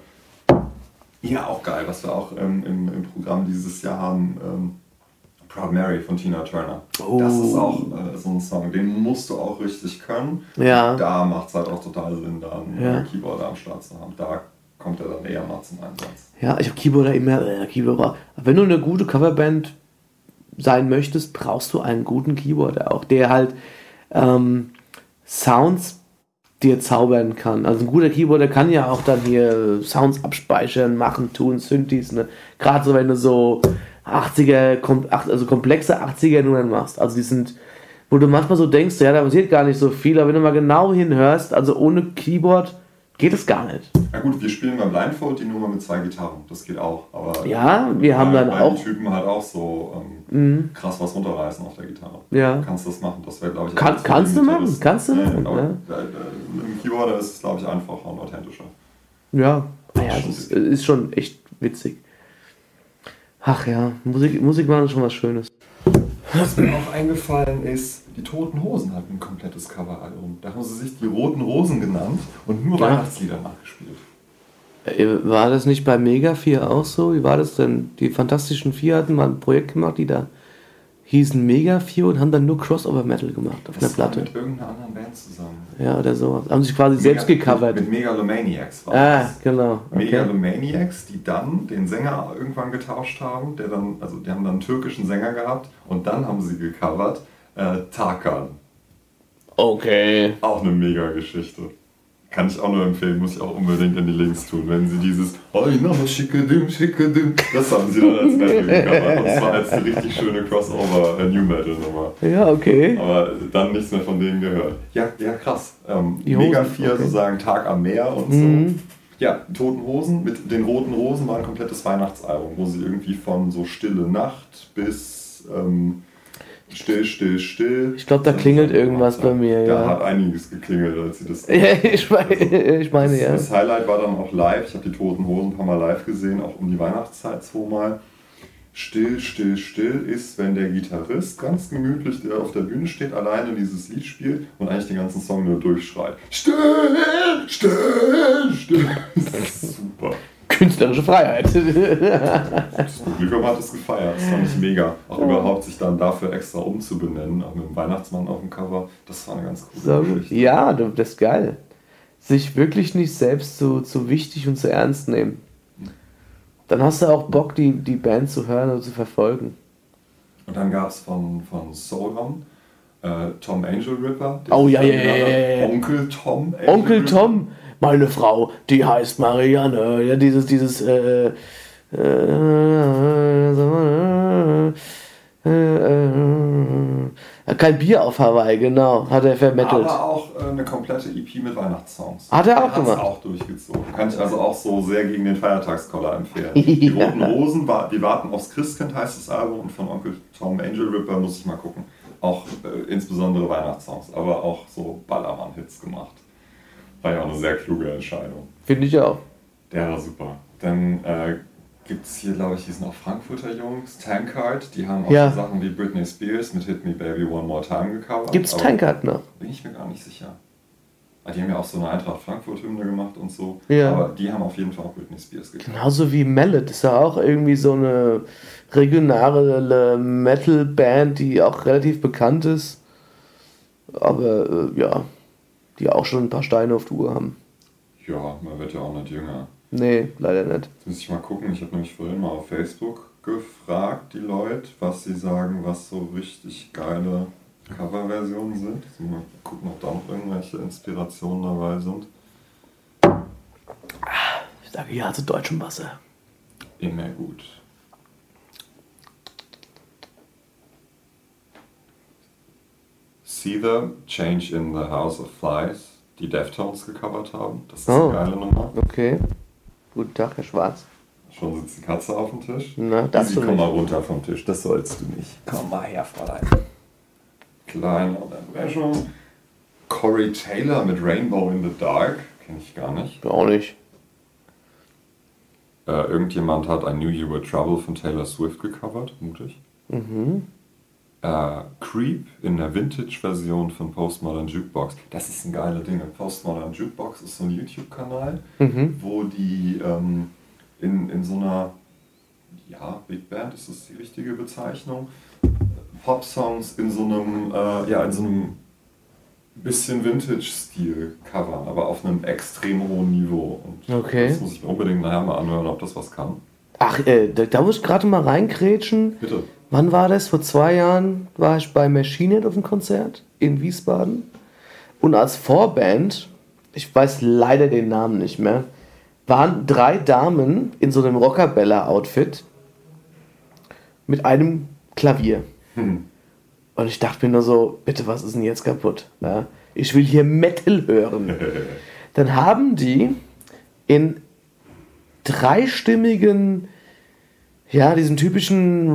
Speaker 2: Ja, auch geil, was wir auch ähm, im, im Programm dieses Jahr haben. Ähm, Proud Mary von Tina Turner.
Speaker 3: Oh.
Speaker 2: Das ist auch äh, so ein Song, den musst du auch richtig können.
Speaker 3: Ja.
Speaker 2: Da macht es halt auch total Sinn, da einen
Speaker 3: Ja.
Speaker 2: Keyboarder am Start zu haben. Da kommt er dann eher mal zum Einsatz.
Speaker 3: Ja, ich habe Keyboarder immer, äh, Keyboarder. Wenn du eine gute Coverband sein möchtest, brauchst du einen guten Keyboarder auch, der halt ähm, Sounds dir zaubern kann. Also ein guter Keyboarder kann ja auch dann hier Sounds abspeichern, machen, tun, Synthes, ne? Gerade so, wenn du so achtziger, kom- also komplexe achtziger Nummern machst. Also die sind, wo du manchmal so denkst, ja, da passiert gar nicht so viel, aber wenn du mal genau hinhörst, also ohne Keyboard geht es gar nicht.
Speaker 2: Ja gut, wir spielen beim Blindfold die Nummer mit zwei Gitarren, das geht auch. Aber
Speaker 3: Ja, wir haben dann
Speaker 2: weil
Speaker 3: auch-
Speaker 2: die Typen halt auch so ähm,
Speaker 3: Mhm.
Speaker 2: krass was runterreißen auf der Gitarre.
Speaker 3: Ja.
Speaker 2: Du kannst das machen, das wäre glaube ich...
Speaker 3: Kann-
Speaker 2: auch
Speaker 3: kannst du
Speaker 2: ein
Speaker 3: machen,
Speaker 2: Gitarrist.
Speaker 3: kannst du machen,
Speaker 2: aber,
Speaker 3: ja.
Speaker 2: äh, äh, mit dem Keyboarder ist es glaube ich einfacher und authentischer.
Speaker 3: Ja, naja, es ist, ist schon echt witzig. Ach ja, Musik, Musik machen ist schon was Schönes.
Speaker 2: Was mir auch eingefallen ist, die Toten Hosen hatten ein komplettes Coveralbum. Da haben sie sich die Roten Rosen genannt und nur
Speaker 3: Ja.
Speaker 2: Weihnachtslieder nachgespielt.
Speaker 3: Äh, War das nicht bei Mega vier auch so? Wie war das denn? Die Fantastischen Vier hatten mal ein Projekt gemacht, die da hießen Mega vier und haben dann nur Crossover-Metal gemacht auf
Speaker 2: Das
Speaker 3: einer Platte.
Speaker 2: war mit irgendeiner anderen Band zusammen.
Speaker 3: Ja, oder so. Haben sich quasi
Speaker 2: Mega,
Speaker 3: selbst gecovert.
Speaker 2: Mit, mit Megalomaniacs war
Speaker 3: Ah,
Speaker 2: das.
Speaker 3: genau. Okay.
Speaker 2: Megalomaniacs, die dann den Sänger irgendwann getauscht haben, der dann, also die haben dann einen türkischen Sänger gehabt und dann haben sie gecovert äh, Tarkan.
Speaker 3: Okay.
Speaker 2: Auch eine Mega-Geschichte. Kann ich auch nur empfehlen, muss ich auch unbedingt in die Links tun, wenn sie dieses Oi, nochmal schickedim, schickedim, das haben sie dann als Metal gecovert. Und zwar als eine richtig schöne Crossover-New-Metal-Nummer.
Speaker 3: Ja, okay.
Speaker 2: Aber dann nichts mehr von denen gehört. Ja, ja krass. Ähm,
Speaker 3: Die Hosen,
Speaker 2: Mega vier
Speaker 3: okay.
Speaker 2: sozusagen Tag am Meer und
Speaker 3: Mhm.
Speaker 2: so. Ja, Toten Hosen mit den Roten Rosen war ein komplettes Weihnachtsalbum, wo sie irgendwie von so Stille Nacht bis ähm, Still, Still, Still.
Speaker 3: Ich glaube, da klingelt irgendwas bei mir,
Speaker 2: Da
Speaker 3: ja.
Speaker 2: hat einiges geklingelt, als sie das.
Speaker 3: Ja, ich meine, ich meine ja.
Speaker 2: Das Highlight war dann auch live. Ich habe die Toten Hosen ein paar Mal live gesehen, auch um die Weihnachtszeit zweimal. Still, still, still ist, wenn der Gitarrist ganz gemütlich der auf der Bühne steht, alleine dieses Lied spielt und eigentlich den ganzen Song nur durchschreit. Still, still, still. Das ist super.
Speaker 3: Künstlerische Freiheit.
Speaker 2: Das Publikum hat es gefeiert. Das fand ich mega. Auch überhaupt sich dann dafür extra umzubenennen, auch mit dem Weihnachtsmann auf dem Cover. Das war eine ganz coole
Speaker 3: So,
Speaker 2: Geschichte.
Speaker 3: ja, du- das ist geil. Sich wirklich nicht selbst zu, zu wichtig und zu ernst nehmen. Dann hast du auch Bock, die, die Band zu hören und zu verfolgen.
Speaker 2: Und dann gab es von, von Sauron äh, Tom Angel Ripper. der
Speaker 3: Oh,
Speaker 2: sich
Speaker 3: ja,
Speaker 2: dann
Speaker 3: ja,
Speaker 2: genannt
Speaker 3: ja,
Speaker 2: hat.
Speaker 3: ja, ja.
Speaker 2: Onkel Tom Angel
Speaker 3: Onkel
Speaker 2: Ripper.
Speaker 3: Tom, meine Frau, die heißt Marianne. Ja, dieses, dieses, äh, äh, äh, äh, äh, kein Bier auf Hawaii, genau, hat er vermittelt.
Speaker 2: Aber auch äh, eine komplette E P mit Weihnachtssongs.
Speaker 3: Hat er auch
Speaker 2: hat's
Speaker 3: gemacht.
Speaker 2: auch durchgezogen. Kann ich also auch so sehr gegen den Feiertagskoller empfehlen. Die
Speaker 3: Ja.
Speaker 2: Roten Rosen, wa- die warten aufs Christkind, heißt das Album. Und von Onkel Tom Angel Ripper muss ich mal gucken. Auch äh, insbesondere Weihnachtssongs, aber auch so Ballermann-Hits gemacht. War ja auch eine sehr kluge Entscheidung.
Speaker 3: Finde ich auch.
Speaker 2: Der war super. Dann äh, gibt es hier, glaube ich, die sind auch Frankfurter Jungs, Tankard, die haben auch
Speaker 3: Ja.
Speaker 2: so Sachen wie Britney Spears mit Hit Me Baby One More Time gecovert.
Speaker 3: Gibt's
Speaker 2: aber
Speaker 3: Tankard noch?
Speaker 2: Bin ich mir gar nicht sicher. Ah, die haben ja auch so eine Eintracht Frankfurt-Hymne gemacht und so.
Speaker 3: Ja.
Speaker 2: Aber die haben auf jeden Fall auch Britney Spears gecovert.
Speaker 3: Genauso wie Mallet ist ja auch irgendwie so eine regionale Metal-Band, die auch relativ bekannt ist. Aber äh, ja, die auch schon ein paar Steine auf der Uhr haben.
Speaker 2: Ja, man wird ja auch nicht jünger.
Speaker 3: Nee, leider nicht.
Speaker 2: Jetzt muss ich mal gucken, ich habe nämlich vorhin mal auf Facebook gefragt, die Leute, was sie sagen, was so richtig geile Coverversionen sind. Also mal gucken, ob da noch irgendwelche Inspirationen dabei sind.
Speaker 3: Ich sage ja zu deutschem Wasser.
Speaker 2: Immer gut. See the Change in the House of Flies, die Deftones gecovert haben. Das ist
Speaker 3: Oh.
Speaker 2: eine geile Nummer.
Speaker 3: Okay. Guten Tag, Herr Schwarz.
Speaker 2: Schon sitzt die Katze auf dem Tisch.
Speaker 3: Na, darfst
Speaker 2: Easy,
Speaker 3: du
Speaker 2: komm
Speaker 3: nicht.
Speaker 2: mal runter vom Tisch, das sollst du nicht. Komm mal her, Fräulein. Kleine Unterbrechung. Corey Taylor mit Rainbow in the Dark. Kenne ich gar nicht.
Speaker 3: Auch nicht.
Speaker 2: Äh, irgendjemand hat I Knew You Were Trouble von Taylor Swift gecovert, mutig.
Speaker 3: Mhm.
Speaker 2: Äh, Creep in der Vintage-Version von Postmodern Jukebox. Das ist ein geiler Ding. Postmodern Jukebox ist so ein YouTube-Kanal,
Speaker 3: Mhm.
Speaker 2: wo die ähm, in, in so einer, ja, Big Band, ist das die richtige Bezeichnung, Pop-Songs in so einem, äh, ja, in so einem bisschen Vintage-Stil covern, aber auf einem extrem hohen Niveau. Und
Speaker 3: Okay.
Speaker 2: das muss ich mir unbedingt nachher mal anhören, ob das was kann.
Speaker 3: Ach, äh, da, da muss ich gerade mal reingrätschen.
Speaker 2: Bitte.
Speaker 3: Wann war das? Vor zwei Jahren war ich bei Machine Head auf dem Konzert in Wiesbaden. Und als Vorband, ich weiß leider den Namen nicht mehr, waren drei Damen in so einem Rockabella-Outfit mit einem Klavier.
Speaker 2: Hm.
Speaker 3: Und ich dachte mir nur so, bitte, was ist denn jetzt kaputt? Ja, ich will hier Metal hören. Dann haben die in dreistimmigen, ja, diesen typischen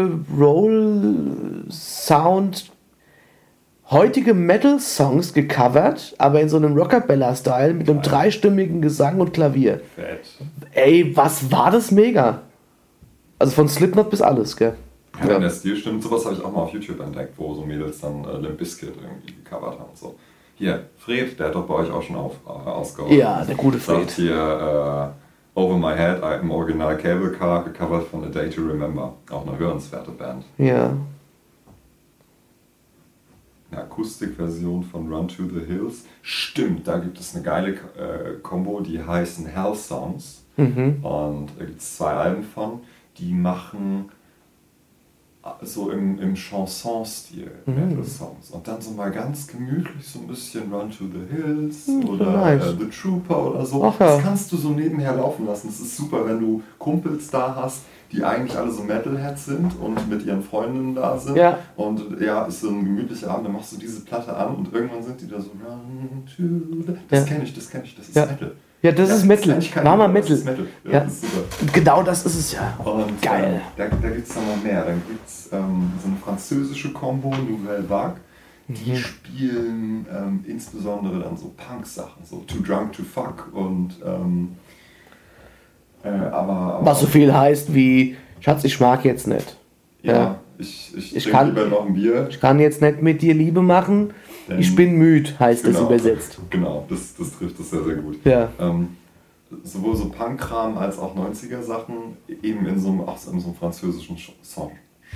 Speaker 3: Rock'n'Roll-Sound heutige Metal-Songs gecovert, aber in so einem Rockabella-Style mit einem dreistimmigen Gesang und Klavier.
Speaker 2: Fett.
Speaker 3: Ey, was war das mega? Also von Slipknot bis alles, gell?
Speaker 2: Ja, wenn der Stil stimmt, sowas habe ich auch mal auf YouTube entdeckt, wo so Mädels dann äh, Limp Bizkit irgendwie gecovert haben und so. Hier, Fred, der hat doch bei euch auch schon auf, äh, ausgeholfen.
Speaker 3: Ja, der gute
Speaker 2: Sagt
Speaker 3: Fred.
Speaker 2: hier, äh, Over My Head, im Original Cable Car, gecovert von A Day to Remember. Auch eine hörenswerte Band.
Speaker 3: Ja.
Speaker 2: Eine Akustikversion von Run to the Hills. Stimmt, da gibt es eine geile äh, Combo, die heißen Hell Songs.
Speaker 3: Mhm.
Speaker 2: Und da gibt es zwei Alben von, die machen so im, im Chanson-Stil
Speaker 3: Mhm.
Speaker 2: Metal-Songs. Und dann so mal ganz gemütlich so ein bisschen Run to the Hills
Speaker 3: Mhm,
Speaker 2: oder
Speaker 3: nice.
Speaker 2: äh, The Trooper oder so.
Speaker 3: Ach ja.
Speaker 2: Das kannst du so nebenher laufen lassen. Das ist super, wenn du Kumpels da hast, die eigentlich alle so Metalheads sind und mit ihren Freundinnen da sind.
Speaker 3: Ja.
Speaker 2: Und ja, ist so ein gemütlicher Abend, dann machst du diese Platte an und irgendwann sind die da so Run to the... Das
Speaker 3: Ja.
Speaker 2: kenne ich, das kenne ich, das ist
Speaker 3: Ja.
Speaker 2: Metal.
Speaker 3: Ja, das
Speaker 2: Ja,
Speaker 3: ist Metal.
Speaker 2: eigentlich kein
Speaker 3: Mama
Speaker 2: Metal, das
Speaker 3: Metal.
Speaker 2: ist Metal. Ja,
Speaker 3: Ja.
Speaker 2: das ist super.
Speaker 3: Und genau das ist es ja.
Speaker 2: Und
Speaker 3: Geil.
Speaker 2: äh, da, da gibt es dann noch mehr. Dann gibt es ähm, so eine französische Combo, Nouvelle Vague. Die
Speaker 3: Mhm.
Speaker 2: spielen ähm, insbesondere dann so Punk-Sachen, so Too Drunk to Fuck und ähm, äh, aber, aber
Speaker 3: Was so viel heißt wie, Schatz, ich mag jetzt nicht.
Speaker 2: ja,
Speaker 3: ja.
Speaker 2: ich, ich,
Speaker 3: Ich
Speaker 2: trinke
Speaker 3: kann-
Speaker 2: lieber noch ein Bier.
Speaker 3: Ich kann jetzt nicht mit dir Liebe machen,
Speaker 2: Denn-
Speaker 3: ich bin müde, heißt das
Speaker 2: Genau.
Speaker 3: übersetzt.
Speaker 2: Genau, das, das trifft das sehr, sehr gut.
Speaker 3: Ja.
Speaker 2: Ähm, sowohl so Punk-Kram als auch neunziger-Sachen, eben in so einem, auch in so einem französischen Sch- Song.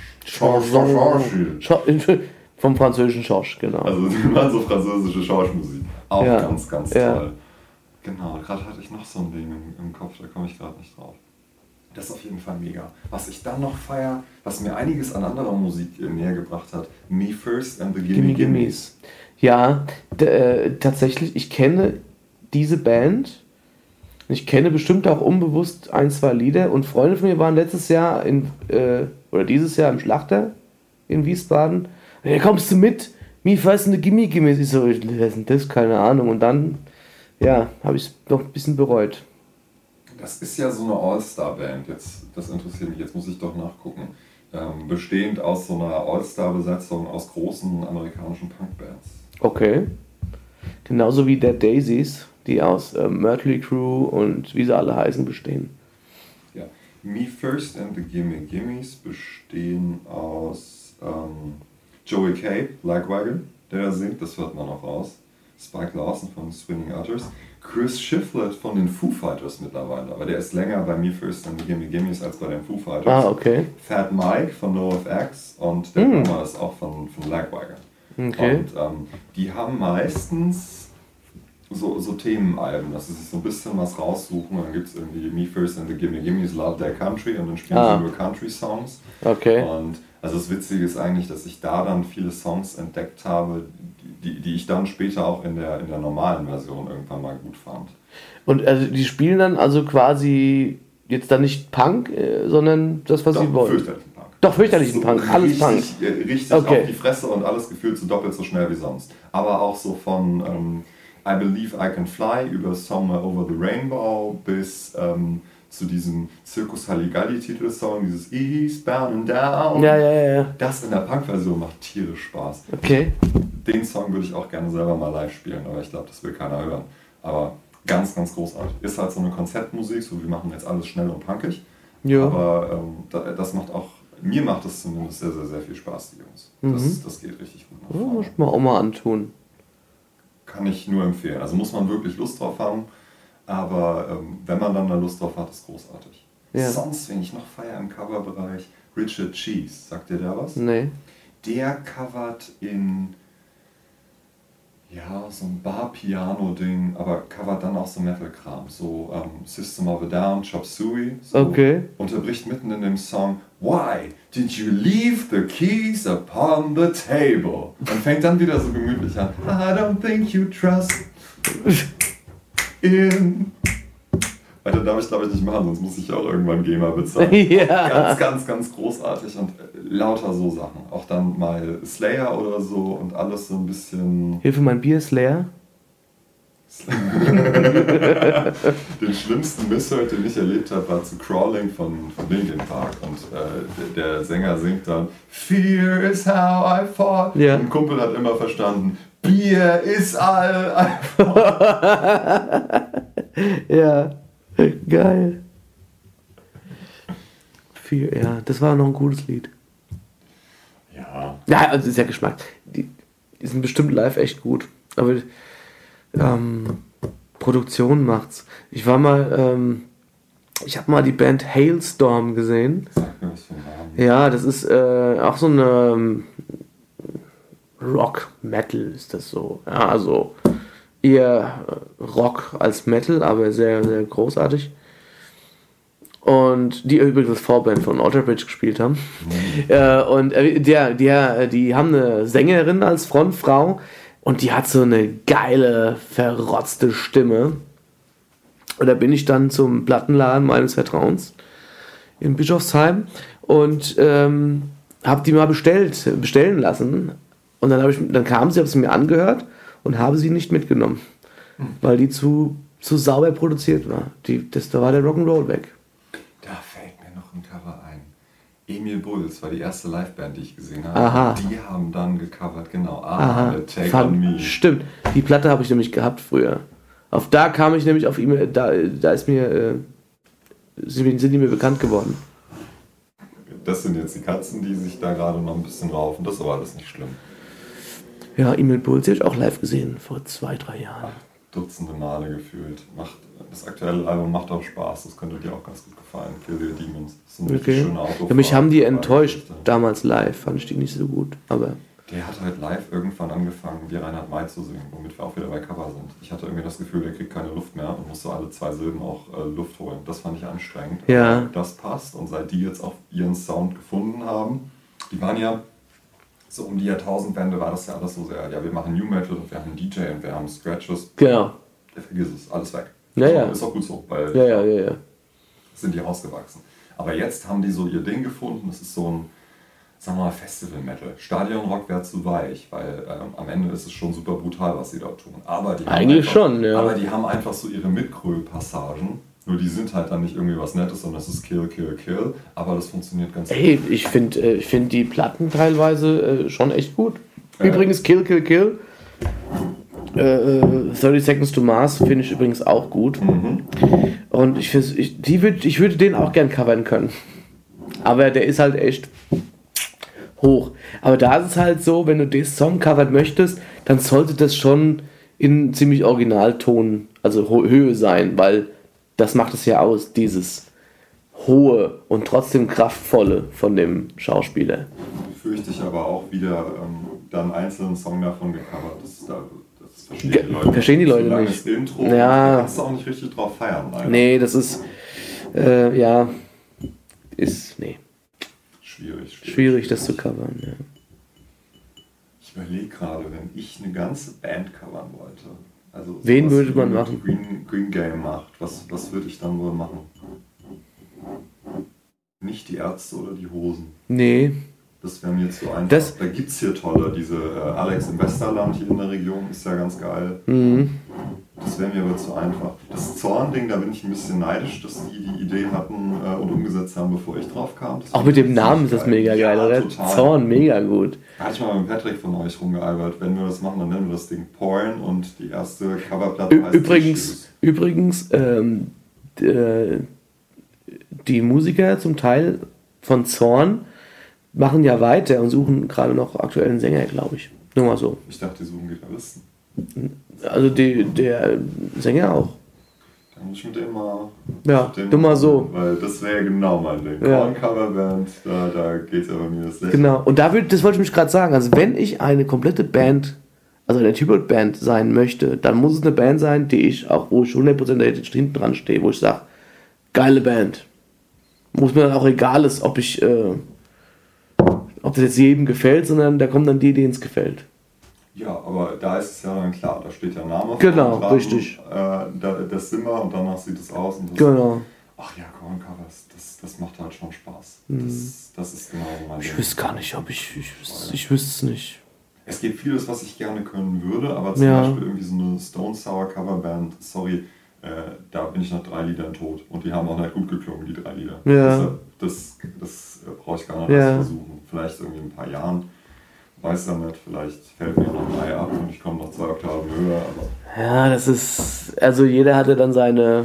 Speaker 3: Chanson. Scha- Vom französischen Schorsch, genau.
Speaker 2: Also die waren so französische Schorschmusik. Auch
Speaker 3: Ja.
Speaker 2: ganz, ganz
Speaker 3: Ja.
Speaker 2: toll. Genau, gerade hatte ich noch so ein Ding im, im Kopf, da komme ich gerade nicht drauf. Das ist auf jeden Fall mega. Was ich dann noch feier, was mir einiges an anderer Musik äh, näher gebracht hat, Me First and the Gimme
Speaker 3: Gimme
Speaker 2: Gimmes.
Speaker 3: Gimmes. Ja, d- äh, tatsächlich, ich kenne diese Band. Ich kenne bestimmt auch unbewusst ein, zwei Lieder. Und Freunde von mir waren letztes Jahr in, äh, oder dieses Jahr im Schlachter in Wiesbaden. Ja, kommst du mit? Me First and the Gimme Gimmes. Ich so, was ist denn das? Keine Ahnung. Und dann, ja, habe ich es noch ein bisschen bereut.
Speaker 2: Das ist ja so eine All-Star-Band, jetzt, das interessiert mich, jetzt muss ich doch nachgucken. Ähm, bestehend aus so einer All-Star-Besetzung aus großen amerikanischen Punkbands.
Speaker 3: Okay. Genauso wie Dead Daisies, die aus äh, Mötley Crüe und wie sie alle heißen bestehen.
Speaker 2: Ja. Me First and the Gimme Gimmes bestehen aus ähm, Joey Cape, Like Wagon, der da singt, das hört man auch raus. Spike Lawson von Swinging Utters. Chris Shiflett von den Foo Fighters mittlerweile, aber der ist länger bei Me First and the Gimme Gimmes als bei den Foo Fighters.
Speaker 3: Ah, okay.
Speaker 2: Fat Mike von NoFX und der
Speaker 3: Mm.
Speaker 2: Drummer ist auch von, von Like Wagon.
Speaker 3: Okay.
Speaker 2: Und ähm, die haben meistens so, so Themenalben, dass sie sich so ein bisschen was raussuchen. Dann gibt es irgendwie Me First and the Gimme Gimmes Love Their Country und dann spielen
Speaker 3: Ah.
Speaker 2: sie nur Country-Songs.
Speaker 3: Okay.
Speaker 2: Und also das Witzige ist eigentlich, dass ich da dann viele Songs entdeckt habe, die, die ich dann später auch in der, in der normalen Version irgendwann mal gut fand.
Speaker 3: Und also die spielen dann also quasi jetzt dann nicht Punk, äh, sondern das, was
Speaker 2: Doch,
Speaker 3: sie wollen.
Speaker 2: fürchterlichen Punk.
Speaker 3: Doch, fürchterlichen
Speaker 2: So
Speaker 3: Punk, alles Punk.
Speaker 2: richtig, äh, Richtig
Speaker 3: Okay.
Speaker 2: auf die Fresse und alles gefühlt so doppelt so schnell wie sonst. Aber auch so von ähm, I Believe I Can Fly über Somewhere Over the Rainbow bis ähm, zu diesem Circus Halligalli Titelsong, dieses Eastbound and Down.
Speaker 3: Ja, ja, ja, ja.
Speaker 2: Das in der Punk-Version macht tierisch Spaß.
Speaker 3: Okay.
Speaker 2: Den Song würde ich auch gerne selber mal live spielen, aber ich glaube, das will keiner hören. Aber ganz, ganz großartig. Ist halt so eine Konzeptmusik, so wir machen jetzt alles schnell und punkig.
Speaker 3: Ja.
Speaker 2: Aber ähm, da- das macht auch, mir macht das zumindest sehr, sehr, sehr viel Spaß, die Jungs. Das,
Speaker 3: Mhm.
Speaker 2: das geht richtig gut nach
Speaker 3: Ja,
Speaker 2: vorne.
Speaker 3: muss ich mir auch mal antun.
Speaker 2: Kann ich nur empfehlen. Also muss man wirklich Lust drauf haben, aber ähm, wenn man dann da Lust drauf hat, ist großartig.
Speaker 3: Ja.
Speaker 2: Sonst, wenn ich noch feier im Coverbereich, Richard Cheese, sagt dir der was?
Speaker 3: Nee.
Speaker 2: Der covert in, ja, so ein Bar-Piano-Ding, aber covert dann auch so Metal-Kram, so ähm, System of a Down, Chop Suey, so
Speaker 3: Okay.
Speaker 2: unterbricht mitten in dem Song Why did you leave the keys upon the table? Und fängt dann wieder so gemütlich an. I don't think you trust in... Alter, darf ich glaube ich nicht machen, sonst muss ich auch irgendwann GEMA bezahlen.
Speaker 3: Ja.
Speaker 2: Ganz, ganz, ganz großartig und äh, lauter so Sachen. Auch dann mal Slayer oder so und alles so ein bisschen...
Speaker 3: Hilfe, mein Bier ist leer.
Speaker 2: Den schlimmsten Misshört, den ich erlebt habe, war zu Crawling von, von Linkin Park. Und äh, der, der Sänger singt dann Fear is how I fought.
Speaker 3: Ja.
Speaker 2: Und ein Kumpel hat immer verstanden, Bier ist all.
Speaker 3: Ja. Geil. Viel, ja, das war noch ein gutes Lied.
Speaker 2: Ja.
Speaker 3: Ja, also ist ja Geschmack. Die, die sind bestimmt live echt gut. Aber ähm, Produktion macht's. Ich war mal ähm, Ich habe mal die Band Hailstorm gesehen.
Speaker 2: Sag mir was für einen Namen.
Speaker 3: Ja, das ist äh, auch so eine ähm, Rock-Metal ist das so. Ja, also eher Rock als Metal, aber sehr, sehr großartig. Und die übrigens das Vorband von Alter Bridge gespielt haben. Mhm. Äh, und äh, der, der, die haben eine Sängerin als Frontfrau und die hat so eine geile, verrotzte Stimme. Und da bin ich dann zum Plattenladen meines Vertrauens in Bischofsheim und ähm, habe die mal bestellt, bestellen lassen. Und dann, ich, dann kam sie, habe sie mir angehört und habe sie nicht mitgenommen, hm. weil die zu, zu sauber produziert war. Die, das, da war der Rock'n'Roll weg.
Speaker 2: Da fällt mir noch ein Cover ein. Emil Bulls war die erste Liveband, die ich gesehen habe.
Speaker 3: Aha.
Speaker 2: Die haben dann gecovert, genau.
Speaker 3: Aha.
Speaker 2: Take
Speaker 3: Fun.
Speaker 2: on Me.
Speaker 3: Stimmt, die Platte habe ich nämlich gehabt früher. Auf da kam ich nämlich auf E-Mail, da, da ist mir, äh, sind, sind die mir bekannt geworden.
Speaker 2: Das sind jetzt die Katzen, die sich da gerade noch ein bisschen raufen. Das ist aber alles nicht schlimm.
Speaker 3: Ja, Emil Bulls habe ich auch live gesehen, vor zwei, drei Jahren.
Speaker 2: Ach, Dutzende Male gefühlt. Macht, das aktuelle Album macht auch Spaß, das könnte dir auch ganz gut gefallen. Kill the Demons. Das ist eine
Speaker 3: okay.
Speaker 2: schöne Autofahrt.
Speaker 3: Ja, mich haben die enttäuscht damals live, fand ich die nicht so gut. Aber
Speaker 2: der hat halt live irgendwann angefangen, wie Reinhard May zu singen, womit wir auch wieder bei Cover sind. Ich hatte irgendwie das Gefühl, der kriegt keine Luft mehr und musste alle zwei Silben auch äh, Luft holen. Das fand ich anstrengend.
Speaker 3: Ja.
Speaker 2: Aber das passt und seit die jetzt auch ihren Sound gefunden haben, die waren ja so um die Jahrtausendwende war das ja alles so sehr, ja wir machen New Metal und wir haben einen D J und wir haben Scratches.
Speaker 3: Genau.
Speaker 2: Der vergiss es, alles weg.
Speaker 3: Ja, ja.
Speaker 2: Ist auch gut so, weil
Speaker 3: ja, ja, ja, ja.
Speaker 2: sind die rausgewachsen. Aber jetzt haben die so ihr Ding gefunden, das ist so ein, sagen wir mal, Festival-Metal. Stadionrock wäre zu weich, weil ähm, am Ende ist es schon super brutal, was sie dort tun. Aber die
Speaker 3: Eigentlich
Speaker 2: haben einfach,
Speaker 3: schon, ja.
Speaker 2: Aber die haben einfach so ihre Mitgröl-Passagen. Nur die sind halt dann nicht irgendwie was Nettes, sondern es ist Kill, Kill, Kill. Aber das funktioniert ganz gut.
Speaker 3: Hey, ich finde äh, ich find die Platten teilweise äh, schon echt gut. Äh. Übrigens Kill, Kill, Kill. Äh, thirty Seconds to Mars finde ich übrigens auch gut. Mhm. Und ich, ich, die würd, ich würde den auch gern covern können. Aber der ist halt echt hoch. Aber da ist es halt so, wenn du den Song covern möchtest, dann sollte das schon in ziemlich Originalton, also Ho- Höhe sein, weil das macht es ja aus, dieses hohe und trotzdem kraftvolle von dem Schauspieler.
Speaker 2: Fürchte ich aber auch wieder ähm, dann einzelnen Song davon gecovert. Das, das, das verstehen die Leute,
Speaker 3: verstehen die Leute nicht.
Speaker 2: Das Intro,
Speaker 3: ja.
Speaker 2: Da kannst du auch nicht richtig drauf feiern. Leider.
Speaker 3: Nee, das ist, äh, ja, ist, nee.
Speaker 2: Schwierig, schwierig.
Speaker 3: Schwierig, das zu covern, ja.
Speaker 2: Ich überlege gerade, wenn ich eine ganze Band covern wollte. Also
Speaker 3: wen würde man machen?
Speaker 2: Green, Green Game macht. Was, was würde ich dann wohl machen? Nicht die Ärzte oder die Hosen.
Speaker 3: Nee.
Speaker 2: Das wäre mir zu einfach.
Speaker 3: Das,
Speaker 2: da gibt es hier tolle, diese äh, Alex im Westerland hier in der Region ist ja ganz geil.
Speaker 3: Mhm.
Speaker 2: Das wäre mir aber zu einfach. Das Zorn-Ding, da bin ich ein bisschen neidisch, dass die die Idee hatten äh, und umgesetzt haben, bevor ich drauf kam. Das
Speaker 3: auch mit dem Namen ist das geil. Mega geil, ja, oder? Total. Zorn, mega gut.
Speaker 2: Da hatte ich mal mit Patrick von euch rumgealbert. Wenn wir das machen, dann nennen wir das Ding Porn und die erste Coverplatte heißt
Speaker 3: Übrigens, übrigens ähm, d- die Musiker zum Teil von Zorn machen ja weiter und suchen gerade noch aktuellen Sänger, glaube ich. Nur mal so.
Speaker 2: Ich dachte, die suchen Gitarristen.
Speaker 3: Also die, der Sänger auch.
Speaker 2: Dann muss ich mit dem mal...
Speaker 3: Ja, du mal so.
Speaker 2: Weil das wäre genau mein Ding.
Speaker 3: Ja.
Speaker 2: Korn-Coverband, da, da geht es aber mir das Lächeln.
Speaker 3: Genau, und da würd, das wollte ich mich gerade sagen. Also wenn ich eine komplette Band, also eine Typhoid-Band sein möchte, dann muss es eine Band sein, die ich auch, wo ich hundert Prozent hinten dran stehe, wo ich sage, geile Band. Wo es mir dann auch egal ist, ob ich... Äh, ob das jetzt jedem gefällt, sondern da kommen dann die, denen es gefällt.
Speaker 2: Ja, aber da ist es ja dann klar, da steht ja Name.
Speaker 3: Genau,
Speaker 2: dran,
Speaker 3: richtig.
Speaker 2: Äh, da, das Zimmer und danach sieht es aus. Und das,
Speaker 3: genau.
Speaker 2: Ach ja, Korn-Covers, das, das macht halt schon Spaß.
Speaker 3: Mhm.
Speaker 2: Das, das ist genau mein
Speaker 3: Ich
Speaker 2: Ding.
Speaker 3: wüsste gar nicht, ob ich, ich, wüsste, ich wüsste es nicht.
Speaker 2: Es gibt vieles, was ich gerne können würde, aber zum
Speaker 3: ja.
Speaker 2: Beispiel irgendwie so eine Stone Sour Coverband, sorry, äh, da bin ich nach drei Liedern tot. Und die haben auch nicht gut geklungen, die drei Lieder.
Speaker 3: Ja.
Speaker 2: Deshalb, das das äh, brauche ich gar nicht
Speaker 3: ja.
Speaker 2: versuchen. Vielleicht irgendwie in ein paar Jahren. Weiß ja nicht, vielleicht fällt mir noch ein Ei ab und ich komme noch zwei Oktaven höher. Aber
Speaker 3: ja, das ist, also jeder hatte dann seine,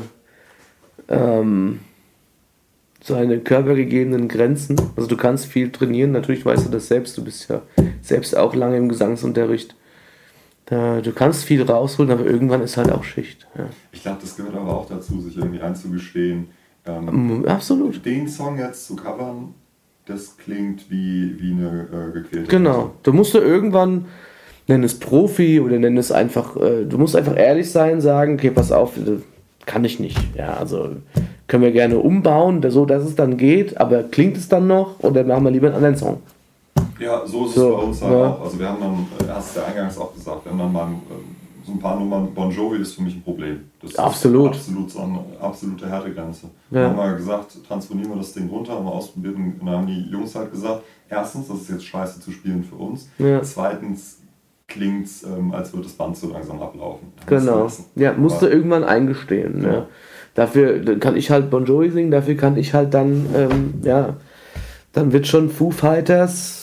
Speaker 3: ähm, seine körpergegebenen Grenzen. Also du kannst viel trainieren, natürlich weißt du das selbst, du bist ja selbst auch lange im Gesangsunterricht. Da, du kannst viel rausholen, aber irgendwann ist halt auch Schicht. Ja.
Speaker 2: Ich glaube, das gehört aber auch dazu, sich irgendwie einzugestehen, Ähm,
Speaker 3: Absolut.
Speaker 2: Den Song jetzt zu covern, das klingt wie, wie eine äh, gequälte
Speaker 3: Genau.
Speaker 2: Katze.
Speaker 3: Du musst du irgendwann, nenn es Profi oder nenn es einfach, äh, du musst einfach ehrlich sein, sagen, okay, pass auf, kann ich nicht. Ja, also können wir gerne umbauen, so dass es dann geht, aber klingt es dann noch oder machen wir lieber einen anderen Song?
Speaker 2: Ja, so ist
Speaker 3: So,
Speaker 2: es bei uns halt
Speaker 3: ja.
Speaker 2: auch. Also wir haben dann, äh, hast du ja eingangs auch gesagt, wir haben dann mal ähm, so ein paar Nummern, Bon Jovi ist für mich ein Problem. Das
Speaker 3: Absolut.
Speaker 2: ist absolut so eine absolute Härtegrenze.
Speaker 3: Ja.
Speaker 2: Wir haben mal gesagt, transponieren wir das Ding runter, haben wir ausprobiert und dann haben die Jungs halt gesagt, erstens, das ist jetzt scheiße zu spielen für uns.
Speaker 3: Ja.
Speaker 2: Zweitens klingt es, ähm, als würde das Band so langsam ablaufen. Da musst du
Speaker 3: Genau.
Speaker 2: lassen.
Speaker 3: Ja, musst du
Speaker 2: Aber-
Speaker 3: irgendwann eingestehen.
Speaker 2: Ja.
Speaker 3: Ja. Dafür kann ich halt Bon Jovi singen, dafür kann ich halt dann, ähm, ja, dann wird schon Foo Fighters,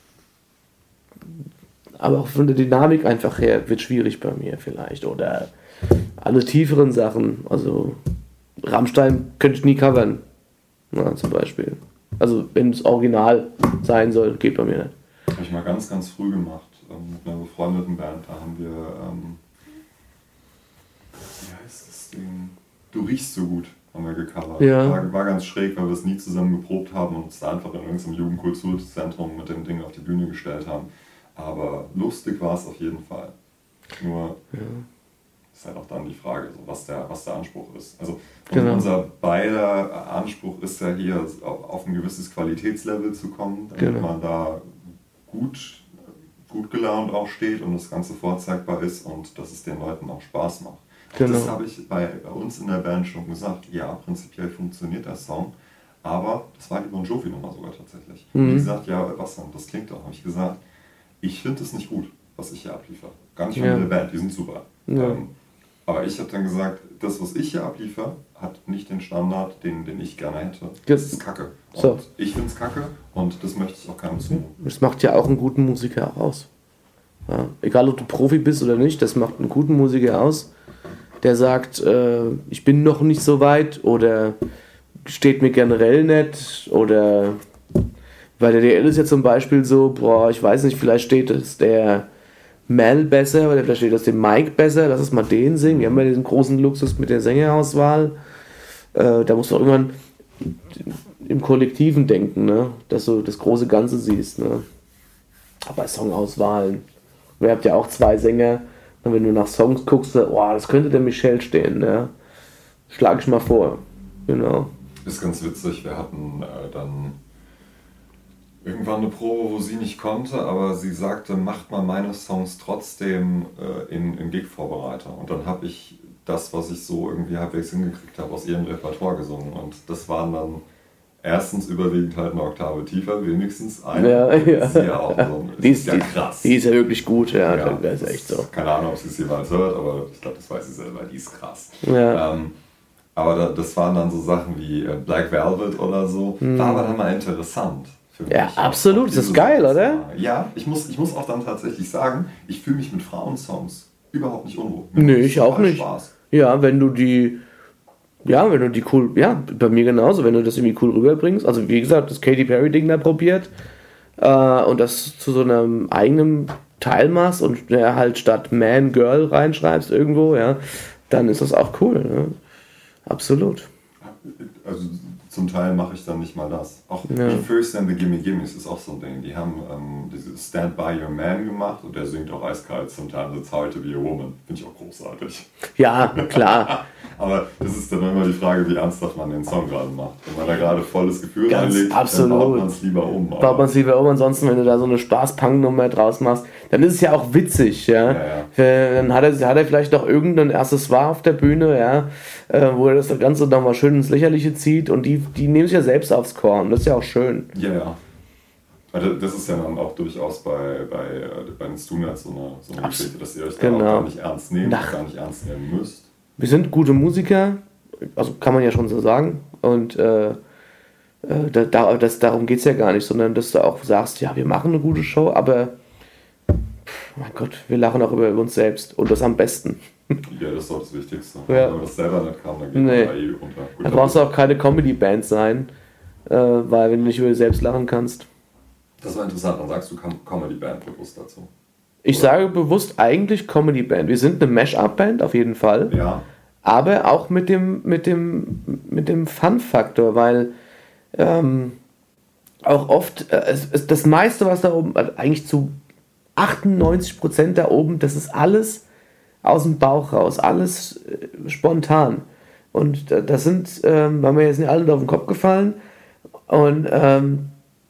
Speaker 3: aber auch von der Dynamik einfach her, wird schwierig bei mir vielleicht. Oder alle tieferen Sachen, also Rammstein könnte ich nie covern, na, zum Beispiel. Also wenn es original sein soll, geht bei mir nicht.
Speaker 2: Habe ich mal ganz, ganz früh gemacht ähm, mit einer befreundeten Band. Da haben wir, ähm, wie heißt das Ding? Du riechst so gut, haben wir gecovert.
Speaker 3: Ja.
Speaker 2: War, war ganz schräg, weil wir es nie zusammen geprobt haben und uns da einfach in irgendeinem Jugendkulturzentrum mit dem Ding auf die Bühne gestellt haben. Aber lustig war es auf jeden Fall. Nur
Speaker 3: Ja.
Speaker 2: ist halt auch dann die Frage, so, was, der, was der Anspruch ist. Also
Speaker 3: Genau.
Speaker 2: unser beider Anspruch ist ja hier auf, auf ein gewisses Qualitätslevel zu kommen, damit
Speaker 3: Genau.
Speaker 2: man da gut, gut gelaunt auch steht und das Ganze vorzeigbar ist und dass es den Leuten auch Spaß macht.
Speaker 3: Genau.
Speaker 2: Das habe ich bei, bei uns in der Band schon gesagt. Ja, prinzipiell funktioniert der Song, aber das war die Bon Jovi Nummer sogar tatsächlich.
Speaker 3: Mhm.
Speaker 2: Die gesagt, ja, was dann, das klingt doch. Habe ich gesagt, ich finde es nicht gut, was ich hier abliefere. Gar nicht von
Speaker 3: Ja.
Speaker 2: der Band, die sind super.
Speaker 3: Ja.
Speaker 2: Ähm, aber ich habe dann gesagt, das, was ich hier abliefere, hat nicht den Standard, den, den ich gerne hätte. Das
Speaker 3: Ge-
Speaker 2: ist Kacke. Und
Speaker 3: So.
Speaker 2: ich finde es Kacke und das möchte ich auch keinem zumuten.
Speaker 3: Das macht ja auch einen guten Musiker auch aus. Ja. Egal, ob du Profi bist oder nicht, das macht einen guten Musiker aus, der sagt, äh, ich bin noch nicht so weit oder steht mir generell nicht oder bei der D L ist ja zum Beispiel so, boah, ich weiß nicht, vielleicht steht es der Mel besser oder vielleicht steht das dem Mike besser, lass uns mal den singen. Wir haben ja diesen großen Luxus mit der Sängerauswahl. Äh, da musst du auch irgendwann im Kollektiven denken, ne? Dass du das große Ganze siehst. Ne? Aber Songauswahlen. Wir habt ja auch zwei Sänger. Und wenn du nach Songs guckst, oh, das könnte der Michelle stehen. Ne? Schlag ich mal vor. Genau.
Speaker 2: Ist ganz witzig, wir hatten äh, dann irgendwann eine Probe, wo sie nicht konnte, aber sie sagte, macht mal meine Songs trotzdem äh, in, in Gig-Vorbereiter. Und dann habe ich das, was ich so irgendwie halbwegs hingekriegt habe, aus ihrem Repertoire gesungen. Und das waren dann erstens überwiegend halt eine Oktave tiefer, wenigstens eine.
Speaker 3: Ja, ja.
Speaker 2: Sie ja auch so.
Speaker 3: Die
Speaker 2: Das
Speaker 3: ist,
Speaker 2: ja
Speaker 3: die,
Speaker 2: krass.
Speaker 3: die ist ja wirklich gut, ja,
Speaker 2: Ja,
Speaker 3: das ist echt so.
Speaker 2: Keine Ahnung, ob sie es jemals hört, aber ich glaube, das weiß sie selber, die ist krass.
Speaker 3: Ja.
Speaker 2: Ähm, aber da, das waren dann so Sachen wie äh, Black Velvet oder so. War aber dann mal interessant. Für
Speaker 3: Ja,
Speaker 2: mich.
Speaker 3: absolut.
Speaker 2: Auch
Speaker 3: Das ist
Speaker 2: diese
Speaker 3: geil,
Speaker 2: Songs
Speaker 3: oder?
Speaker 2: war- Ja, ich muss, ich muss auch dann tatsächlich sagen, ich fühle mich mit Frauensongs überhaupt nicht unwohl.
Speaker 3: Nö,
Speaker 2: Mir macht
Speaker 3: ich auch
Speaker 2: total
Speaker 3: nicht.
Speaker 2: Spaß.
Speaker 3: Ja, wenn du die, ja, wenn du die cool, ja, bei mir genauso, wenn du das irgendwie cool rüberbringst. Also wie gesagt, das Katy Perry Ding da probiert äh, und das zu so einem eigenen Teil machst und ja, halt statt Man, Girl reinschreibst irgendwo, ja, dann ist das auch cool. Ne? Absolut.
Speaker 2: Also zum Teil mache ich dann nicht mal das. Auch
Speaker 3: Ja.
Speaker 2: die First and the Gimme Gimmes ist auch so ein Ding. Die haben ähm, dieses Stand By Your Man gemacht und der singt auch eiskalt Sometimes It's Hard to Be a Woman. Finde ich auch großartig.
Speaker 3: Ja, klar.
Speaker 2: Aber das ist dann immer die Frage, wie ernsthaft man den Song gerade macht. Wenn man da gerade volles Gefühl
Speaker 3: Ganz
Speaker 2: reinlegt,
Speaker 3: absolut.
Speaker 2: dann baut man es lieber um.
Speaker 3: Baut
Speaker 2: Aber
Speaker 3: man es lieber um, ansonsten, wenn du da so eine Spaß-Punk-Nummer draus machst, dann ist es ja auch witzig, ja.
Speaker 2: Ja,
Speaker 3: Äh, Dann hat er, hat er vielleicht noch irgendein Accessoire auf der Bühne, ja, äh, wo er das Ganze nochmal schön ins Lächerliche zieht und die, die nehmen sich ja selbst aufs Korn, das ist ja auch schön.
Speaker 2: ja, ja. Also das ist ja dann auch durchaus bei, bei, äh, bei den Stunerts so eine, so eine
Speaker 3: Abs-
Speaker 2: Geschichte, dass ihr euch da
Speaker 3: genau.
Speaker 2: auch gar nicht ernst nehmt,
Speaker 3: Ach.
Speaker 2: gar nicht ernst nehmen müsst.
Speaker 3: Wir sind gute Musiker, also kann man ja schon so sagen, und äh, äh, da, da, das, darum geht es ja gar nicht, sondern dass du auch sagst, ja, wir machen eine gute Show, aber pff, mein Gott, wir lachen auch über uns selbst und das am besten.
Speaker 2: Ja, das ist doch das Wichtigste.
Speaker 3: Ja.
Speaker 2: Wenn man das selber nicht kann, dann geht
Speaker 3: Nee.
Speaker 2: man da eh runter. Gut,
Speaker 3: Da brauchst du auch keine Comedy-Band sein, äh, weil wenn du nicht über dich selbst lachen kannst.
Speaker 2: das war interessant, dann sagst du Com- Comedy-Band bewusst dazu.
Speaker 3: Ich
Speaker 2: Oder?
Speaker 3: sage bewusst eigentlich Comedy-Band. Wir sind eine Mash-Up-Band, auf jeden Fall.
Speaker 2: Ja,
Speaker 3: aber auch mit dem, mit dem, mit dem Fun-Faktor, weil ähm, auch oft, äh, es, es, das meiste, was da oben, also eigentlich zu achtundneunzig Prozent da oben, das ist alles aus dem Bauch raus, alles äh, spontan. Und äh, das sind, ähm, weil wir jetzt nicht alle auf den Kopf gefallen, und ähm,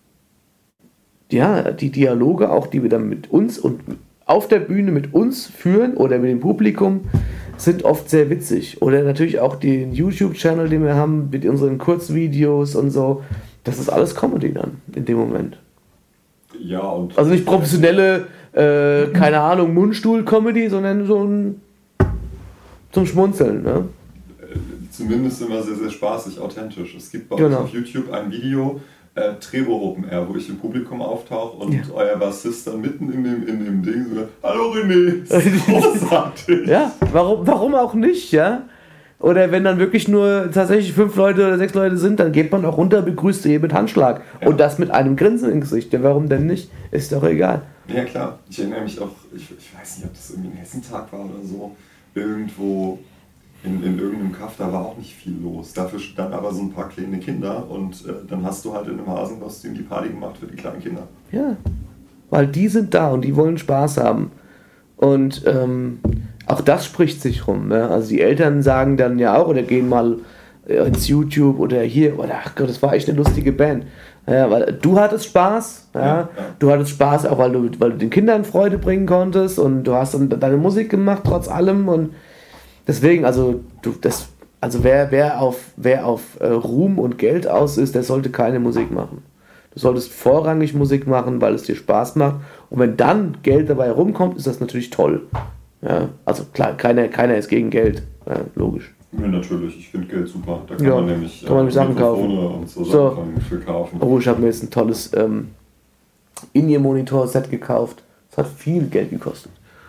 Speaker 3: ja, die Dialoge auch, die wir dann mit uns und auf der Bühne mit uns führen oder mit dem Publikum, sind oft sehr witzig. Oder natürlich auch den YouTube-Channel, den wir haben, mit unseren Kurzvideos und so. Das ist alles Comedy dann in dem Moment.
Speaker 2: Ja, und.
Speaker 3: Also nicht professionelle, äh, keine Ahnung, Mundstuhl-Comedy, sondern so ein zum Schmunzeln, ne?
Speaker 2: Zumindest immer sehr, sehr spaßig, authentisch. Es gibt bei
Speaker 3: Genau.
Speaker 2: uns auf YouTube ein Video, äh, Trevor Open Air, wo ich im Publikum auftauche und
Speaker 3: Ja.
Speaker 2: euer Bassist dann mitten in dem, in dem Ding so, hallo René, das ist großartig.
Speaker 3: Ja, warum, warum auch nicht, ja? Oder wenn dann wirklich nur tatsächlich fünf Leute oder sechs Leute sind, dann geht man auch runter, begrüßt jeden mit Handschlag.
Speaker 2: Ja.
Speaker 3: Und das mit einem Grinsen im Gesicht. Ja, warum denn nicht? Ist doch egal.
Speaker 2: Ja klar, ich erinnere mich auch, ich, ich weiß nicht, ob das irgendwie ein Hessentag war oder so, irgendwo in, in irgendeinem Kaff, da war auch nicht viel los. Dafür standen aber so ein paar kleine Kinder und äh, dann hast du halt in einem Hasenkostüm die Party gemacht für die kleinen Kinder.
Speaker 3: Ja, weil die sind da und die wollen Spaß haben. Und ähm, auch das spricht sich rum. Ne? Also die Eltern sagen dann ja auch, oder gehen mal äh, ins YouTube oder hier, oder ach Gott, das war echt eine lustige Band. Ja, weil du hattest Spaß, ja?
Speaker 2: Ja, ja.
Speaker 3: Du hattest Spaß auch, weil du, weil du den Kindern Freude bringen konntest und du hast dann deine Musik gemacht trotz allem und deswegen, also du, das, also wer, wer auf, wer auf äh, Ruhm und Geld aus ist, der sollte keine Musik machen. Du solltest vorrangig Musik machen, weil es dir Spaß macht. Und wenn dann Geld dabei rumkommt, ist das natürlich toll. Ja, also klar, keiner, keiner ist gegen Geld, ja, logisch.
Speaker 2: Ja, natürlich, ich finde Geld super. Da kann
Speaker 3: Ja,
Speaker 2: man nämlich
Speaker 3: kann man
Speaker 2: äh,
Speaker 3: Sachen
Speaker 2: Mikrofone
Speaker 3: kaufen.
Speaker 2: und so,
Speaker 3: So.
Speaker 2: Sachen für kaufen.
Speaker 3: Oh, ich habe mir jetzt ein tolles ähm, In-Ear-Monitor-Set gekauft. Das hat viel Geld gekostet.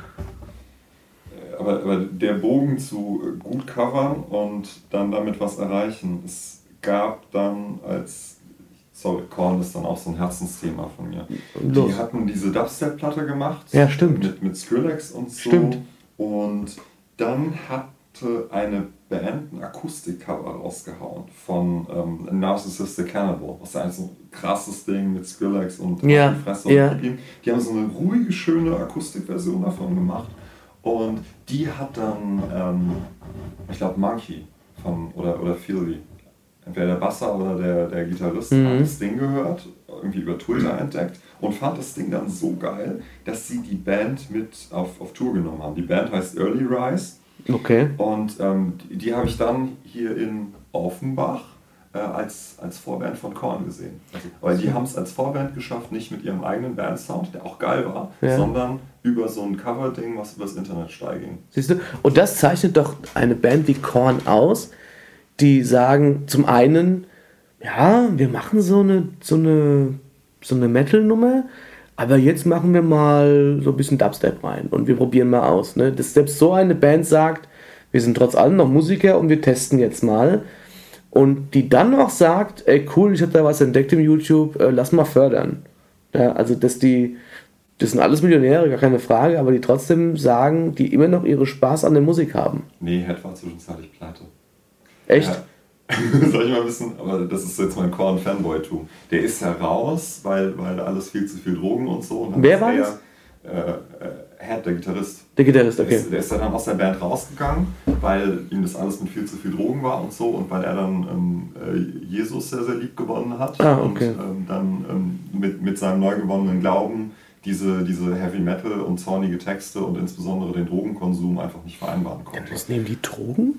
Speaker 2: Aber, aber der Bogen zu äh, gut covern und dann damit was erreichen. Es gab dann als, sorry, Korn ist dann auch so ein Herzensthema von mir.
Speaker 3: Los.
Speaker 2: Die hatten diese Dubstep-Platte gemacht.
Speaker 3: Ja, stimmt.
Speaker 2: Mit, mit Skrillex und so.
Speaker 3: Stimmt.
Speaker 2: Und dann hatte eine Band ein Akustikcover rausgehauen von ähm, Narcissistic Cannibal. Was ist eigentlich so ein krasses Ding mit Skrillex und
Speaker 3: Ja,
Speaker 2: die Fresse
Speaker 3: ja.
Speaker 2: und Pippin. Die haben so eine ruhige, schöne Akustikversion davon gemacht. Und die hat dann, ähm, ich glaube, Monkey von, oder, oder Philly, entweder der Basser oder der, der Gitarrist,
Speaker 3: Mhm.
Speaker 2: hat das Ding gehört, irgendwie über Twitter entdeckt und fand das Ding dann so geil, dass sie die Band mit auf, auf Tour genommen haben. Die Band heißt Early Rise
Speaker 3: Okay.
Speaker 2: und ähm, die, die habe ich dann hier in Offenbach äh, als, als Vorband von Korn gesehen. Also, weil die haben es als Vorband geschafft, nicht mit ihrem eigenen Bandsound, der auch geil war,
Speaker 3: Ja.
Speaker 2: sondern über so ein Cover-Ding, was übers Internet steil ging.
Speaker 3: Siehst du? Und das zeichnet doch eine Band wie Korn aus, die sagen zum einen, ja, wir machen so eine, so eine, so eine Metal-Nummer, aber jetzt machen wir mal so ein bisschen Dubstep rein und wir probieren mal aus. Ne? Dass selbst so eine Band sagt, wir sind trotz allem noch Musiker und wir testen jetzt mal. Und die dann noch sagt, ey cool, ich habe da was entdeckt im YouTube, äh, lass mal fördern. Ja, also dass die, das sind alles Millionäre, gar keine Frage, aber die trotzdem sagen, die immer noch ihre Spaß an der Musik haben.
Speaker 2: Nee, Head war zwischenzeitlich pleite.
Speaker 3: Echt?
Speaker 2: Ja. Soll ich mal wissen, aber das ist jetzt mein Korn-Fanboy-Tum. Der ist ja raus, weil, weil alles viel zu viel Drogen und so. Und dann
Speaker 3: Wer
Speaker 2: ist
Speaker 3: war
Speaker 2: er,
Speaker 3: das?
Speaker 2: Äh, äh, Head, der Gitarrist.
Speaker 3: Der Gitarrist,
Speaker 2: Der
Speaker 3: okay.
Speaker 2: ist, der ist ja dann aus der Band rausgegangen, weil ihm das alles mit viel zu viel Drogen war und so und weil er dann ähm, äh, Jesus sehr, sehr lieb gewonnen hat
Speaker 3: Ah, okay.
Speaker 2: und ähm, dann ähm, mit, mit seinem neu gewonnenen Glauben diese, diese Heavy Metal und zornige Texte und insbesondere den Drogenkonsum einfach nicht vereinbaren konnte.
Speaker 3: Das nehmen die Drogen?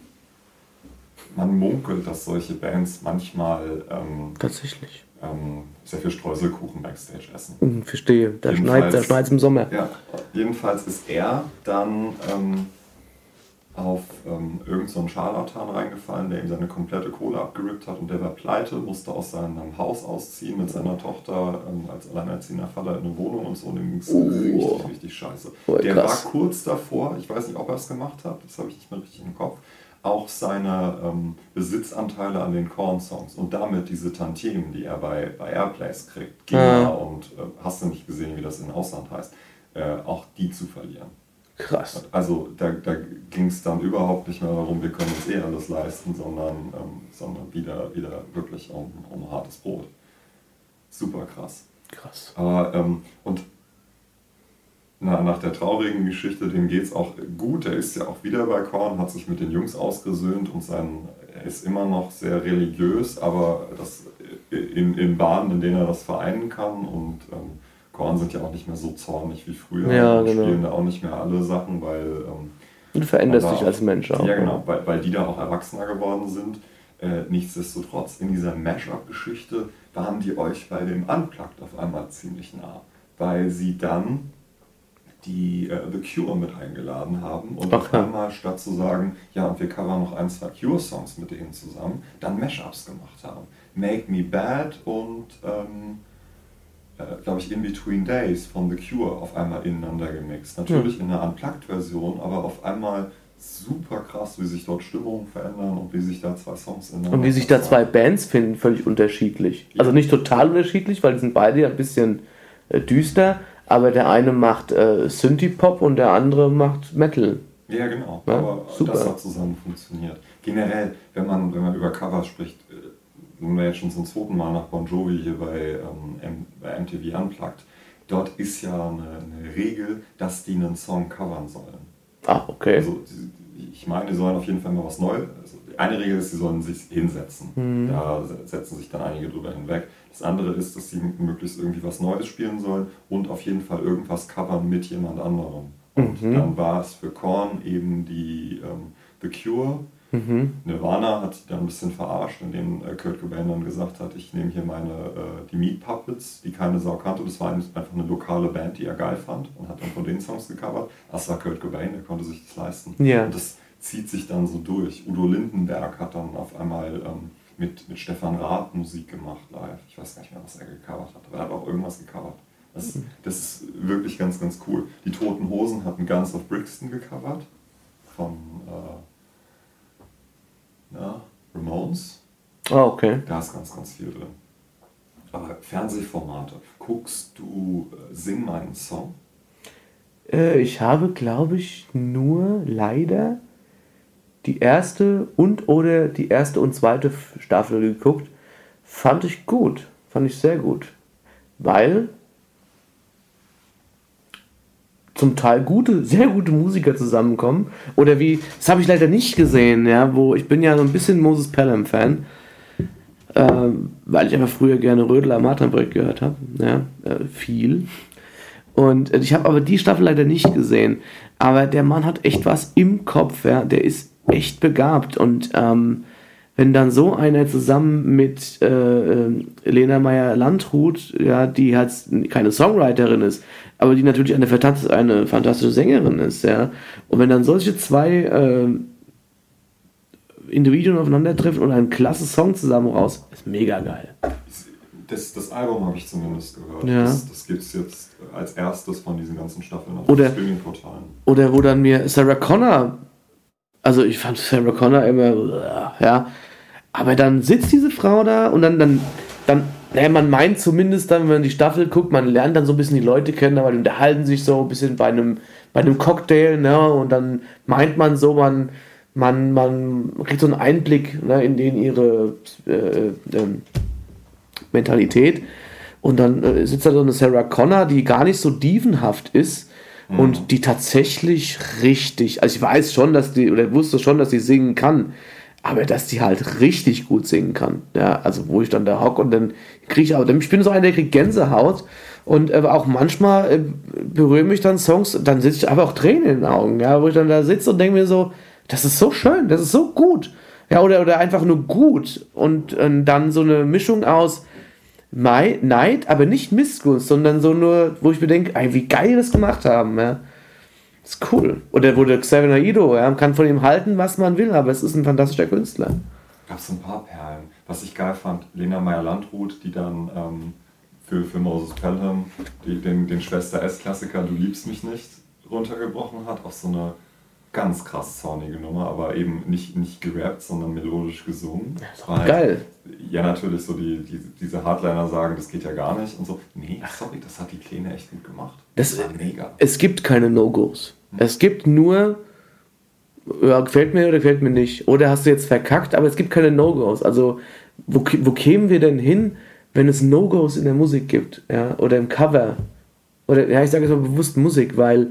Speaker 2: Man munkelt, dass solche Bands manchmal ähm,
Speaker 3: Tatsächlich.
Speaker 2: ähm, sehr viel Streuselkuchen Backstage essen.
Speaker 3: Hm, verstehe. Da
Speaker 2: Jedenfalls-
Speaker 3: schneit da schneit's im Sommer.
Speaker 2: Ja, jedenfalls ist er dann ähm, auf ähm, irgend so einen Scharlatan reingefallen, der ihm seine komplette Kohle abgerippt hat und der war pleite, musste aus seinem Haus ausziehen mit seiner Tochter ähm, als alleinerziehender Vater in eine Wohnung und so und dem ging es
Speaker 3: Oh.
Speaker 2: richtig, richtig scheiße.
Speaker 3: Oh,
Speaker 2: der
Speaker 3: krass.
Speaker 2: war kurz davor, ich weiß nicht, ob er es gemacht hat, das habe ich nicht mehr richtig im Kopf, auch seine ähm, Besitzanteile an den Korn-Songs und damit diese Tantiemen, die er bei, bei Airplays kriegt, G E M A
Speaker 3: Ah.
Speaker 2: und äh, hast du nicht gesehen, wie das in Ausland heißt, äh, auch die zu verlieren.
Speaker 3: Krass.
Speaker 2: Also da, da ging es dann überhaupt nicht mehr darum, wir können uns eh alles leisten, sondern, ähm, sondern wieder, wieder wirklich um, um hartes Brot. Super krass.
Speaker 3: Krass.
Speaker 2: Aber, ähm, und na, nach der traurigen Geschichte, dem geht's auch gut. Er ist ja auch wieder bei Korn, hat sich mit den Jungs ausgesöhnt und sein, er ist immer noch sehr religiös, aber das in, in Bahnen, in denen er das vereinen kann. Und ähm, Korn sind ja auch nicht mehr so zornig wie früher.
Speaker 3: Ja,
Speaker 2: und
Speaker 3: genau.
Speaker 2: spielen da auch nicht mehr alle Sachen, weil... Ähm,
Speaker 3: Und du veränderst dich
Speaker 2: auch,
Speaker 3: als Mensch auch.
Speaker 2: Ja, genau, weil, weil die da auch erwachsener geworden sind. Äh, nichtsdestotrotz, in dieser Mash-up-Geschichte waren die euch bei dem Unplugged auf einmal ziemlich nah, weil sie dann die äh, The Cure mit eingeladen haben und
Speaker 3: Ach,
Speaker 2: auf
Speaker 3: ja.
Speaker 2: einmal statt zu sagen, ja und wir covern noch ein, zwei Cure-Songs mit denen zusammen, dann Mash-ups gemacht haben. Make Me Bad und ähm, äh, glaube ich In Between Days von The Cure auf einmal ineinander gemixt. Natürlich in einer Unplugged-Version, aber auf einmal super krass, wie sich dort Stimmungen verändern und wie sich da zwei Songs ineinander
Speaker 3: Und wie sich da zwei Bands finden, völlig unterschiedlich. Also nicht total unterschiedlich, weil die sind beide ja ein bisschen äh, düster, aber der eine macht äh, Synthie-Pop und der andere macht Metal.
Speaker 2: Ja, genau.
Speaker 3: Ja,
Speaker 2: aber
Speaker 3: super.
Speaker 2: das hat zusammen funktioniert. Generell, wenn man, wenn man über Covers spricht, äh, sind wir jetzt schon zum zweiten Mal nach Bon Jovi hier bei, ähm, M- bei M T V Unplugged, dort ist ja eine, eine Regel, dass die einen Song covern sollen.
Speaker 3: Ah, okay.
Speaker 2: Also, die- ich meine, die sollen auf jeden Fall mal was Neues. Also, eine Regel ist, sie sollen sich hinsetzen.
Speaker 3: Mhm.
Speaker 2: Da setzen sich dann einige drüber hinweg. Das andere ist, dass sie möglichst irgendwie was Neues spielen sollen und auf jeden Fall irgendwas covern mit jemand anderem. Und
Speaker 3: Mhm.
Speaker 2: dann war es für Korn eben die ähm, The Cure.
Speaker 3: Mhm.
Speaker 2: Nirvana hat die dann ein bisschen verarscht, indem äh, Kurt Cobain dann gesagt hat, ich nehme hier meine, äh, die Meat Puppets, die keine Sau kannte. Das war einfach eine lokale Band, die er geil fand und hat dann von den Songs gecovert. Das war Kurt Cobain, der konnte sich das leisten.
Speaker 3: Ja.
Speaker 2: Und das zieht sich dann so durch. Udo Lindenberg hat dann auf einmal ähm, mit, mit Stefan Raab Musik gemacht live. Ich weiß gar nicht mehr, was er gecovert hat, aber er hat auch irgendwas gecovert. Das, das ist wirklich ganz, ganz cool. Die Toten Hosen hatten Guns of Brixton gecovert von äh, na, Ramones.
Speaker 3: Ah, okay.
Speaker 2: Da ist ganz, ganz viel drin. Aber Fernsehformate. Guckst du äh, Sing meinen Song?
Speaker 3: Äh, ich habe, glaube ich, nur leider die erste und oder die erste und zweite Staffel geguckt. Fand ich gut. Fand ich sehr gut. Weil zum Teil gute, sehr gute Musiker zusammenkommen. Oder wie, das habe ich leider nicht gesehen, ja, wo ich bin ja so ein bisschen Moses Pelham-Fan, äh, weil ich einfach früher gerne Rödler Martinbrück gehört habe, ja, äh, viel. Und äh, ich habe aber die Staffel leider nicht gesehen. Aber der Mann hat echt was im Kopf, ja, der ist echt begabt. Und ähm, wenn dann so einer zusammen mit äh, Lena Meyer-Landrut, ja, die halt keine Songwriterin ist, aber die natürlich eine, eine fantastische Sängerin ist, ja, und wenn dann solche zwei äh, Individuen aufeinandertreffen und einen klasse Song zusammen raus, ist mega geil.
Speaker 2: Das, das Album habe ich zumindest gehört.
Speaker 3: Ja.
Speaker 2: Das, das gibt es jetzt als erstes von diesen ganzen Staffeln auf
Speaker 3: Oder-
Speaker 2: Streaming-Portalen.
Speaker 3: Oder wo dann mir Sarah Connor, also ich fand Sarah Connor immer, ja, aber dann sitzt diese Frau da und dann, dann, dann, naja, man meint zumindest dann, wenn man die Staffel guckt, man lernt dann so ein bisschen die Leute kennen, aber die unterhalten sich so ein bisschen bei einem, bei einem Cocktail, ne, und dann meint man so, man, man, man kriegt so einen Einblick, ne, in den ihre äh, ähm, Mentalität. Und dann äh, sitzt da so eine Sarah Connor, die gar nicht so dievenhaft ist
Speaker 2: Mhm.
Speaker 3: und die tatsächlich richtig, also ich weiß schon, dass die, oder wusste schon, dass sie singen kann, aber dass die halt richtig gut singen kann. Ja, also wo ich dann da hocke und dann kriege ich auch, ich bin so einer, der kriegt Gänsehaut und äh, auch manchmal äh, berühren mich dann Songs, dann sitze ich einfach auch Tränen in den Augen, ja, wo ich dann da sitze und denke mir so, das ist so schön, das ist so gut. Ja, oder, oder einfach nur gut und äh, dann so eine Mischung aus Mai- Neid, aber nicht Missgunst, sondern so nur, wo ich mir denke, ey, wie geil die das gemacht haben, ja. Das ist cool. Oder wurde Xavier Naidoo, ja, man kann von ihm halten, was man will, aber es ist ein fantastischer Künstler.
Speaker 2: Gab es ein paar Perlen. Was ich geil fand, Lena Meyer-Landrut, die dann ähm, für, für Moses Pelham die, den, den Schwester-S-Klassiker Du liebst mich nicht runtergebrochen hat, auf so eine ganz krass zornige Nummer, aber eben nicht, nicht gerappt, sondern melodisch gesungen.
Speaker 3: Das ist auch geil.
Speaker 2: Ja, natürlich, so die, die, diese Hardliner sagen, das geht ja gar nicht und so. Nee, sorry, das hat die Kleine echt gut gemacht.
Speaker 3: Das, das war mega. Es gibt keine No-Gos. Hm. Es gibt nur, ja, gefällt mir oder gefällt mir nicht. Oder hast du jetzt verkackt, aber es gibt keine No-Gos. Also, wo, wo kämen wir denn hin, wenn es No-Gos in der Musik gibt? Ja? Oder im Cover? Oder, ja, ich sage jetzt mal bewusst Musik, weil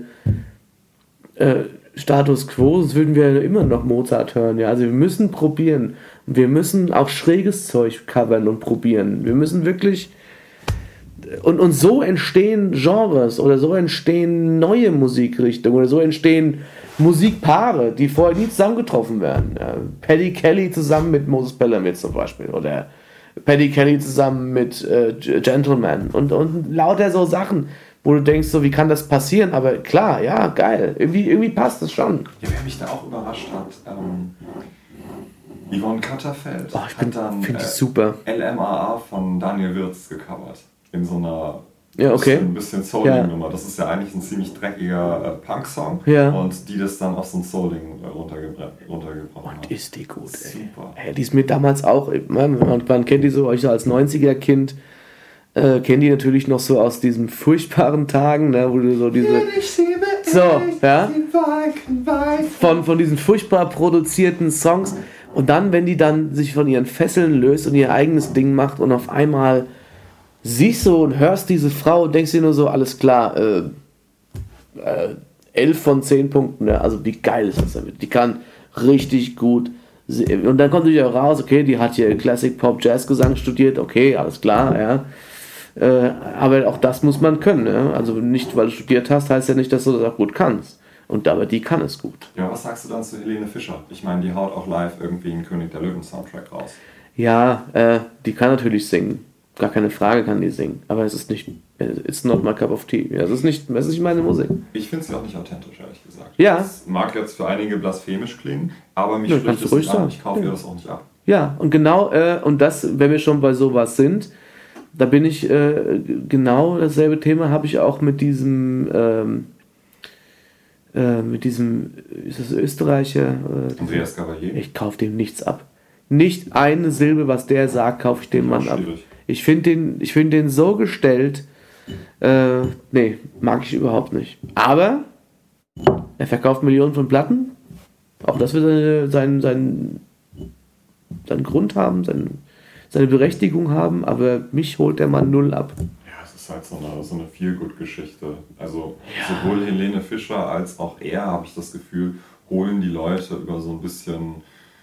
Speaker 3: äh, Status Quo, sonst würden wir immer noch Mozart hören. Ja? Also wir müssen probieren. Wir müssen auch schräges Zeug covern und probieren. Wir müssen wirklich... Und, und so entstehen Genres oder so entstehen neue Musikrichtungen oder so entstehen Musikpaare, die vorher nie zusammengetroffen werden. Ja? Paddy Kelly zusammen mit Moses Pelham jetzt zum Beispiel oder Paddy Kelly zusammen mit äh, Gentleman und, und lauter so Sachen, wo du denkst, so wie kann das passieren? Aber klar, ja, geil. Irgendwie, irgendwie passt das schon.
Speaker 2: Ja, wer mich da auch überrascht hat, ähm, Yvonne Katterfeld
Speaker 3: oh, ich
Speaker 2: hat dann
Speaker 3: äh, super.
Speaker 2: L M A A von Daniel Wirtz gecovert. In so einer
Speaker 3: ja, okay.
Speaker 2: bisschen, bisschen Souling-Nummer. Ja. Das ist ja eigentlich ein ziemlich dreckiger äh, Punk-Song.
Speaker 3: Ja.
Speaker 2: Und die das dann auf so ein Souling äh, runtergebra- runtergebrochen
Speaker 3: hat. Und ist die gut, ey.
Speaker 2: Super.
Speaker 3: Ey, die ist mir damals auch, man, man kennt die so, euch so als neunziger-Kind, äh, kennt die natürlich noch so aus diesen furchtbaren Tagen, ne, wo du so diese... So, ja. Von, von diesen furchtbar produzierten Songs. Und dann, wenn die dann sich von ihren Fesseln löst und ihr eigenes Ding macht und auf einmal siehst du und hörst diese Frau und denkst dir nur so, alles klar, äh, äh, elf von zehn Punkten, ne? Also wie geil ist das damit? Die kann richtig gut. Und dann kommt natürlich auch raus, okay, die hat hier Classic Pop Jazz Gesang studiert, okay, alles klar, ja. Äh, aber auch das muss man können, ja? Also nicht, weil du studiert hast, heißt ja nicht, dass du das auch gut kannst. Und aber die kann es gut.
Speaker 2: Ja, was sagst du dann zu Helene Fischer? Ich meine, die haut auch live irgendwie einen König der Löwen Soundtrack raus.
Speaker 3: Ja, äh, die kann natürlich singen. Gar keine Frage kann die singen. Aber es ist nicht, it's not my cup of tea. Ja, es ist nicht, es ist nicht meine Musik.
Speaker 2: Ich finde sie auch nicht authentisch, ehrlich gesagt.
Speaker 3: Ja.
Speaker 2: Das mag jetzt für einige blasphemisch klingen, aber mich
Speaker 3: ja,
Speaker 2: spricht es nicht an. Ich kaufe ja. ihr das auch nicht ab.
Speaker 3: Ja, und genau, äh, und das, wenn wir schon bei sowas sind, da bin ich, äh, genau dasselbe Thema habe ich auch mit diesem, ähm, äh, mit diesem, ist das Österreicher? Äh,
Speaker 2: Andreas Gabalier.
Speaker 3: Ich kaufe dem nichts ab. Nicht eine Silbe, was der sagt, kaufe ich dem Mann ab. Ich finde den, ich find den so gestellt, äh, nee, mag ich überhaupt nicht. Aber er verkauft Millionen von Platten. Auch das wird seinen, seinen, seinen Grund haben, seine, seine Berechtigung haben, aber mich holt der Mann null ab.
Speaker 2: Ja, es ist halt so eine, so eine Feel-Good-Geschichte. Also
Speaker 3: ja.
Speaker 2: sowohl Helene Fischer als auch er, habe ich das Gefühl, holen die Leute über so ein bisschen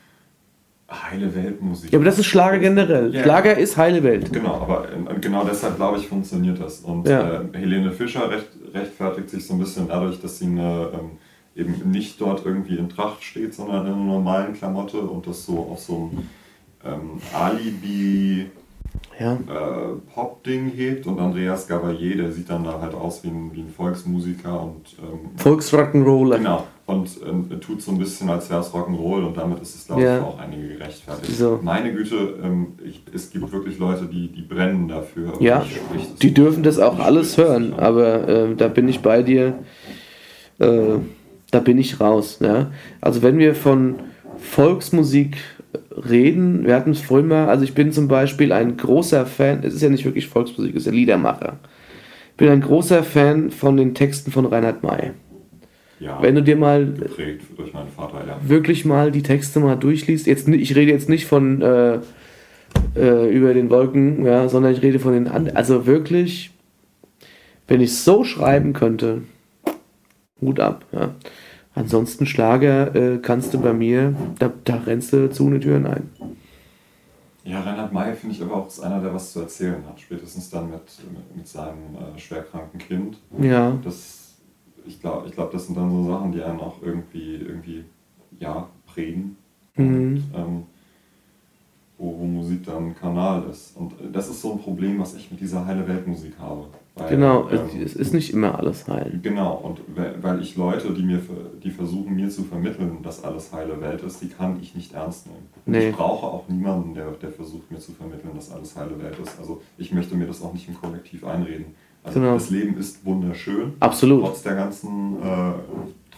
Speaker 2: heile Weltmusik.
Speaker 3: Ja, aber das ist Schlager generell.
Speaker 2: Ja.
Speaker 3: Schlager ist heile Welt.
Speaker 2: Genau, aber genau deshalb, glaube ich, funktioniert das. Und
Speaker 3: ja.
Speaker 2: äh, Helene Fischer recht, rechtfertigt sich so ein bisschen dadurch, dass sie eine, ähm, eben nicht dort irgendwie in Tracht steht, sondern in einer normalen Klamotte und das so auf so einem ähm, Alibi
Speaker 3: ja.
Speaker 2: äh, Pop-Ding hebt. Und Andreas Gabalier, der sieht dann da halt aus wie ein, wie ein Volksmusiker und ähm,
Speaker 3: Volksrock'n'Roller.
Speaker 2: Genau. Und ähm, tut so ein bisschen, als wäre es Rock'n'Roll und damit ist es, glaube
Speaker 3: ja.
Speaker 2: ich, auch einige gerechtfertigt.
Speaker 3: So.
Speaker 2: Meine Güte, ähm, ich, es gibt wirklich Leute, die, die brennen dafür.
Speaker 3: Ja, die dürfen das auch alles hören, aber äh, da bin ich bei dir, äh, da bin ich raus. Ja? Also wenn wir von Volksmusik reden, wir hatten es vorhin mal, also ich bin zum Beispiel ein großer Fan, es ist ja nicht wirklich Volksmusik, es ist ja Liedermacher. Ich bin ein großer Fan von den Texten von Reinhard May.
Speaker 2: Ja,
Speaker 3: wenn du dir mal
Speaker 2: geprägt durch meinen Vater, ja.
Speaker 3: wirklich mal die Texte mal durchliest, jetzt, ich rede jetzt nicht von äh, äh, über den Wolken, ja, sondern ich rede von den anderen, also wirklich, wenn ich so schreiben könnte, Hut ab, ja. Ansonsten Schlager äh, kannst du bei mir, da, da rennst du zu den Türen ein.
Speaker 2: Ja, Reinhard May finde ich aber auch ist einer, der was zu erzählen hat, spätestens dann mit, mit, mit seinem äh, schwerkranken Kind.
Speaker 3: Ja.
Speaker 2: Das Ich glaube, ich glaub, das sind dann so Sachen, die einen auch irgendwie, irgendwie ja, prägen.
Speaker 3: Mhm.
Speaker 2: Und, ähm, wo, wo Musik dann ein Kanal ist. Und das ist so ein Problem, was ich mit dieser heile Weltmusik habe. Weil,
Speaker 3: genau,
Speaker 2: ähm,
Speaker 3: es ist nicht immer alles heil.
Speaker 2: Genau, und weil ich Leute, die mir die versuchen, mir zu vermitteln, dass alles heile Welt ist, die kann ich nicht ernst nehmen. Und
Speaker 3: nee.
Speaker 2: ich brauche auch niemanden, der, der versucht, mir zu vermitteln, dass alles heile Welt ist. Also ich möchte mir das auch nicht im Kollektiv einreden. Also
Speaker 3: genau.
Speaker 2: Das Leben ist wunderschön.
Speaker 3: Absolut.
Speaker 2: Trotz der ganzen, äh,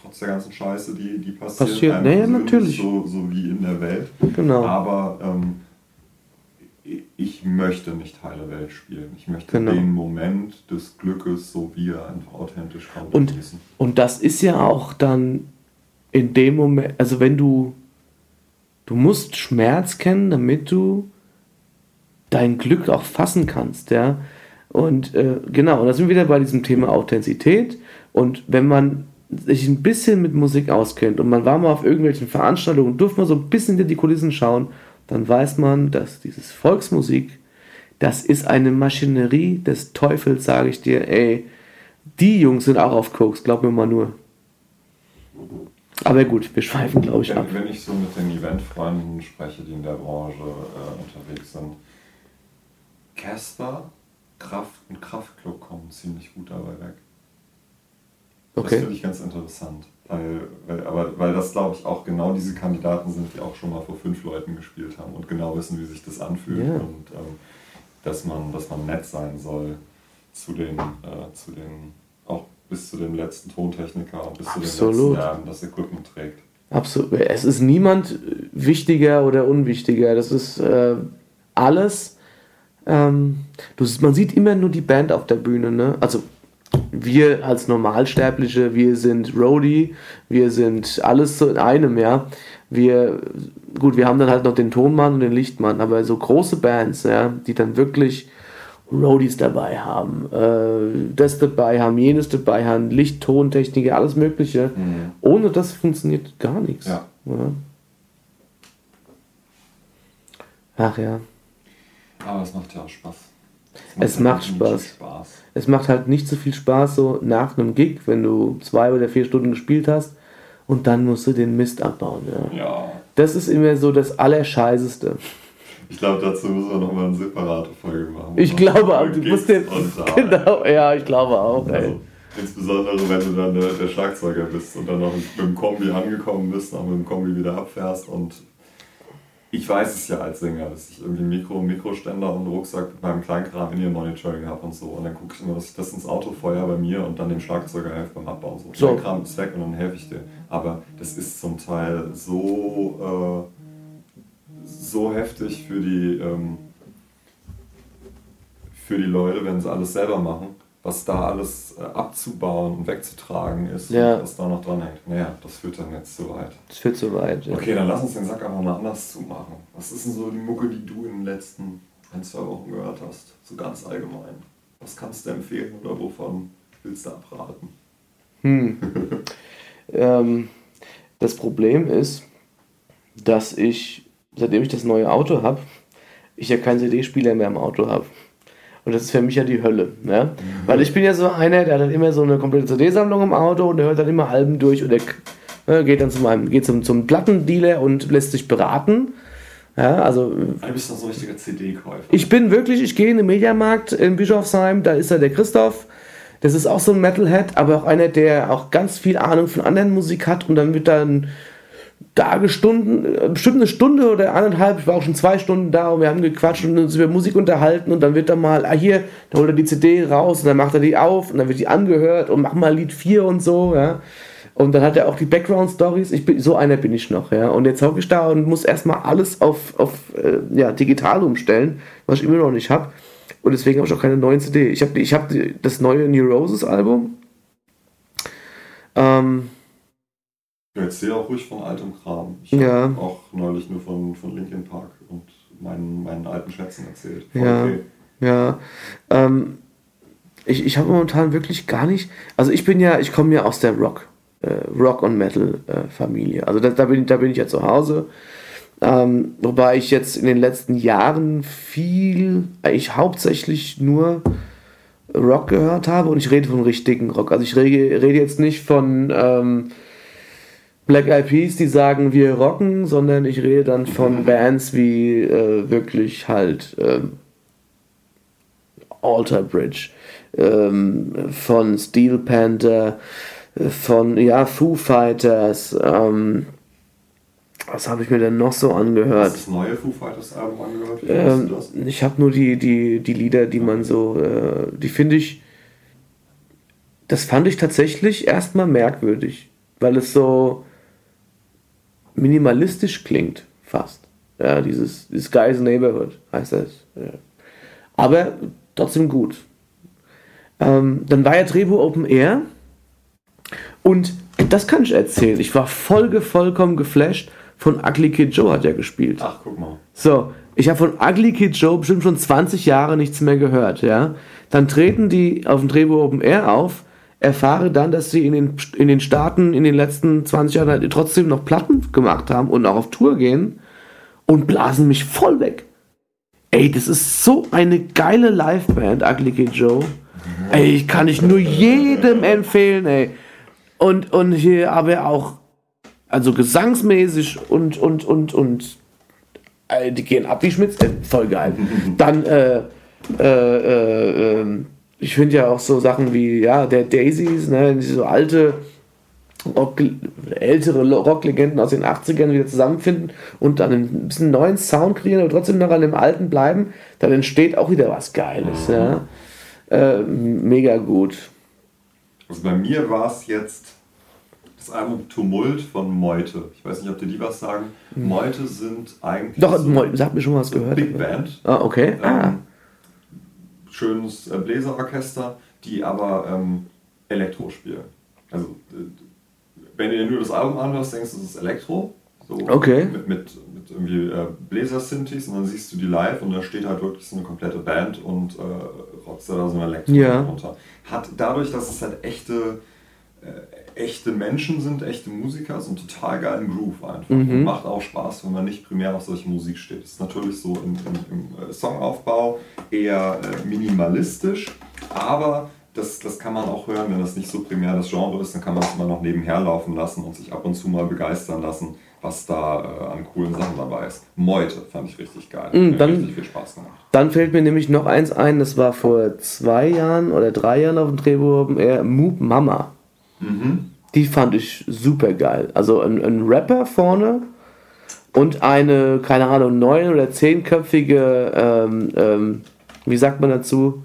Speaker 2: trotz der ganzen Scheiße, die, die passiert.
Speaker 3: Passiert, nee, ja, natürlich.
Speaker 2: So, so wie in der Welt.
Speaker 3: Genau.
Speaker 2: Aber ähm, ich möchte nicht heile Welt spielen. Ich möchte
Speaker 3: genau.
Speaker 2: den Moment des Glückes, so wie er einfach authentisch kommt,
Speaker 3: und,
Speaker 2: genießen.
Speaker 3: Und das ist ja auch dann in dem Moment, also wenn du, du musst Schmerz kennen, damit du dein Glück auch fassen kannst, ja. Und äh, genau, und da sind wir wieder bei diesem Thema Authentizität. Und wenn man sich ein bisschen mit Musik auskennt und man war mal auf irgendwelchen Veranstaltungen und durfte mal so ein bisschen hinter die Kulissen schauen, dann weiß man, dass dieses Volksmusik, das ist eine Maschinerie des Teufels, sage ich dir. Ey, die Jungs sind auch auf Koks, glaub mir mal nur. Aber gut, wir schweifen, glaube ich,
Speaker 2: wenn,
Speaker 3: ab.
Speaker 2: Wenn ich so mit den Eventfreunden spreche, die in der Branche äh, unterwegs sind, Casper, Kraft und Kraftklub kommen ziemlich gut dabei weg. Das
Speaker 3: Okay.
Speaker 2: finde ich ganz interessant. Weil, weil, aber, weil das, glaube ich, auch genau diese Kandidaten sind, die auch schon mal vor fünf Leuten gespielt haben und genau wissen, wie sich das anfühlt.
Speaker 3: Ja.
Speaker 2: Und ähm, dass, man, dass man nett sein soll zu den, äh, zu den, auch bis zu dem letzten Tontechniker und bis
Speaker 3: Absolut.
Speaker 2: zu den letzten, der das Equipment trägt.
Speaker 3: Absolut. Es ist niemand wichtiger oder unwichtiger. Das ist äh, alles. Ähm, du, man sieht immer nur die Band auf der Bühne, ne? Also wir als Normalsterbliche, wir sind Roadie, wir sind alles so in einem, ja. Wir, gut, wir haben dann halt noch den Tonmann und den Lichtmann, aber so große Bands, ja, die dann wirklich Roadies dabei haben, äh, das dabei haben, jenes dabei haben, Licht, Tontechniker, alles Mögliche.
Speaker 2: Mhm.
Speaker 3: Ohne das funktioniert gar nichts.
Speaker 2: Ja.
Speaker 3: Ja. Ach ja.
Speaker 2: Aber es macht ja auch Spaß.
Speaker 3: Es macht
Speaker 2: halt
Speaker 3: Spaß.
Speaker 2: Spaß.
Speaker 3: Es macht halt nicht so viel Spaß so nach einem Gig, wenn du zwei oder vier Stunden gespielt hast und dann musst du den Mist abbauen. Ja.
Speaker 2: Ja.
Speaker 3: Das ist immer so das Allerscheißeste.
Speaker 2: Ich glaube, dazu müssen wir nochmal eine separate Folge machen.
Speaker 3: Ich glaube auch, du
Speaker 2: Gigs
Speaker 3: musst den.
Speaker 2: und da,
Speaker 3: Genau, ja, ich glaube auch, ey.
Speaker 2: Also, insbesondere wenn du dann der, der Schlagzeuger bist und dann noch mit dem Kombi angekommen bist, noch mit dem Kombi wieder abfährst. Und ich weiß es ja als Sänger, dass ich irgendwie Mikro, Mikroständer und Rucksack mit meinem Kleinkram in ihr Monitoring habe und so. Und dann gucke ich immer, dass ich das ins Auto feuer bei mir und dann dem Schlagzeuger helfe beim Abbauen. So,
Speaker 3: So.
Speaker 2: Kleinkram ist weg und dann helfe ich dir. Aber das ist zum Teil so, äh, so heftig für die, ähm, für die Leute, wenn sie alles selber machen, was da alles äh, abzubauen und wegzutragen ist
Speaker 3: Ja.
Speaker 2: und was da noch dran hängt. Naja, das führt dann jetzt zu weit.
Speaker 3: Das führt zu weit. Ja.
Speaker 2: Okay, dann lass uns den Sack einfach mal anders zumachen. Was ist denn so die Mucke, die du in den letzten ein, zwei Wochen gehört hast? So ganz allgemein. Was kannst du empfehlen oder wovon willst du abraten?
Speaker 3: Hm. ähm, das Problem ist, dass ich, seitdem ich das neue Auto habe, ich ja keinen C D-Spieler mehr im Auto habe. Und das ist für mich ja die Hölle. Ne? Mhm. Weil ich bin ja so einer, der hat dann immer so eine komplette C D-Sammlung im Auto und der hört dann immer Alben durch und der ne, geht dann zu meinem, geht zum, zum Plattendealer und lässt sich beraten. Ja, also,
Speaker 2: du bist doch so ein richtiger C D-Käufer.
Speaker 3: Ich bin wirklich, ich gehe in den Mediamarkt in Bischofsheim, da ist da der Christoph. Das ist auch so ein Metalhead, aber auch einer, der auch ganz viel Ahnung von anderen Musik hat und dann wird dann da gestunden, bestimmt eine Stunde oder anderthalb, ich war auch schon zwei Stunden da und wir haben gequatscht und uns über Musik unterhalten und dann wird er mal, ah hier, da holt er die C D raus und dann macht er die auf und dann wird die angehört und mach mal Lied vier und so, ja. Und dann hat er auch die Background-Stories, ich bin, so einer bin ich noch, ja. Und jetzt hocke ich da und muss erstmal alles auf, auf äh, ja, digital umstellen, was ich immer noch nicht habe. Und deswegen habe ich auch keine neuen C D. Ich habe ich hab das neue New Roses Album. Ähm,
Speaker 2: Ja, erzähl auch ruhig von altem Kram. Ich
Speaker 3: Ja.
Speaker 2: habe auch neulich nur von, von Linkin Park und meinen, meinen alten Schätzen erzählt. Voll
Speaker 3: Ja.
Speaker 2: okay.
Speaker 3: Ja, ähm, ich, ich habe momentan wirklich gar nicht, also ich bin ja, ich komme ja aus der Rock, äh, Rock und Metal äh, Familie, also da, da, bin, da bin ich ja zu Hause, ähm, wobei ich jetzt in den letzten Jahren viel, eigentlich hauptsächlich nur Rock gehört habe und ich rede von richtigen Rock, also ich rede, rede jetzt nicht von ähm, Black Eyed Peas, die sagen, wir rocken, sondern ich rede dann von Bands wie äh, wirklich halt ähm, Alter Bridge, ähm, von Steel Panther, äh, von ja, Foo Fighters, ähm, was habe ich mir denn noch so angehört?
Speaker 2: Hast du das neue Foo Fighters Album angehört? Wie findest
Speaker 3: Ähm,
Speaker 2: du das?
Speaker 3: ich habe nur die, die, die Lieder, die man so, äh, die finde ich, das fand ich tatsächlich erstmal merkwürdig. weil es so minimalistisch klingt, fast. Ja, dieses, dieses Guy's Neighborhood heißt das. Ja. Aber trotzdem gut. Ähm, dann war ja Trebo Open Air und das kann ich erzählen. Ich war voll, vollkommen geflasht von Ugly Kid Joe, hat er gespielt.
Speaker 2: Ach, guck mal.
Speaker 3: So, ich habe von Ugly Kid Joe bestimmt schon zwanzig Jahre nichts mehr gehört, ja. Dann treten die auf dem Trebo Open Air auf, erfahre dann, dass sie in den, in den Staaten in den letzten zwanzig Jahren halt trotzdem noch Platten gemacht haben und auch auf Tour gehen und blasen mich voll weg. Ey, das ist so eine geile Liveband, Ugly Kid Joe. Ey, ich kann ich nur jedem empfehlen, ey. Und, und hier aber auch, also gesangsmäßig und, und, und, und, äh, die gehen ab wie Schmitz, äh, voll geil. Dann, äh, äh, äh, äh, ich finde ja auch so Sachen wie, ja, der Daisies, ne, diese so alte, Rock, ältere Rocklegenden aus den achtzigern wieder zusammenfinden und dann ein bisschen neuen Sound kreieren, aber trotzdem noch an dem alten bleiben, dann entsteht auch wieder was Geiles, ja. Äh, mega gut.
Speaker 2: Also bei mir war es jetzt das Album Tumult von Meute. Ich weiß nicht, ob dir die was sagen. Mhm. Meute sind eigentlich
Speaker 3: Doch,
Speaker 2: so
Speaker 3: Meute, sag mir schon was gehört.
Speaker 2: Big Band.
Speaker 3: Ah, okay.
Speaker 2: Ähm,
Speaker 3: ah.
Speaker 2: Schönes äh, Bläserorchester, die aber ähm, Elektro spielen. Also äh, wenn du dir nur das Album anhörst, denkst du, es ist Elektro. So
Speaker 3: okay.
Speaker 2: Mit, mit, mit irgendwie äh, Bläser-Synthes und dann siehst du die live und da steht halt wirklich so eine komplette Band und äh, rotzt da so eine Elektro
Speaker 3: ja.
Speaker 2: runter. Hat dadurch, dass es halt echte, äh, echte Menschen sind, echte Musiker, so einen total geilen Groove einfach. Mhm. Und macht auch Spaß, wenn man nicht primär auf solche Musik steht. Das ist natürlich so im, im, im Songaufbau eher äh, minimalistisch, aber Das, das kann man auch hören, wenn das nicht so primär das Genre ist, dann kann man es immer noch nebenher laufen lassen und sich ab und zu mal begeistern lassen, was da äh, an coolen Sachen dabei ist. Meute fand ich richtig geil.
Speaker 3: Mm,
Speaker 2: Hat
Speaker 3: dann,
Speaker 2: richtig viel Spaß gemacht.
Speaker 3: Dann fällt mir nämlich noch eins ein, das war vor zwei Jahren oder drei Jahren auf dem Trebo Open Air, Moop Mama.
Speaker 2: Mhm.
Speaker 3: Die fand ich super geil. Also ein, ein Rapper vorne und eine, keine Ahnung, neun- oder zehnköpfige, ähm, ähm, wie sagt man dazu,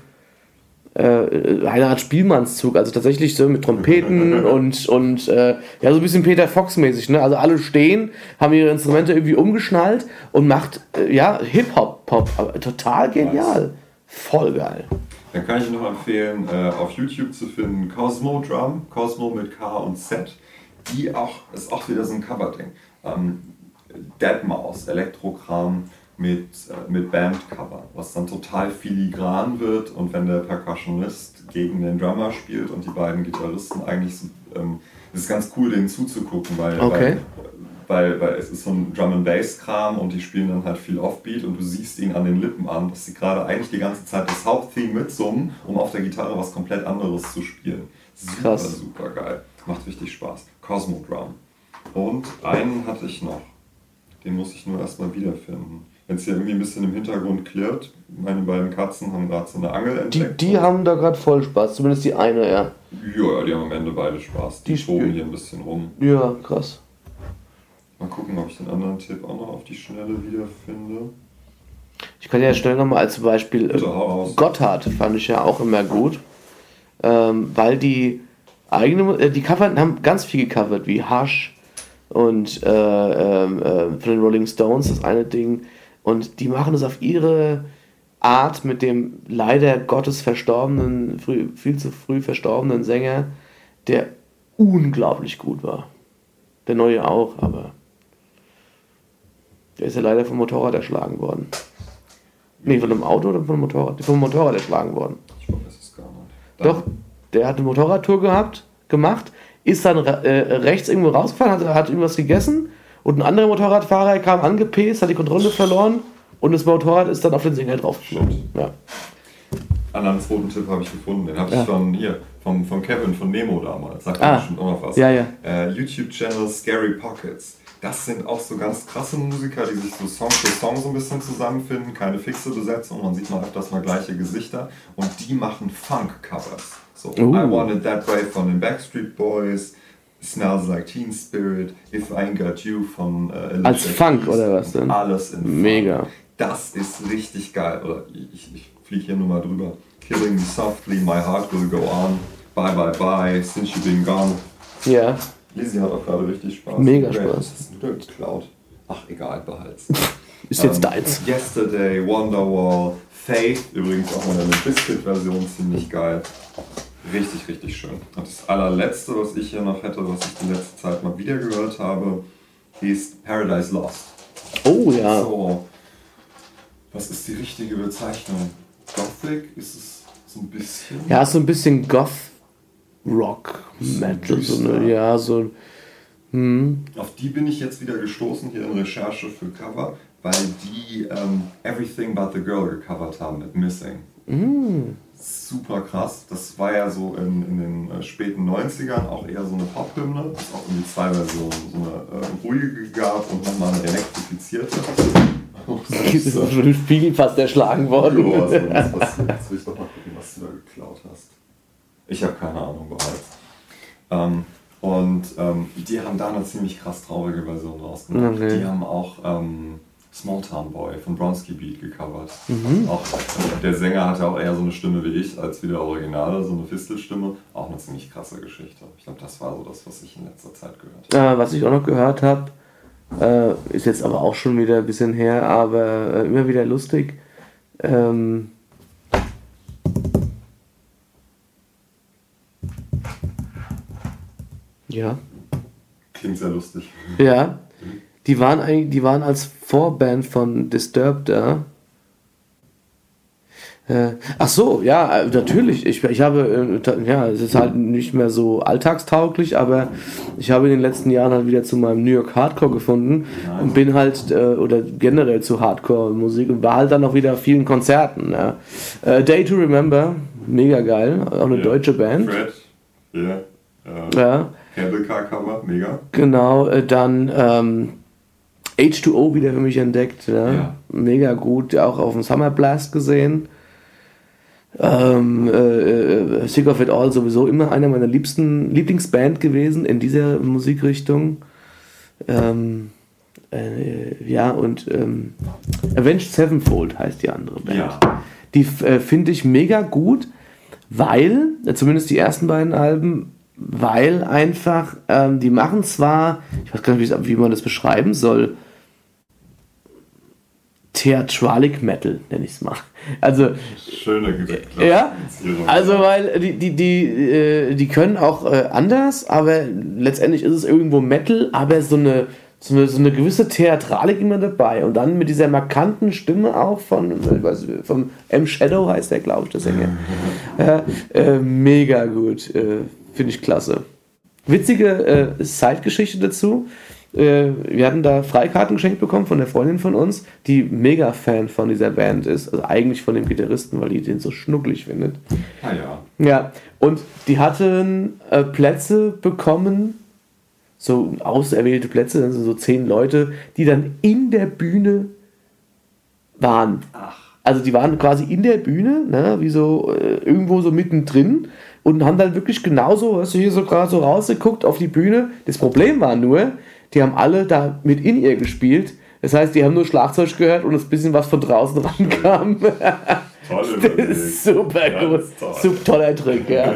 Speaker 3: eine Art Spielmannszug, also tatsächlich so mit Trompeten und, und äh, ja, so ein bisschen Peter Fox-mäßig, ne? Also alle stehen, haben ihre Instrumente irgendwie umgeschnallt und macht, äh, ja, Hip-Hop-Pop, aber total genial. Voll geil.
Speaker 2: Dann kann ich noch empfehlen, äh, auf YouTube zu finden Cosmo Drum, Cosmo mit K und Z, die auch, ist auch wieder so ein Cover-Ding. Ähm, Deadmau five, Elektrokram, mit, äh, mit Bandcover, was dann total filigran wird und wenn der Percussionist gegen den Drummer spielt und die beiden Gitarristen eigentlich so, ähm, es ist ganz cool, denen zuzugucken, weil,
Speaker 3: okay.
Speaker 2: weil, weil, weil es ist so ein Drum-and-Bass-Kram und die spielen dann halt viel Offbeat und du siehst ihnen an den Lippen an, dass sie gerade eigentlich die ganze Zeit das Haupttheme mitsummen, um auf der Gitarre was komplett anderes zu spielen. Super,
Speaker 3: krass.
Speaker 2: Super geil. Macht richtig Spaß. Cosmo Drum. Und einen hatte ich noch. Den muss ich nur erstmal wiederfinden. Wenn es hier irgendwie ein bisschen im Hintergrund klirrt, meine beiden Katzen haben gerade so eine Angel entdeckt.
Speaker 3: Die, die haben da gerade voll Spaß, zumindest die eine, ja.
Speaker 2: Ja, die haben am Ende beide Spaß. Die, die toben hier ein bisschen rum.
Speaker 3: Ja, krass.
Speaker 2: Mal gucken, ob ich den anderen Tipp auch noch auf die Schnelle wiederfinde.
Speaker 3: Ich kann ja schnell nochmal als Beispiel
Speaker 2: Bitte, hau raus.
Speaker 3: Gotthard fand ich ja auch immer gut, ähm, weil die eigene, äh, die Cover haben ganz viel gecovert, wie Hush und äh, äh, äh, von den Rolling Stones, das eine Ding. Und die machen es auf ihre Art mit dem leider Gottes verstorbenen, früh, viel zu früh verstorbenen Sänger, der unglaublich gut war. Der neue auch, aber der ist ja leider vom Motorrad erschlagen worden. Nee, von einem Auto oder vom Motorrad? Vom Motorrad erschlagen worden.
Speaker 2: Ich weiß es gar nicht. Dann
Speaker 3: Doch, der hat eine Motorradtour gehabt, gemacht, ist dann äh, rechts irgendwo rausgefahren, hat, hat irgendwas gegessen und ein anderer Motorradfahrer kam angepäst, hat die Kontrolle verloren und das Motorrad ist dann auf den Sänger draufgeflogen. Ja.
Speaker 2: Anderen zweiten Tipp habe ich gefunden, den habe
Speaker 3: Ja.
Speaker 2: ich von hier, vom, von Kevin von Nemo damals. Sagt
Speaker 3: Ah.
Speaker 2: er bestimmt auch noch was.
Speaker 3: Ja, ja.
Speaker 2: Äh, YouTube-Channel Scary Pockets. Das sind auch so ganz krasse Musiker, die sich so Song für Song so ein bisschen zusammenfinden. Keine fixe Besetzung, man sieht mal öfters mal gleiche Gesichter. Und die machen Funk-Covers. So,
Speaker 3: Uh.
Speaker 2: I Want It That Way von den Backstreet Boys, Smells Like Teen Spirit, If I Ain't Got You von äh, Alicia
Speaker 3: Als Funk
Speaker 2: Keys.
Speaker 3: oder was denn?
Speaker 2: Alles in Funk.
Speaker 3: Mega.
Speaker 2: Das ist richtig geil. Oder ich, ich fliege hier nur mal drüber. Killing Me Softly, My Heart Will Go On, Bye Bye Bye, Since You've Been Gone.
Speaker 3: Ja.
Speaker 2: Lizzie hat auch gerade richtig Spaß.
Speaker 3: Mega
Speaker 2: okay,
Speaker 3: Spaß.
Speaker 2: Was hast du da geklaut? Ach, egal, behalt's.
Speaker 3: Ist jetzt
Speaker 2: ähm,
Speaker 3: deins.
Speaker 2: Yesterday, Wonderwall, Faith, übrigens auch mal eine Biscuit-Version, ziemlich geil. Richtig, richtig schön. Und das allerletzte, was ich hier noch hätte, was ich in letzter Zeit mal wieder gehört habe, ist Paradise Lost.
Speaker 3: Oh ja.
Speaker 2: So, was ist die richtige Bezeichnung? Gothic? Ist es so ein bisschen?
Speaker 3: Ja, so ein bisschen Goth Rock Metal, so eine, ja, so. Hm.
Speaker 2: Auf die bin ich jetzt wieder gestoßen hier in Recherche für Cover, weil die ähm, Everything But the Girl gecovert haben mit Missing.
Speaker 3: Mm.
Speaker 2: Super krass. Das war ja so in, in den äh, späten neunzigern auch eher so eine Pop-Hymne. Es auch irgendwie zwei Versionen. So eine äh, ruhige gab und nochmal eine elektrifizierte. Oh,
Speaker 3: Das ist schon im Spiegel fast erschlagen worden.
Speaker 2: Oh, was ist das passiert? Jetzt will ich doch mal gucken, was du da geklaut hast. Ich habe keine Ahnung bereits. Ähm, und ähm, die haben da eine ziemlich krass traurige Version rausgemacht.
Speaker 3: Okay.
Speaker 2: Die haben auch ähm, Small Town Boy von Bronski Beat gecovert.
Speaker 3: Mhm.
Speaker 2: Auch, der Sänger hatte auch eher so eine Stimme wie ich, als wie der Originale, so eine Fistelstimme. Auch eine ziemlich krasse Geschichte. Ich glaube, das war so das, was ich in letzter Zeit gehört habe.
Speaker 3: Äh, was ich auch noch gehört habe, äh, ist jetzt aber auch schon wieder ein bisschen her, aber äh, immer wieder lustig. Ähm, ja.
Speaker 2: Klingt sehr lustig.
Speaker 3: Ja. Die waren eigentlich, die waren als Vorband von Disturbed da. Äh, ach so, ja, natürlich. Ich, ich habe, äh, ja, es ist halt nicht mehr so alltagstauglich, aber ich habe in den letzten Jahren halt wieder zu meinem New York Hardcore gefunden und bin halt, äh, oder generell zu Hardcore-Musik und war halt dann auch wieder auf vielen Konzerten. Ja. Äh, Day to Remember, mega geil, auch eine
Speaker 2: Ja.
Speaker 3: deutsche Band.
Speaker 2: Fred, ja. Äh,
Speaker 3: Ja,
Speaker 2: Candle Car Cover, mega.
Speaker 3: genau, äh, dann ähm, H zwei O wieder für mich entdeckt, ja.
Speaker 2: Ja.
Speaker 3: Mega gut, auch auf dem Summer Blast gesehen. Ähm, äh, äh, Sick of It All sowieso immer einer meiner liebsten Lieblingsband gewesen in dieser Musikrichtung. Ähm, äh, ja, und ähm, Avenged Sevenfold heißt die andere Band.
Speaker 2: Ja.
Speaker 3: Die äh, finde ich mega gut, weil, äh, zumindest die ersten beiden Alben, weil einfach, ähm, die machen zwar, ich weiß gar nicht, wie man das beschreiben soll, Theatralic Metal, nenne ich es mal. Also,
Speaker 2: Schöne Klassifizierung.
Speaker 3: ja, also weil die, die, die, äh, die können auch äh, anders, aber letztendlich ist es irgendwo Metal, aber so eine, so eine, so eine gewisse Theatralik immer dabei. Und dann mit dieser markanten Stimme auch von, äh, weiß ich, vom M. Shadow heißt der, glaube ich, der Sänger. Ja, äh, mega gut, äh, finde ich klasse. Witzige äh, Side-Geschichte dazu. Äh, wir hatten da Freikarten geschenkt bekommen von der Freundin von uns, die mega Fan von dieser Band ist. Also eigentlich von dem Gitarristen, weil die den so schnucklig findet.
Speaker 2: Ah ja.
Speaker 3: Ja, und die hatten äh, Plätze bekommen, so auserwählte Plätze, das sind so zehn Leute, die dann in der Bühne waren.
Speaker 2: Ach.
Speaker 3: Also die waren quasi in der Bühne, ne, wie so äh, irgendwo so mittendrin und haben dann wirklich genauso, hast du hier so gerade so rausgeguckt auf die Bühne. Das Problem war nur, die haben alle da mit in ihr gespielt. Das heißt, die haben nur Schlagzeug gehört und das bisschen was von draußen rankam.
Speaker 2: Tolle
Speaker 3: Das ist super
Speaker 2: ja,
Speaker 3: gut.
Speaker 2: toll.
Speaker 3: Super toller Trick, ja.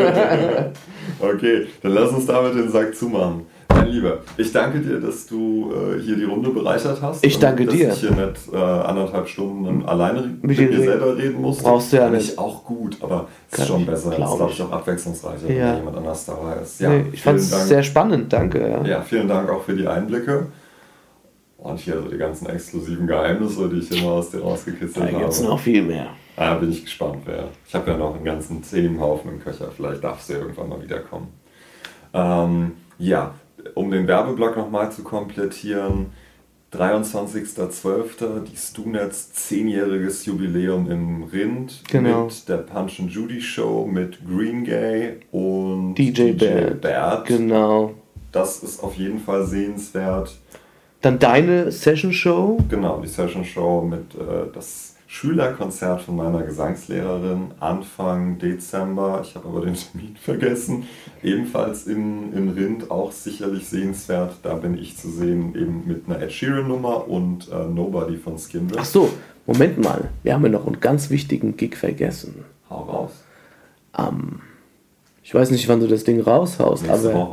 Speaker 2: Okay, dann lass uns damit den Sack zumachen. Mein Lieber, ich danke dir, dass du äh, hier die Runde bereichert hast.
Speaker 3: Ich danke
Speaker 2: dass
Speaker 3: dir.
Speaker 2: ich hier nicht äh, anderthalb Stunden dann alleine mit,
Speaker 3: Mit
Speaker 2: mir
Speaker 3: dir
Speaker 2: selber reden musste.
Speaker 3: brauchst du ja
Speaker 2: Fand
Speaker 3: nicht.
Speaker 2: ich auch gut, aber es
Speaker 3: Kann
Speaker 2: ist schon
Speaker 3: ich,
Speaker 2: besser. Es
Speaker 3: glaub
Speaker 2: ist, glaube
Speaker 3: ich.
Speaker 2: ich, auch abwechslungsreicher,
Speaker 3: Ja.
Speaker 2: wenn jemand anders dabei ist. Ja,
Speaker 3: Nee, ich fand es
Speaker 2: vielen Dank.
Speaker 3: sehr spannend, danke. Ja.
Speaker 2: Ja, vielen Dank auch für die Einblicke. Und hier so die ganzen exklusiven Geheimnisse, die ich immer aus dir rausgekitzelt
Speaker 3: Da
Speaker 2: habe.
Speaker 3: gibt es noch viel mehr.
Speaker 2: Ah, bin ich gespannt, wer. Ich habe ja noch einen ganzen Themenhaufen im Köcher. Vielleicht darfst du ja irgendwann mal wiederkommen. Ähm, ja, um den Werbeblock nochmal zu komplettieren. dreiundzwanzigster zwölfter die Stunets zehnjähriges Jubiläum im Rind.
Speaker 3: Genau.
Speaker 2: Mit der Punch and Judy Show mit Green Gay und
Speaker 3: D J Bert.
Speaker 2: Bert.
Speaker 3: Genau.
Speaker 2: Das ist auf jeden Fall sehenswert.
Speaker 3: Dann deine Session-Show.
Speaker 2: Genau, die Session Show mit äh, das Schülerkonzert von meiner Gesangslehrerin Anfang Dezember. Ich habe aber den Termin vergessen. Ebenfalls im, im Rind, auch sicherlich sehenswert. Da bin ich zu sehen, eben mit einer Ed Sheeran Nummer und äh, Nobody von Skindred.
Speaker 3: Ach so, Moment mal. Wir haben ja noch einen ganz wichtigen Gig vergessen.
Speaker 2: Hau raus.
Speaker 3: Am, ich weiß nicht, wann du das Ding raushaust,
Speaker 2: Nächste
Speaker 3: aber
Speaker 2: Woche.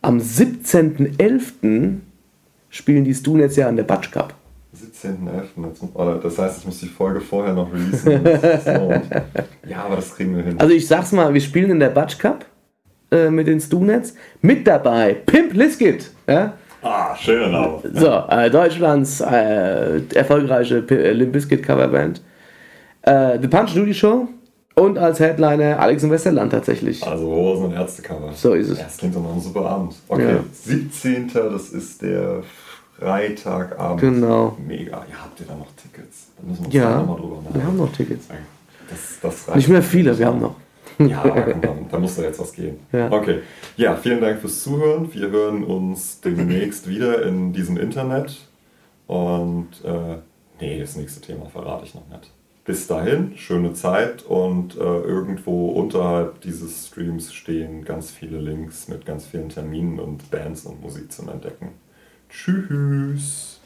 Speaker 3: am siebzehnten elften spielen die Stoonets ja an der Batsch Cup.
Speaker 2: siebzehnten elften Das heißt, ich muss die Folge vorher noch releasen. Ja, aber das kriegen wir hin.
Speaker 3: Also ich sag's mal, wir spielen in der Batsch Cup äh, mit den Stoonets. Mit dabei Pimp Liskit. Ja?
Speaker 2: Ah, schöner Name.
Speaker 3: So, äh, Deutschlands äh, erfolgreiche P- äh, Limp Bizkit Coverband. Äh, The Punch Judy Show und als Headliner Alex im Westerland tatsächlich.
Speaker 2: Also Hosen und Ärztecover.
Speaker 3: So ist es.
Speaker 2: Ja, das klingt doch nach einem super Abend. Okay,
Speaker 3: Ja.
Speaker 2: siebzehnten Das ist der Freitagabend.
Speaker 3: Genau.
Speaker 2: Mega. Ja, habt ihr da noch Tickets? Da müssen wir uns
Speaker 3: Ja,
Speaker 2: nochmal drüber nachdenken.
Speaker 3: wir haben noch Tickets.
Speaker 2: Das, das reicht.
Speaker 3: Nicht mehr viele, wir haben noch.
Speaker 2: Ja, aber komm, da, da muss doch jetzt was gehen.
Speaker 3: Ja.
Speaker 2: Okay. Ja, vielen Dank fürs Zuhören. Wir hören uns demnächst wieder in diesem Internet. Und äh, nee, das nächste Thema verrate ich noch nicht. Bis dahin, schöne Zeit und äh, irgendwo unterhalb dieses Streams stehen ganz viele Links mit ganz vielen Terminen und Bands und Musik zum Entdecken. Tschüss!